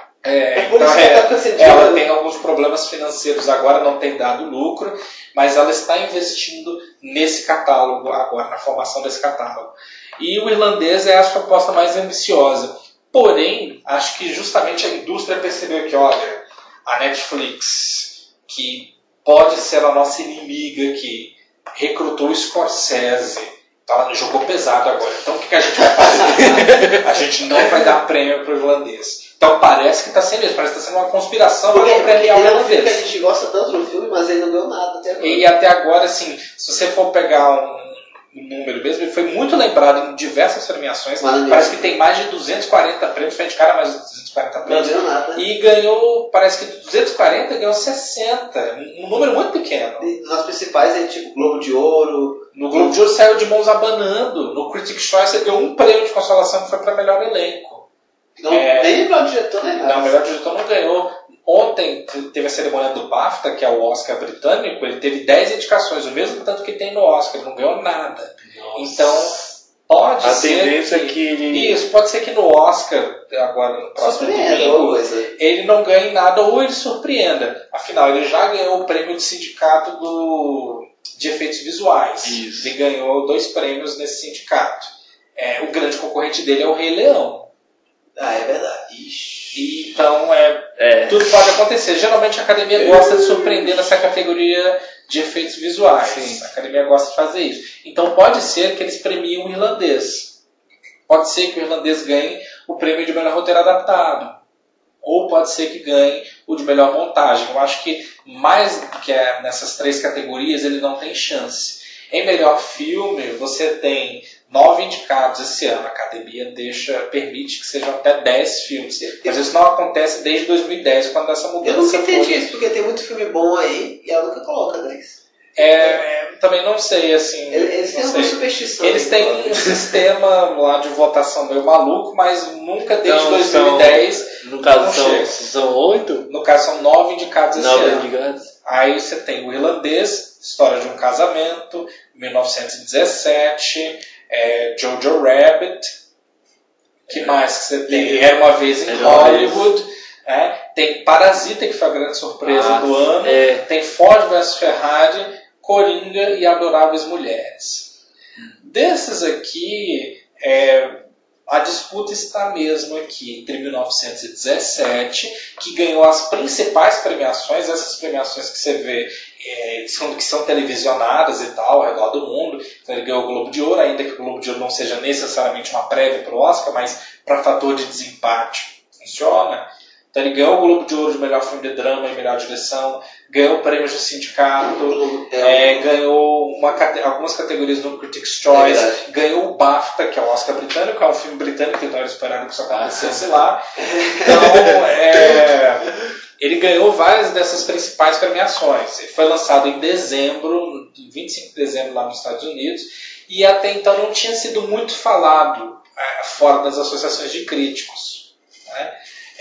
Ela tem alguns problemas financeiros agora, não tem dado lucro, mas ela está investindo nesse catálogo agora, na formação desse catálogo. E o Irlandês é a proposta mais ambiciosa. Porém, acho que justamente a indústria percebeu que, olha, a Netflix, que pode ser a nossa inimiga, que recrutou o Scorsese, então ela jogou pesado agora. Então o que a gente vai fazer? A gente não vai dar prêmio para o Irlandês. Então parece que está sendo isso, parece que está sendo uma conspiração para premiar o Irlandês. A gente gosta tanto do filme, mas ele não deu nada até agora. E até agora, assim, se você for pegar um número mesmo, ele foi muito lembrado em diversas premiações. Parece que tem mais de 240 prêmios, foi indicado mais de 240 prêmios. Não deu nada. E ganhou, parece que de 240 ganhou 60. Um número muito pequeno. E nas principais, tipo Globo de Ouro. No Globo de Ouro saiu de mãos abanando. No Critics' Choice ele ganhou um prêmio de consolação que foi para melhor elenco. Não, nem melhor diretor, nem nada. Não, melhor diretor não ganhou. Ontem teve a cerimônia do BAFTA, que é o Oscar britânico, ele teve 10 indicações, o mesmo tanto que tem no Oscar, ele não ganhou nada. Nossa. Então, pode ser que... Isso, pode ser que no Oscar, agora no próximo domingo, ele não ganhe nada ou ele surpreenda. Afinal, ele já ganhou o prêmio de sindicato de efeitos visuais. Isso. Ele ganhou 2 prêmios nesse sindicato. O grande concorrente dele é o Rei Leão. Ah, é verdade. Ixi. Então, tudo pode acontecer. Geralmente a academia gosta de surpreender nessa categoria de efeitos visuais. Sim. A academia gosta de fazer isso. Então pode ser que eles premiem o Irlandês. Pode ser que o Irlandês ganhe o prêmio de melhor roteiro adaptado. Ou pode ser que ganhe o de melhor montagem. Eu acho que mais do que nessas 3 categorias ele não tem chance. Em melhor filme, você tem 9 indicados esse ano. A academia permite que sejam até 10 filmes. Mas isso não acontece desde 2010, quando essa mudança foi. Eu nunca entendi isso, porque tem muito filme bom aí e ela nunca coloca 10. Também não sei, assim... Eles têm uma superstição. Eles têm um sistema lá de votação meio maluco, mas nunca desde 2010... No caso são 8? No caso são 9 indicados esse ano. 9 indicados. Aí você tem o Irlandês, História de um Casamento, 1917... Jojo Rabbit, que mais que você tem? Era uma vez em Hollywood, tem Parasita, que foi a grande surpresa do ano, tem Ford vs Ferrari, Coringa e Adoráveis Mulheres. Desses aqui, a disputa está mesmo aqui entre 1917, que ganhou as principais premiações, essas premiações que você vê que são televisionadas e tal, ao redor do mundo. Então ele ganhou o Globo de Ouro, ainda que o Globo de Ouro não seja necessariamente uma prévia para o Oscar, mas para fator de desempate funciona. Então ele ganhou o Globo de Ouro de melhor filme de drama e melhor direção, ganhou prêmios do sindicato, ganhou algumas categorias no Critics' Choice, ganhou o BAFTA, que é o Oscar britânico, é um filme britânico, então eles esperaram que isso acontecesse lá. Então, ele ganhou várias dessas principais premiações. Ele foi lançado em dezembro, 25 de dezembro lá nos Estados Unidos, e até então não tinha sido muito falado fora das associações de críticos, né?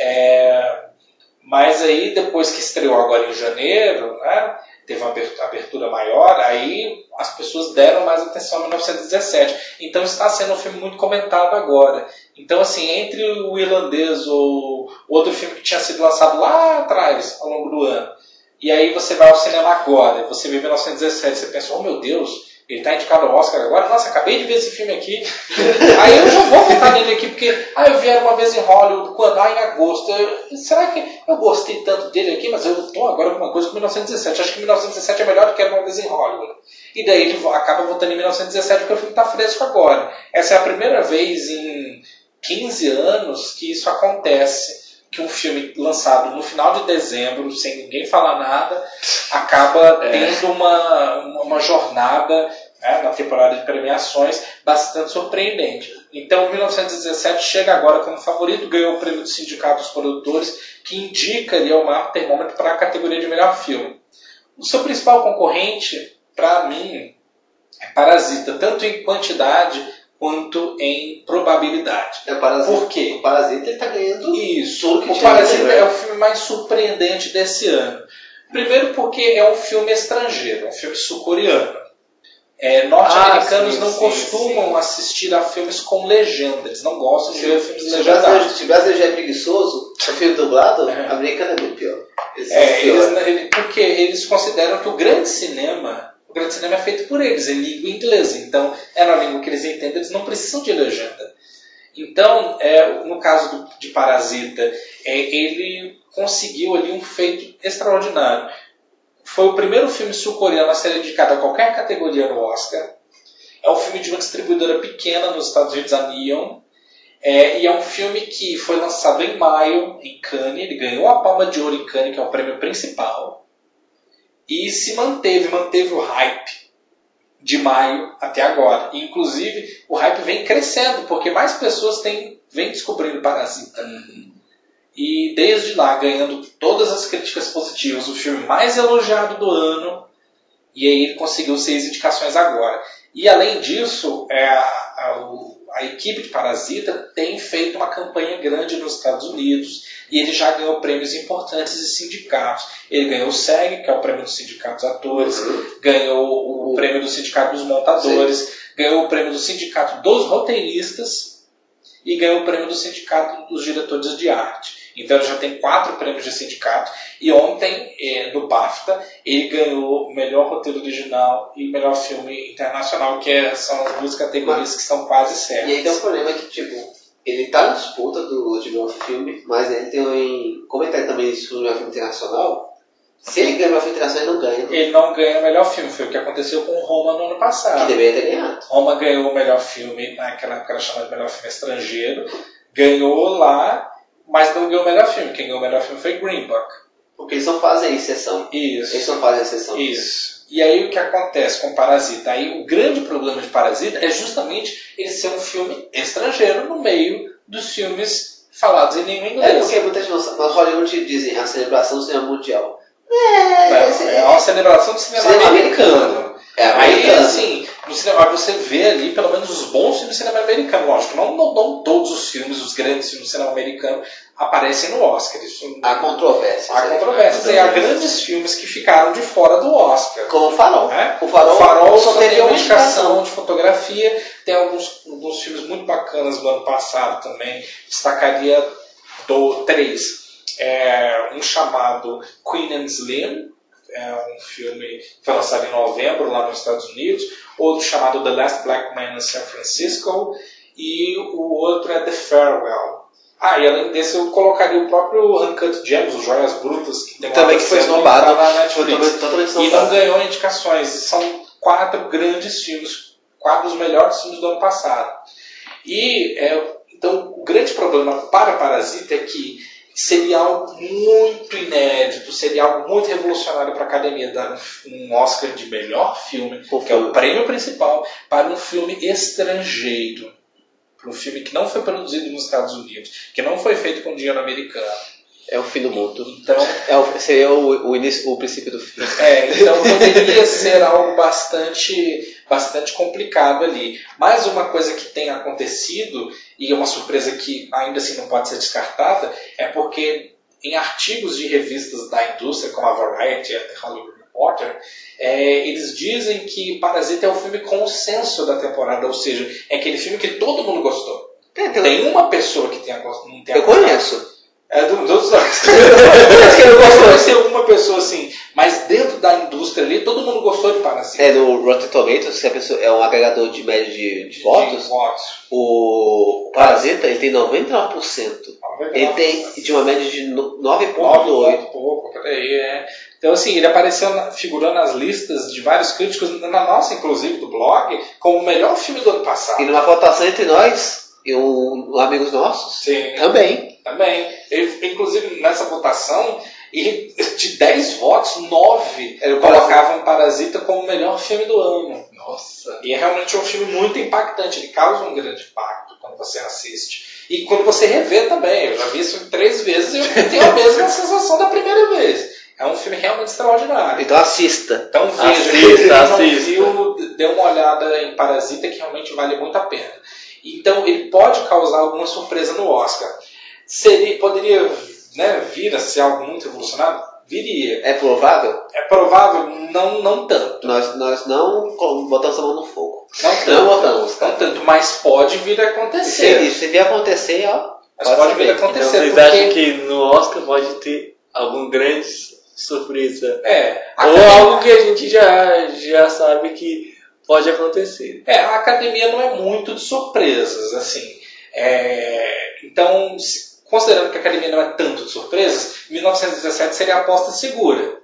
Mas aí, depois que estreou agora em janeiro, né, teve uma abertura maior, aí as pessoas deram mais atenção a 1917. Então está sendo um filme muito comentado agora. Então, assim, entre o Irlandês ou outro filme que tinha sido lançado lá atrás, ao longo do ano, e aí você vai ao cinema agora, você vê 1917, você pensa, oh meu Deus, Ele tá indicado ao Oscar agora. Nossa, acabei de ver esse filme aqui. Aí eu já vou votar nele aqui, porque eu vi Era Uma Vez em Hollywood, quando? Em agosto. Será que eu gostei tanto dele aqui, mas eu tô agora com uma coisa com 1917. Acho que 1917 é melhor do que Era Uma Vez em Hollywood. E daí ele acaba votando em 1917 porque o filme tá fresco agora. Essa é a primeira vez em 15 anos que isso acontece. Que um filme lançado no final de dezembro, sem ninguém falar nada, acaba tendo uma jornada, né, na temporada de premiações bastante surpreendente. Então, 1917 chega agora como favorito, ganhou o prêmio do Sindicato dos Produtores, que indica ali o maior termômetro para a categoria de melhor filme. O seu principal concorrente, para mim, é Parasita, tanto em quantidade quanto em probabilidade. Por quê? O Parasita está ganhando isso. O Parasita é o filme mais surpreendente desse ano. Primeiro porque é um filme estrangeiro, é um filme sul-coreano. Norte-americanos não costumam assistir a filmes com legenda, eles não gostam de ver filmes legendados. Se o brasileiro já é preguiçoso, o filme dublado, americano é muito pior. Porque eles consideram que o grande cinema é feito por eles, em língua inglesa. Então, é na língua que eles entendem, eles não precisam de legenda. Então, no caso de Parasita, ele conseguiu ali um feito extraordinário. Foi o primeiro filme sul-coreano a ser indicado a qualquer categoria no Oscar. É um filme de uma distribuidora pequena nos Estados Unidos, a Neon. E é um filme que foi lançado em maio, em Cannes. Ele ganhou a Palma de Ouro em Cannes, que é o prêmio principal. E se manteve o hype de maio até agora. E, inclusive, o hype vem crescendo, porque mais pessoas vêm descobrindo Parasita. E desde lá, ganhando todas as críticas positivas, o filme mais elogiado do ano. E aí ele conseguiu 6 indicações agora. E além disso, a equipe de Parasita tem feito uma campanha grande nos Estados Unidos. E ele já ganhou prêmios importantes de sindicatos. Ele ganhou o SEG, que é o prêmio do Sindicato dos Atores, ganhou o prêmio do Sindicato dos Montadores, ganhou o prêmio do Sindicato dos Roteiristas e ganhou o prêmio do Sindicato dos Diretores de Arte. Então ele já tem 4 prêmios de sindicato. E ontem, no BAFTA, ele ganhou melhor roteiro original e melhor filme internacional, que são as 2 categorias que estão quase certas. E aí tem um problema que, ele está na disputa de melhor filme, mas ele tem como ele está também isso no melhor filme internacional, se ele ganha o melhor filme internacional, ele não ganha. Ele não ganha o melhor filme, foi o que aconteceu com Roma no ano passado. Que deveria ter ganhado. Roma ganhou o melhor filme, naquela época era chamado de melhor filme estrangeiro, ganhou lá, mas não ganhou o melhor filme. Quem ganhou o melhor filme foi Green Book. Porque eles não fazem exceção. Isso. Eles não fazem exceção. Isso. E aí o que acontece com Parasita? Aí o grande problema de Parasita é justamente ele ser um filme estrangeiro no meio dos filmes falados em língua inglesa. Porque muita gente na Hollywood dizem a celebração do cinema mundial. É uma celebração do cinema americano. Aí, assim, no cinema, você vê ali pelo menos os bons filmes do cinema americano. Lógico, não todos os filmes, os grandes filmes do cinema americano aparecem no Oscar. Há controvérsias. Há controvérsias. E há grandes filmes que ficaram de fora do Oscar. Como o Farol. O Farol só teve uma indicação de fotografia. Tem alguns filmes muito bacanas do ano passado também. Destacaria 3. Um chamado Queen and Slim. É um filme que foi lançado em novembro lá nos Estados Unidos. Outro chamado The Last Black Man in San Francisco. E o outro é The Farewell. E além desse eu colocaria o próprio Uncut Gems, os Joias Brutas, que tem também que foi esnobado na Netflix. E não ganhou indicações. São 4 grandes filmes, 4 dos melhores filmes do ano passado. Então o grande problema para Parasita é que seria algo muito inédito, seria algo muito revolucionário para a academia dar um Oscar de melhor filme, que é o prêmio principal, para um filme estrangeiro. Para um filme que não foi produzido nos Estados Unidos, que não foi feito com dinheiro americano. É o fim do mundo. Então, seria o princípio do filme. Então poderia ser algo bastante complicado ali. Mais uma coisa que tem acontecido, e é uma surpresa que ainda assim não pode ser descartada, é porque em artigos de revistas da indústria, como a Variety e a The Hollywood Reporter, eles dizem que Parasita é o filme consenso da temporada, ou seja, é aquele filme que todo mundo gostou. Tem uma pessoa que não tem Eu conheço. Dos dois. Acho que ele gostou de ser uma pessoa assim, mas dentro da indústria ali, todo mundo gostou de Parasita. No Rotten Tomatoes, que a pessoa é um agregador de média de votos, o Parasita ele tem 99%. Ele tem de uma média de 9,8. Então, assim, ele apareceu figurando nas listas de vários críticos, na nossa, inclusive, do blog, como o melhor filme do ano passado. E numa votação entre nós e amigos nossos, sim, também. Ele, inclusive, nessa votação, de 10 votos, 9 colocavam Parasita como o melhor filme do ano. Nossa! E é realmente um filme muito impactante, ele causa um grande impacto quando você assiste. E quando você revê também, eu já vi isso 3 vezes e eu tenho a mesma sensação da primeira vez. É um filme realmente extraordinário. Então assista. Então veja, dê uma olhada em Parasita, que realmente vale muito a pena. Então ele pode causar alguma surpresa no Oscar. Poderia, né, vir a ser algo muito revolucionário? Viria. É provável? É provável? Não tanto. Nós não botamos a mão no fogo. Não botamos. Não tanto, mas pode vir a acontecer. Se vier acontecer, pode vir a acontecer. Então vocês acham que no Oscar pode ter algum grande surpresa? Ou algo que a gente já sabe que pode acontecer. A academia não é muito de surpresas, assim. Então, considerando que a academia não é tanto de surpresas, 1917 seria a aposta segura.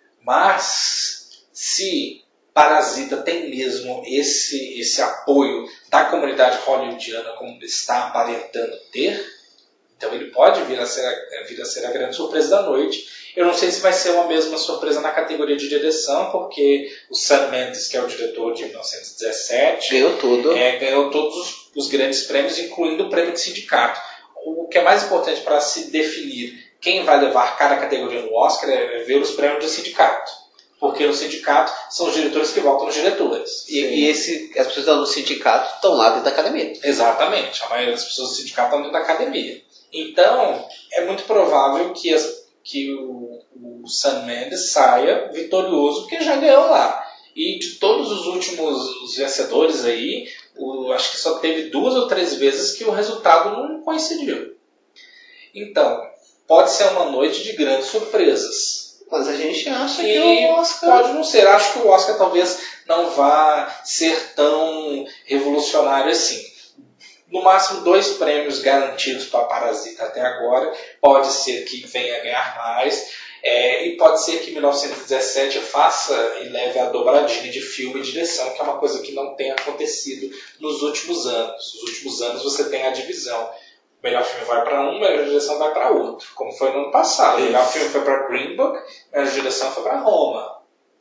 Mas, se Parasita tem mesmo esse apoio da comunidade hollywoodiana como está aparentando ter, então ele pode vir a ser a grande surpresa da noite. Eu não sei se vai ser uma mesma surpresa na categoria de direção, porque o Sam Mendes, que é o diretor de 1917, ganhou tudo. Ganhou todos os grandes prêmios, incluindo o prêmio de sindicato. O que é mais importante para se definir quem vai levar cada categoria no Oscar é ver os prêmios do sindicato. Porque no sindicato são os diretores que votam nos diretores. E as pessoas do sindicato estão lá dentro da academia. Exatamente, a maioria das pessoas do sindicato estão dentro da academia. Então, é muito provável que o Sam Mendes saia vitorioso, porque já ganhou lá. E de todos os últimos vencedores aí, acho que só teve 2 ou 3 vezes que o resultado não coincidiu. Então, pode ser uma noite de grandes surpresas. Mas a gente acha que o Oscar... Pode não ser. Acho que o Oscar talvez não vá ser tão revolucionário assim. No máximo 2 prêmios garantidos para Parasita até agora. Pode ser que venha a ganhar mais. E pode ser que 1917 faça e leve a dobradinha de filme e direção, que é uma coisa que não tem acontecido nos últimos anos. Nos últimos anos você tem a divisão. O melhor filme vai para um, a melhor direção vai para outro, como foi no ano passado. O melhor filme foi para Green Book, a melhor direção foi para Roma.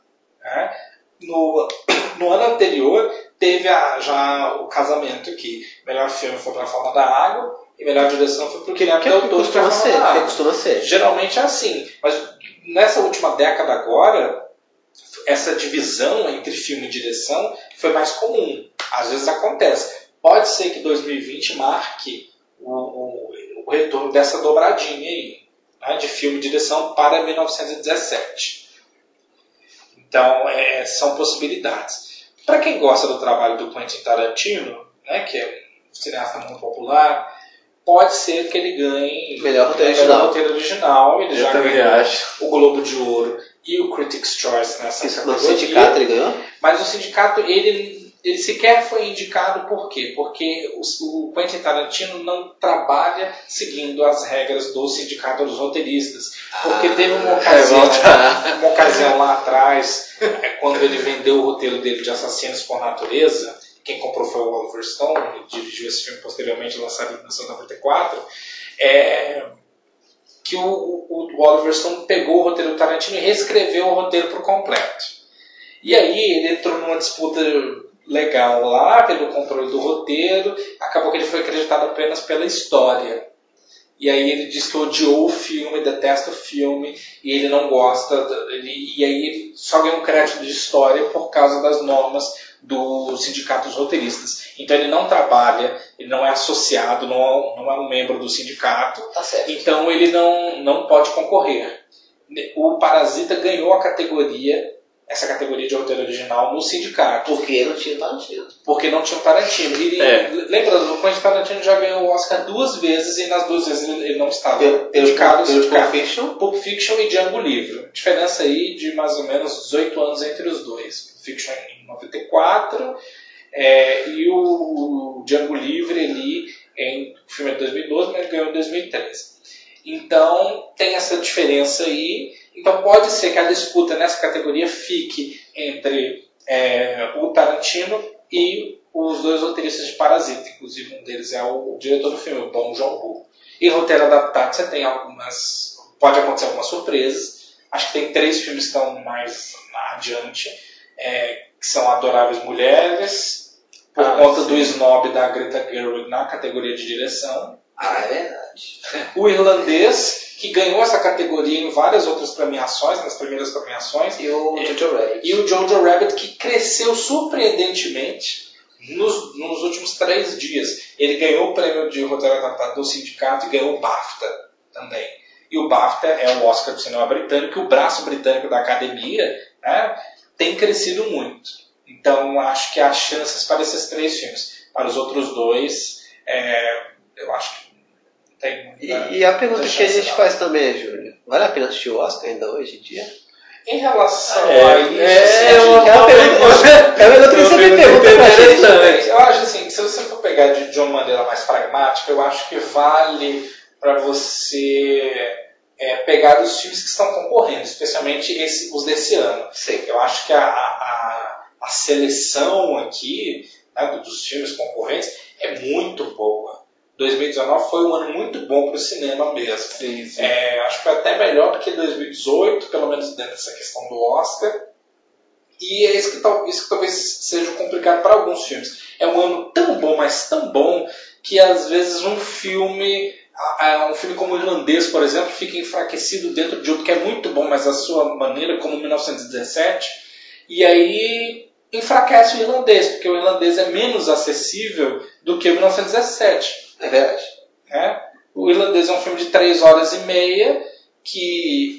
No ano anterior, teve já o casamento que o melhor filme foi para A Forma da Água e a melhor direção foi para o Guilherme Del Toro. Costuma ser. Geralmente é assim, mas nessa última década agora, essa divisão entre filme e direção foi mais comum. Às vezes acontece. Pode ser que 2020 marque o retorno dessa dobradinha aí, né, de filme e direção para 1917. Então, são possibilidades. Para quem gosta do trabalho do Quentin Tarantino, né, que é um cineasta muito popular, pode ser que ele ganhe melhor roteiro original. Ele já ganhou o Globo de Ouro e o Critics' Choice nessa categoria. No sindicato ele ganhou? Mas o sindicato, ele sequer foi indicado por quê? Porque o Quentin Tarantino não trabalha seguindo as regras do sindicato dos roteiristas. Porque teve uma ocasião lá atrás, quando ele vendeu o roteiro dele de Assassinos por Natureza. Quem comprou foi o Oliver Stone, ele dirigiu esse filme posteriormente, lançado em 1994. Que o Oliver Stone pegou o roteiro do Tarantino e reescreveu o roteiro por completo. E aí ele entrou numa disputa legal lá, pelo controle do roteiro, acabou que ele foi acreditado apenas pela história. E aí ele diz que odiou o filme, detesta o filme, e ele não gosta, e aí ele só ganha um crédito de história por causa das normas do sindicato dos roteiristas. Então ele não trabalha, ele não é associado, não é um membro do sindicato, tá certo. Então ele não pode concorrer. O Parasita ganhou a categoria essa categoria de roteiro original no sindicato. Porque não tinha Tarantino. Porque não tinha Tarantino. Lembrando, o Quentin Tarantino já ganhou o Oscar 2 vezes e nas 2 vezes ele não estava indicado no sindicato. Pulp Fiction e Django Livre. Diferença aí de mais ou menos 18 anos entre os dois. Pulp Fiction em 94 e o Django Livre ali o filme é de 2012, mas ganhou em 2013. Então tem essa diferença aí. Então pode ser que a disputa nessa categoria fique entre o Tarantino e os 2 roteiristas de Parasita. Inclusive um deles é o diretor do filme, o Bong Joon-ho. E roteiro adaptado você tem pode acontecer algumas surpresas. Acho que tem 3 filmes que estão mais adiante, que são Adoráveis Mulheres, por conta do snob da Greta Gerwig na categoria de direção. É verdade. O Irlandês, que ganhou essa categoria em várias outras premiações, nas primeiras premiações. E o Jojo Rabbit. E o Jojo Rabbit, que cresceu surpreendentemente nos últimos 3 dias. Ele ganhou o prêmio de roteiro adaptado do sindicato e ganhou o BAFTA também. E o BAFTA é o Oscar do cinema britânico, e o braço britânico da academia tem crescido muito. Então acho que há chances para esses 3 filmes. Para os outros 2, eu acho que tem. E a pergunta que a gente faz também, Júlio, vale a pena assistir o Oscar ainda hoje em dia? Em relação a isso, é uma pergunta que você me pergunta interessante. Eu acho assim, se você for pegar de uma maneira mais pragmática, eu acho que vale para você pegar os filmes que estão concorrendo, especialmente os desse ano. Sim. Eu acho que a seleção aqui, né, dos filmes concorrentes é muito boa. 2019 foi um ano muito bom para o cinema mesmo. Sim. Acho que foi até melhor do que 2018, pelo menos dentro dessa questão do Oscar. E isso que talvez seja complicado para alguns filmes. É um ano tão bom, mas tão bom, que às vezes um filme como o Irlandês, por exemplo, fica enfraquecido dentro de outro que é muito bom, mas a sua maneira, como 1917, e aí enfraquece o Irlandês, porque o Irlandês é menos acessível do que o 1917. É verdade. O Irlandês é um filme de 3 horas e meia, que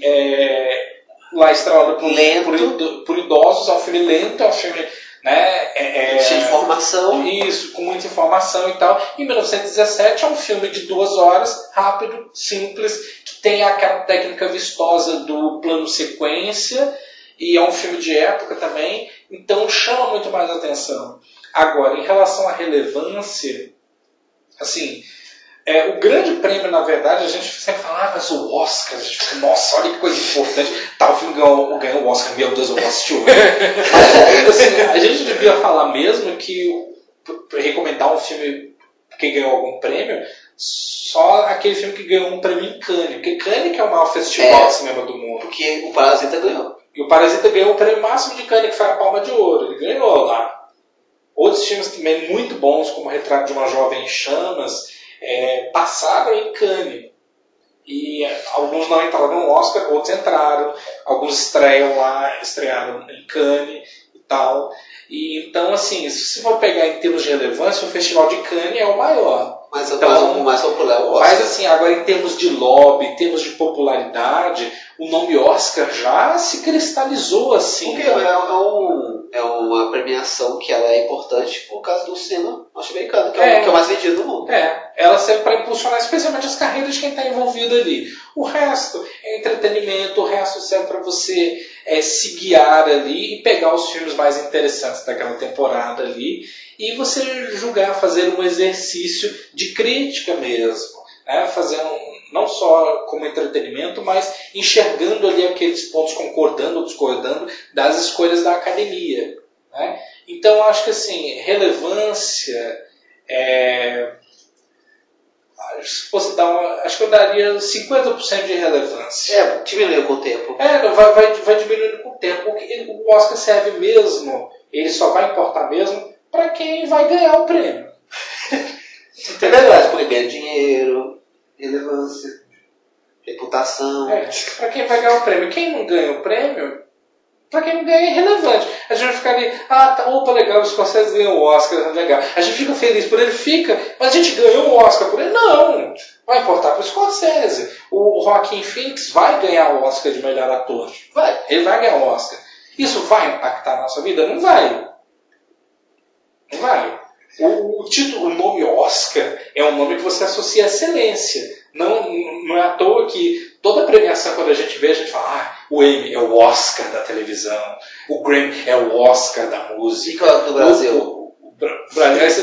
lá estrelado por idosos, é um filme lento, é um filme cheio de informação. Isso, com muita informação e tal. E 1917 é um filme de 2 horas, rápido, simples, que tem aquela técnica vistosa do plano sequência, e é um filme de época também, então chama muito mais atenção. Agora, em relação à relevância, assim, o grande prêmio, na verdade, a gente sempre fala, mas o Oscar, a gente fica, nossa, olha que coisa importante. O filme ganhou o Oscar, meu Deus, eu vou assistir hoje. Mas, assim, a gente devia falar mesmo que recomendar um filme que ganhou algum prêmio, só aquele filme que ganhou um prêmio em Cannes, porque Cannes que é o maior festival de cinema do mundo. Porque o Parasita ganhou. E o Parasita ganhou o prêmio máximo de Cannes, que foi a Palma de Ouro. Ele ganhou lá. Outros filmes também muito bons, como O Retrato de uma Jovem em Chamas, passaram em Cannes. E alguns não entraram no Oscar, outros entraram. Alguns estrearam em Cannes e tal. E, então, assim, se você for pegar em termos de relevância, o Festival de Cannes é o maior. Mas o mais popular é o Oscar. Mas, assim, agora em termos de lobby, em termos de popularidade, o nome Oscar já se cristalizou, assim. Porque é uma premiação que ela é importante por causa do cinema norte-americano, que é o mais vendido do mundo. Ela serve para impulsionar especialmente as carreiras de quem está envolvido ali. O resto é entretenimento, o resto serve para você se guiar ali e pegar os filmes mais interessantes daquela temporada ali e você julgar, fazer um exercício de crítica mesmo, né? Fazer não só como entretenimento, mas enxergando ali aqueles pontos, concordando ou discordando das escolhas da academia, né? Então acho que assim, relevância se fosse acho que eu daria 50% de relevância. Diminuiu com o tempo. Vai diminuindo com o tempo. Porque o Oscar serve mesmo, ele só vai importar mesmo para quem vai ganhar o prêmio. É verdade, porque ganha dinheiro, relevância, reputação. Para quem vai ganhar o prêmio. Quem não ganha o prêmio, para quem não ganha é irrelevante. A gente vai ficar ali, opa, legal, o Scorsese ganhou o Oscar, legal. A gente fica feliz por ele, mas a gente ganhou o Oscar por ele? Não, vai importar para o Scorsese. O Joaquin Phoenix vai ganhar o Oscar de melhor ator. Ele vai ganhar o Oscar. Isso vai impactar a nossa vida? Não vai. Não vai. O título, o nome Oscar, é um nome que você associa à excelência. Não é à toa que toda premiação, quando a gente vê, a gente fala, o Emmy é o Oscar da televisão, o Grammy é o Oscar da música. E qual do Brasil? O Brasil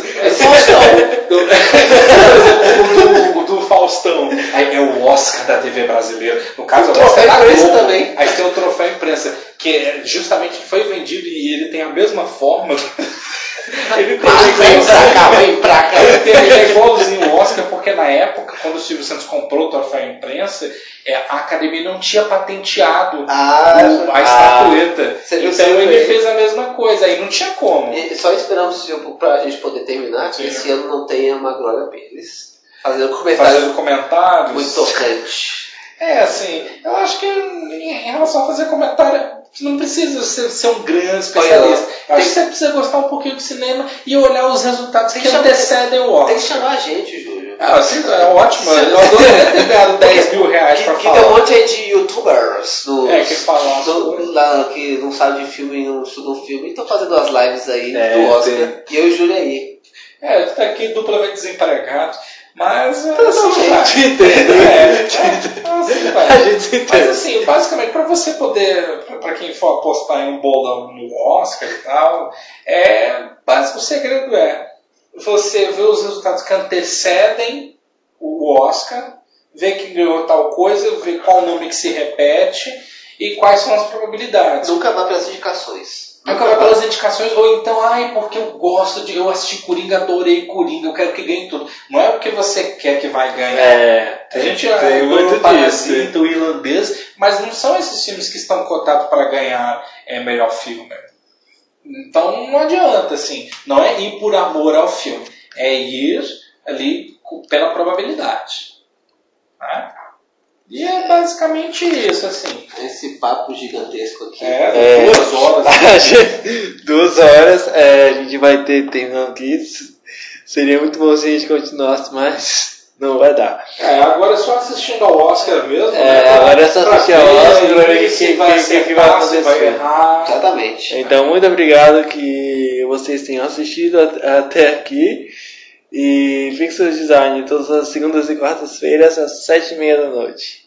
do Faustão. Aí é o Oscar da TV brasileira. No caso, o Oscar da Globo também. Aí tem o troféu imprensa, que justamente foi vendido e ele tem a mesma forma. Ele vem pra cá. Ele é igualzinho o Oscar, porque na época, quando o Silvio Santos comprou o troféu imprensa, a academia não tinha patenteado a estatueta. Então ele fez a mesma coisa, aí não tinha como. E só esperamos pra gente poder terminar, que esse ano não tenha uma Glória Pérez fazendo comentários muito tocante. Assim, eu acho que em relação a fazer comentário, você não precisa ser um grande especialista. Eu acho que você precisa gostar um pouquinho do cinema e olhar os resultados que antecedem o Oscar. Tem que chamar a gente, Júlio. Sim, é ótimo. Eu adoraria ter ganhado 10 mil reais pra falar. Que tem um monte aí de youtubers que falam que não sabem de filme, não estudam filme, e estão fazendo as lives aí do Oscar. E eu e o Júlio aí. Tá aqui duplamente desempregado. Mas a gente entende. Mas assim, basicamente, para você poder, para quem for apostar em um bolão no Oscar e tal, o segredo é você ver os resultados que antecedem o Oscar, ver quem ganhou tal coisa, ver qual nome que se repete e quais são as probabilidades. Nunca vá pelas indicações. Nunca vai pelas indicações, ou então, porque eu assisti Coringa, adorei Coringa, eu quero que ganhe tudo. Não é porque você quer que vai ganhar. A gente tem muito Parasita, o Irlandês, mas não são esses filmes que estão cotados para ganhar melhor filme. Então não adianta, assim, não é ir por amor ao filme, é ir ali pela probabilidade. Né? E é basicamente isso, assim. Esse papo gigantesco aqui. 2 horas. 2 horas, a gente vai ter terminando aqui. Seria muito bom se a gente continuasse, mas não vai dar. Agora é só assistindo ao Oscar mesmo. Agora é só assistir ao Oscar pra ver o que vai acontecer. Vai errar. Exatamente. Então, muito obrigado que vocês tenham assistido até aqui. E Pixel Design todas as segundas e quartas-feiras às 7h30 da noite.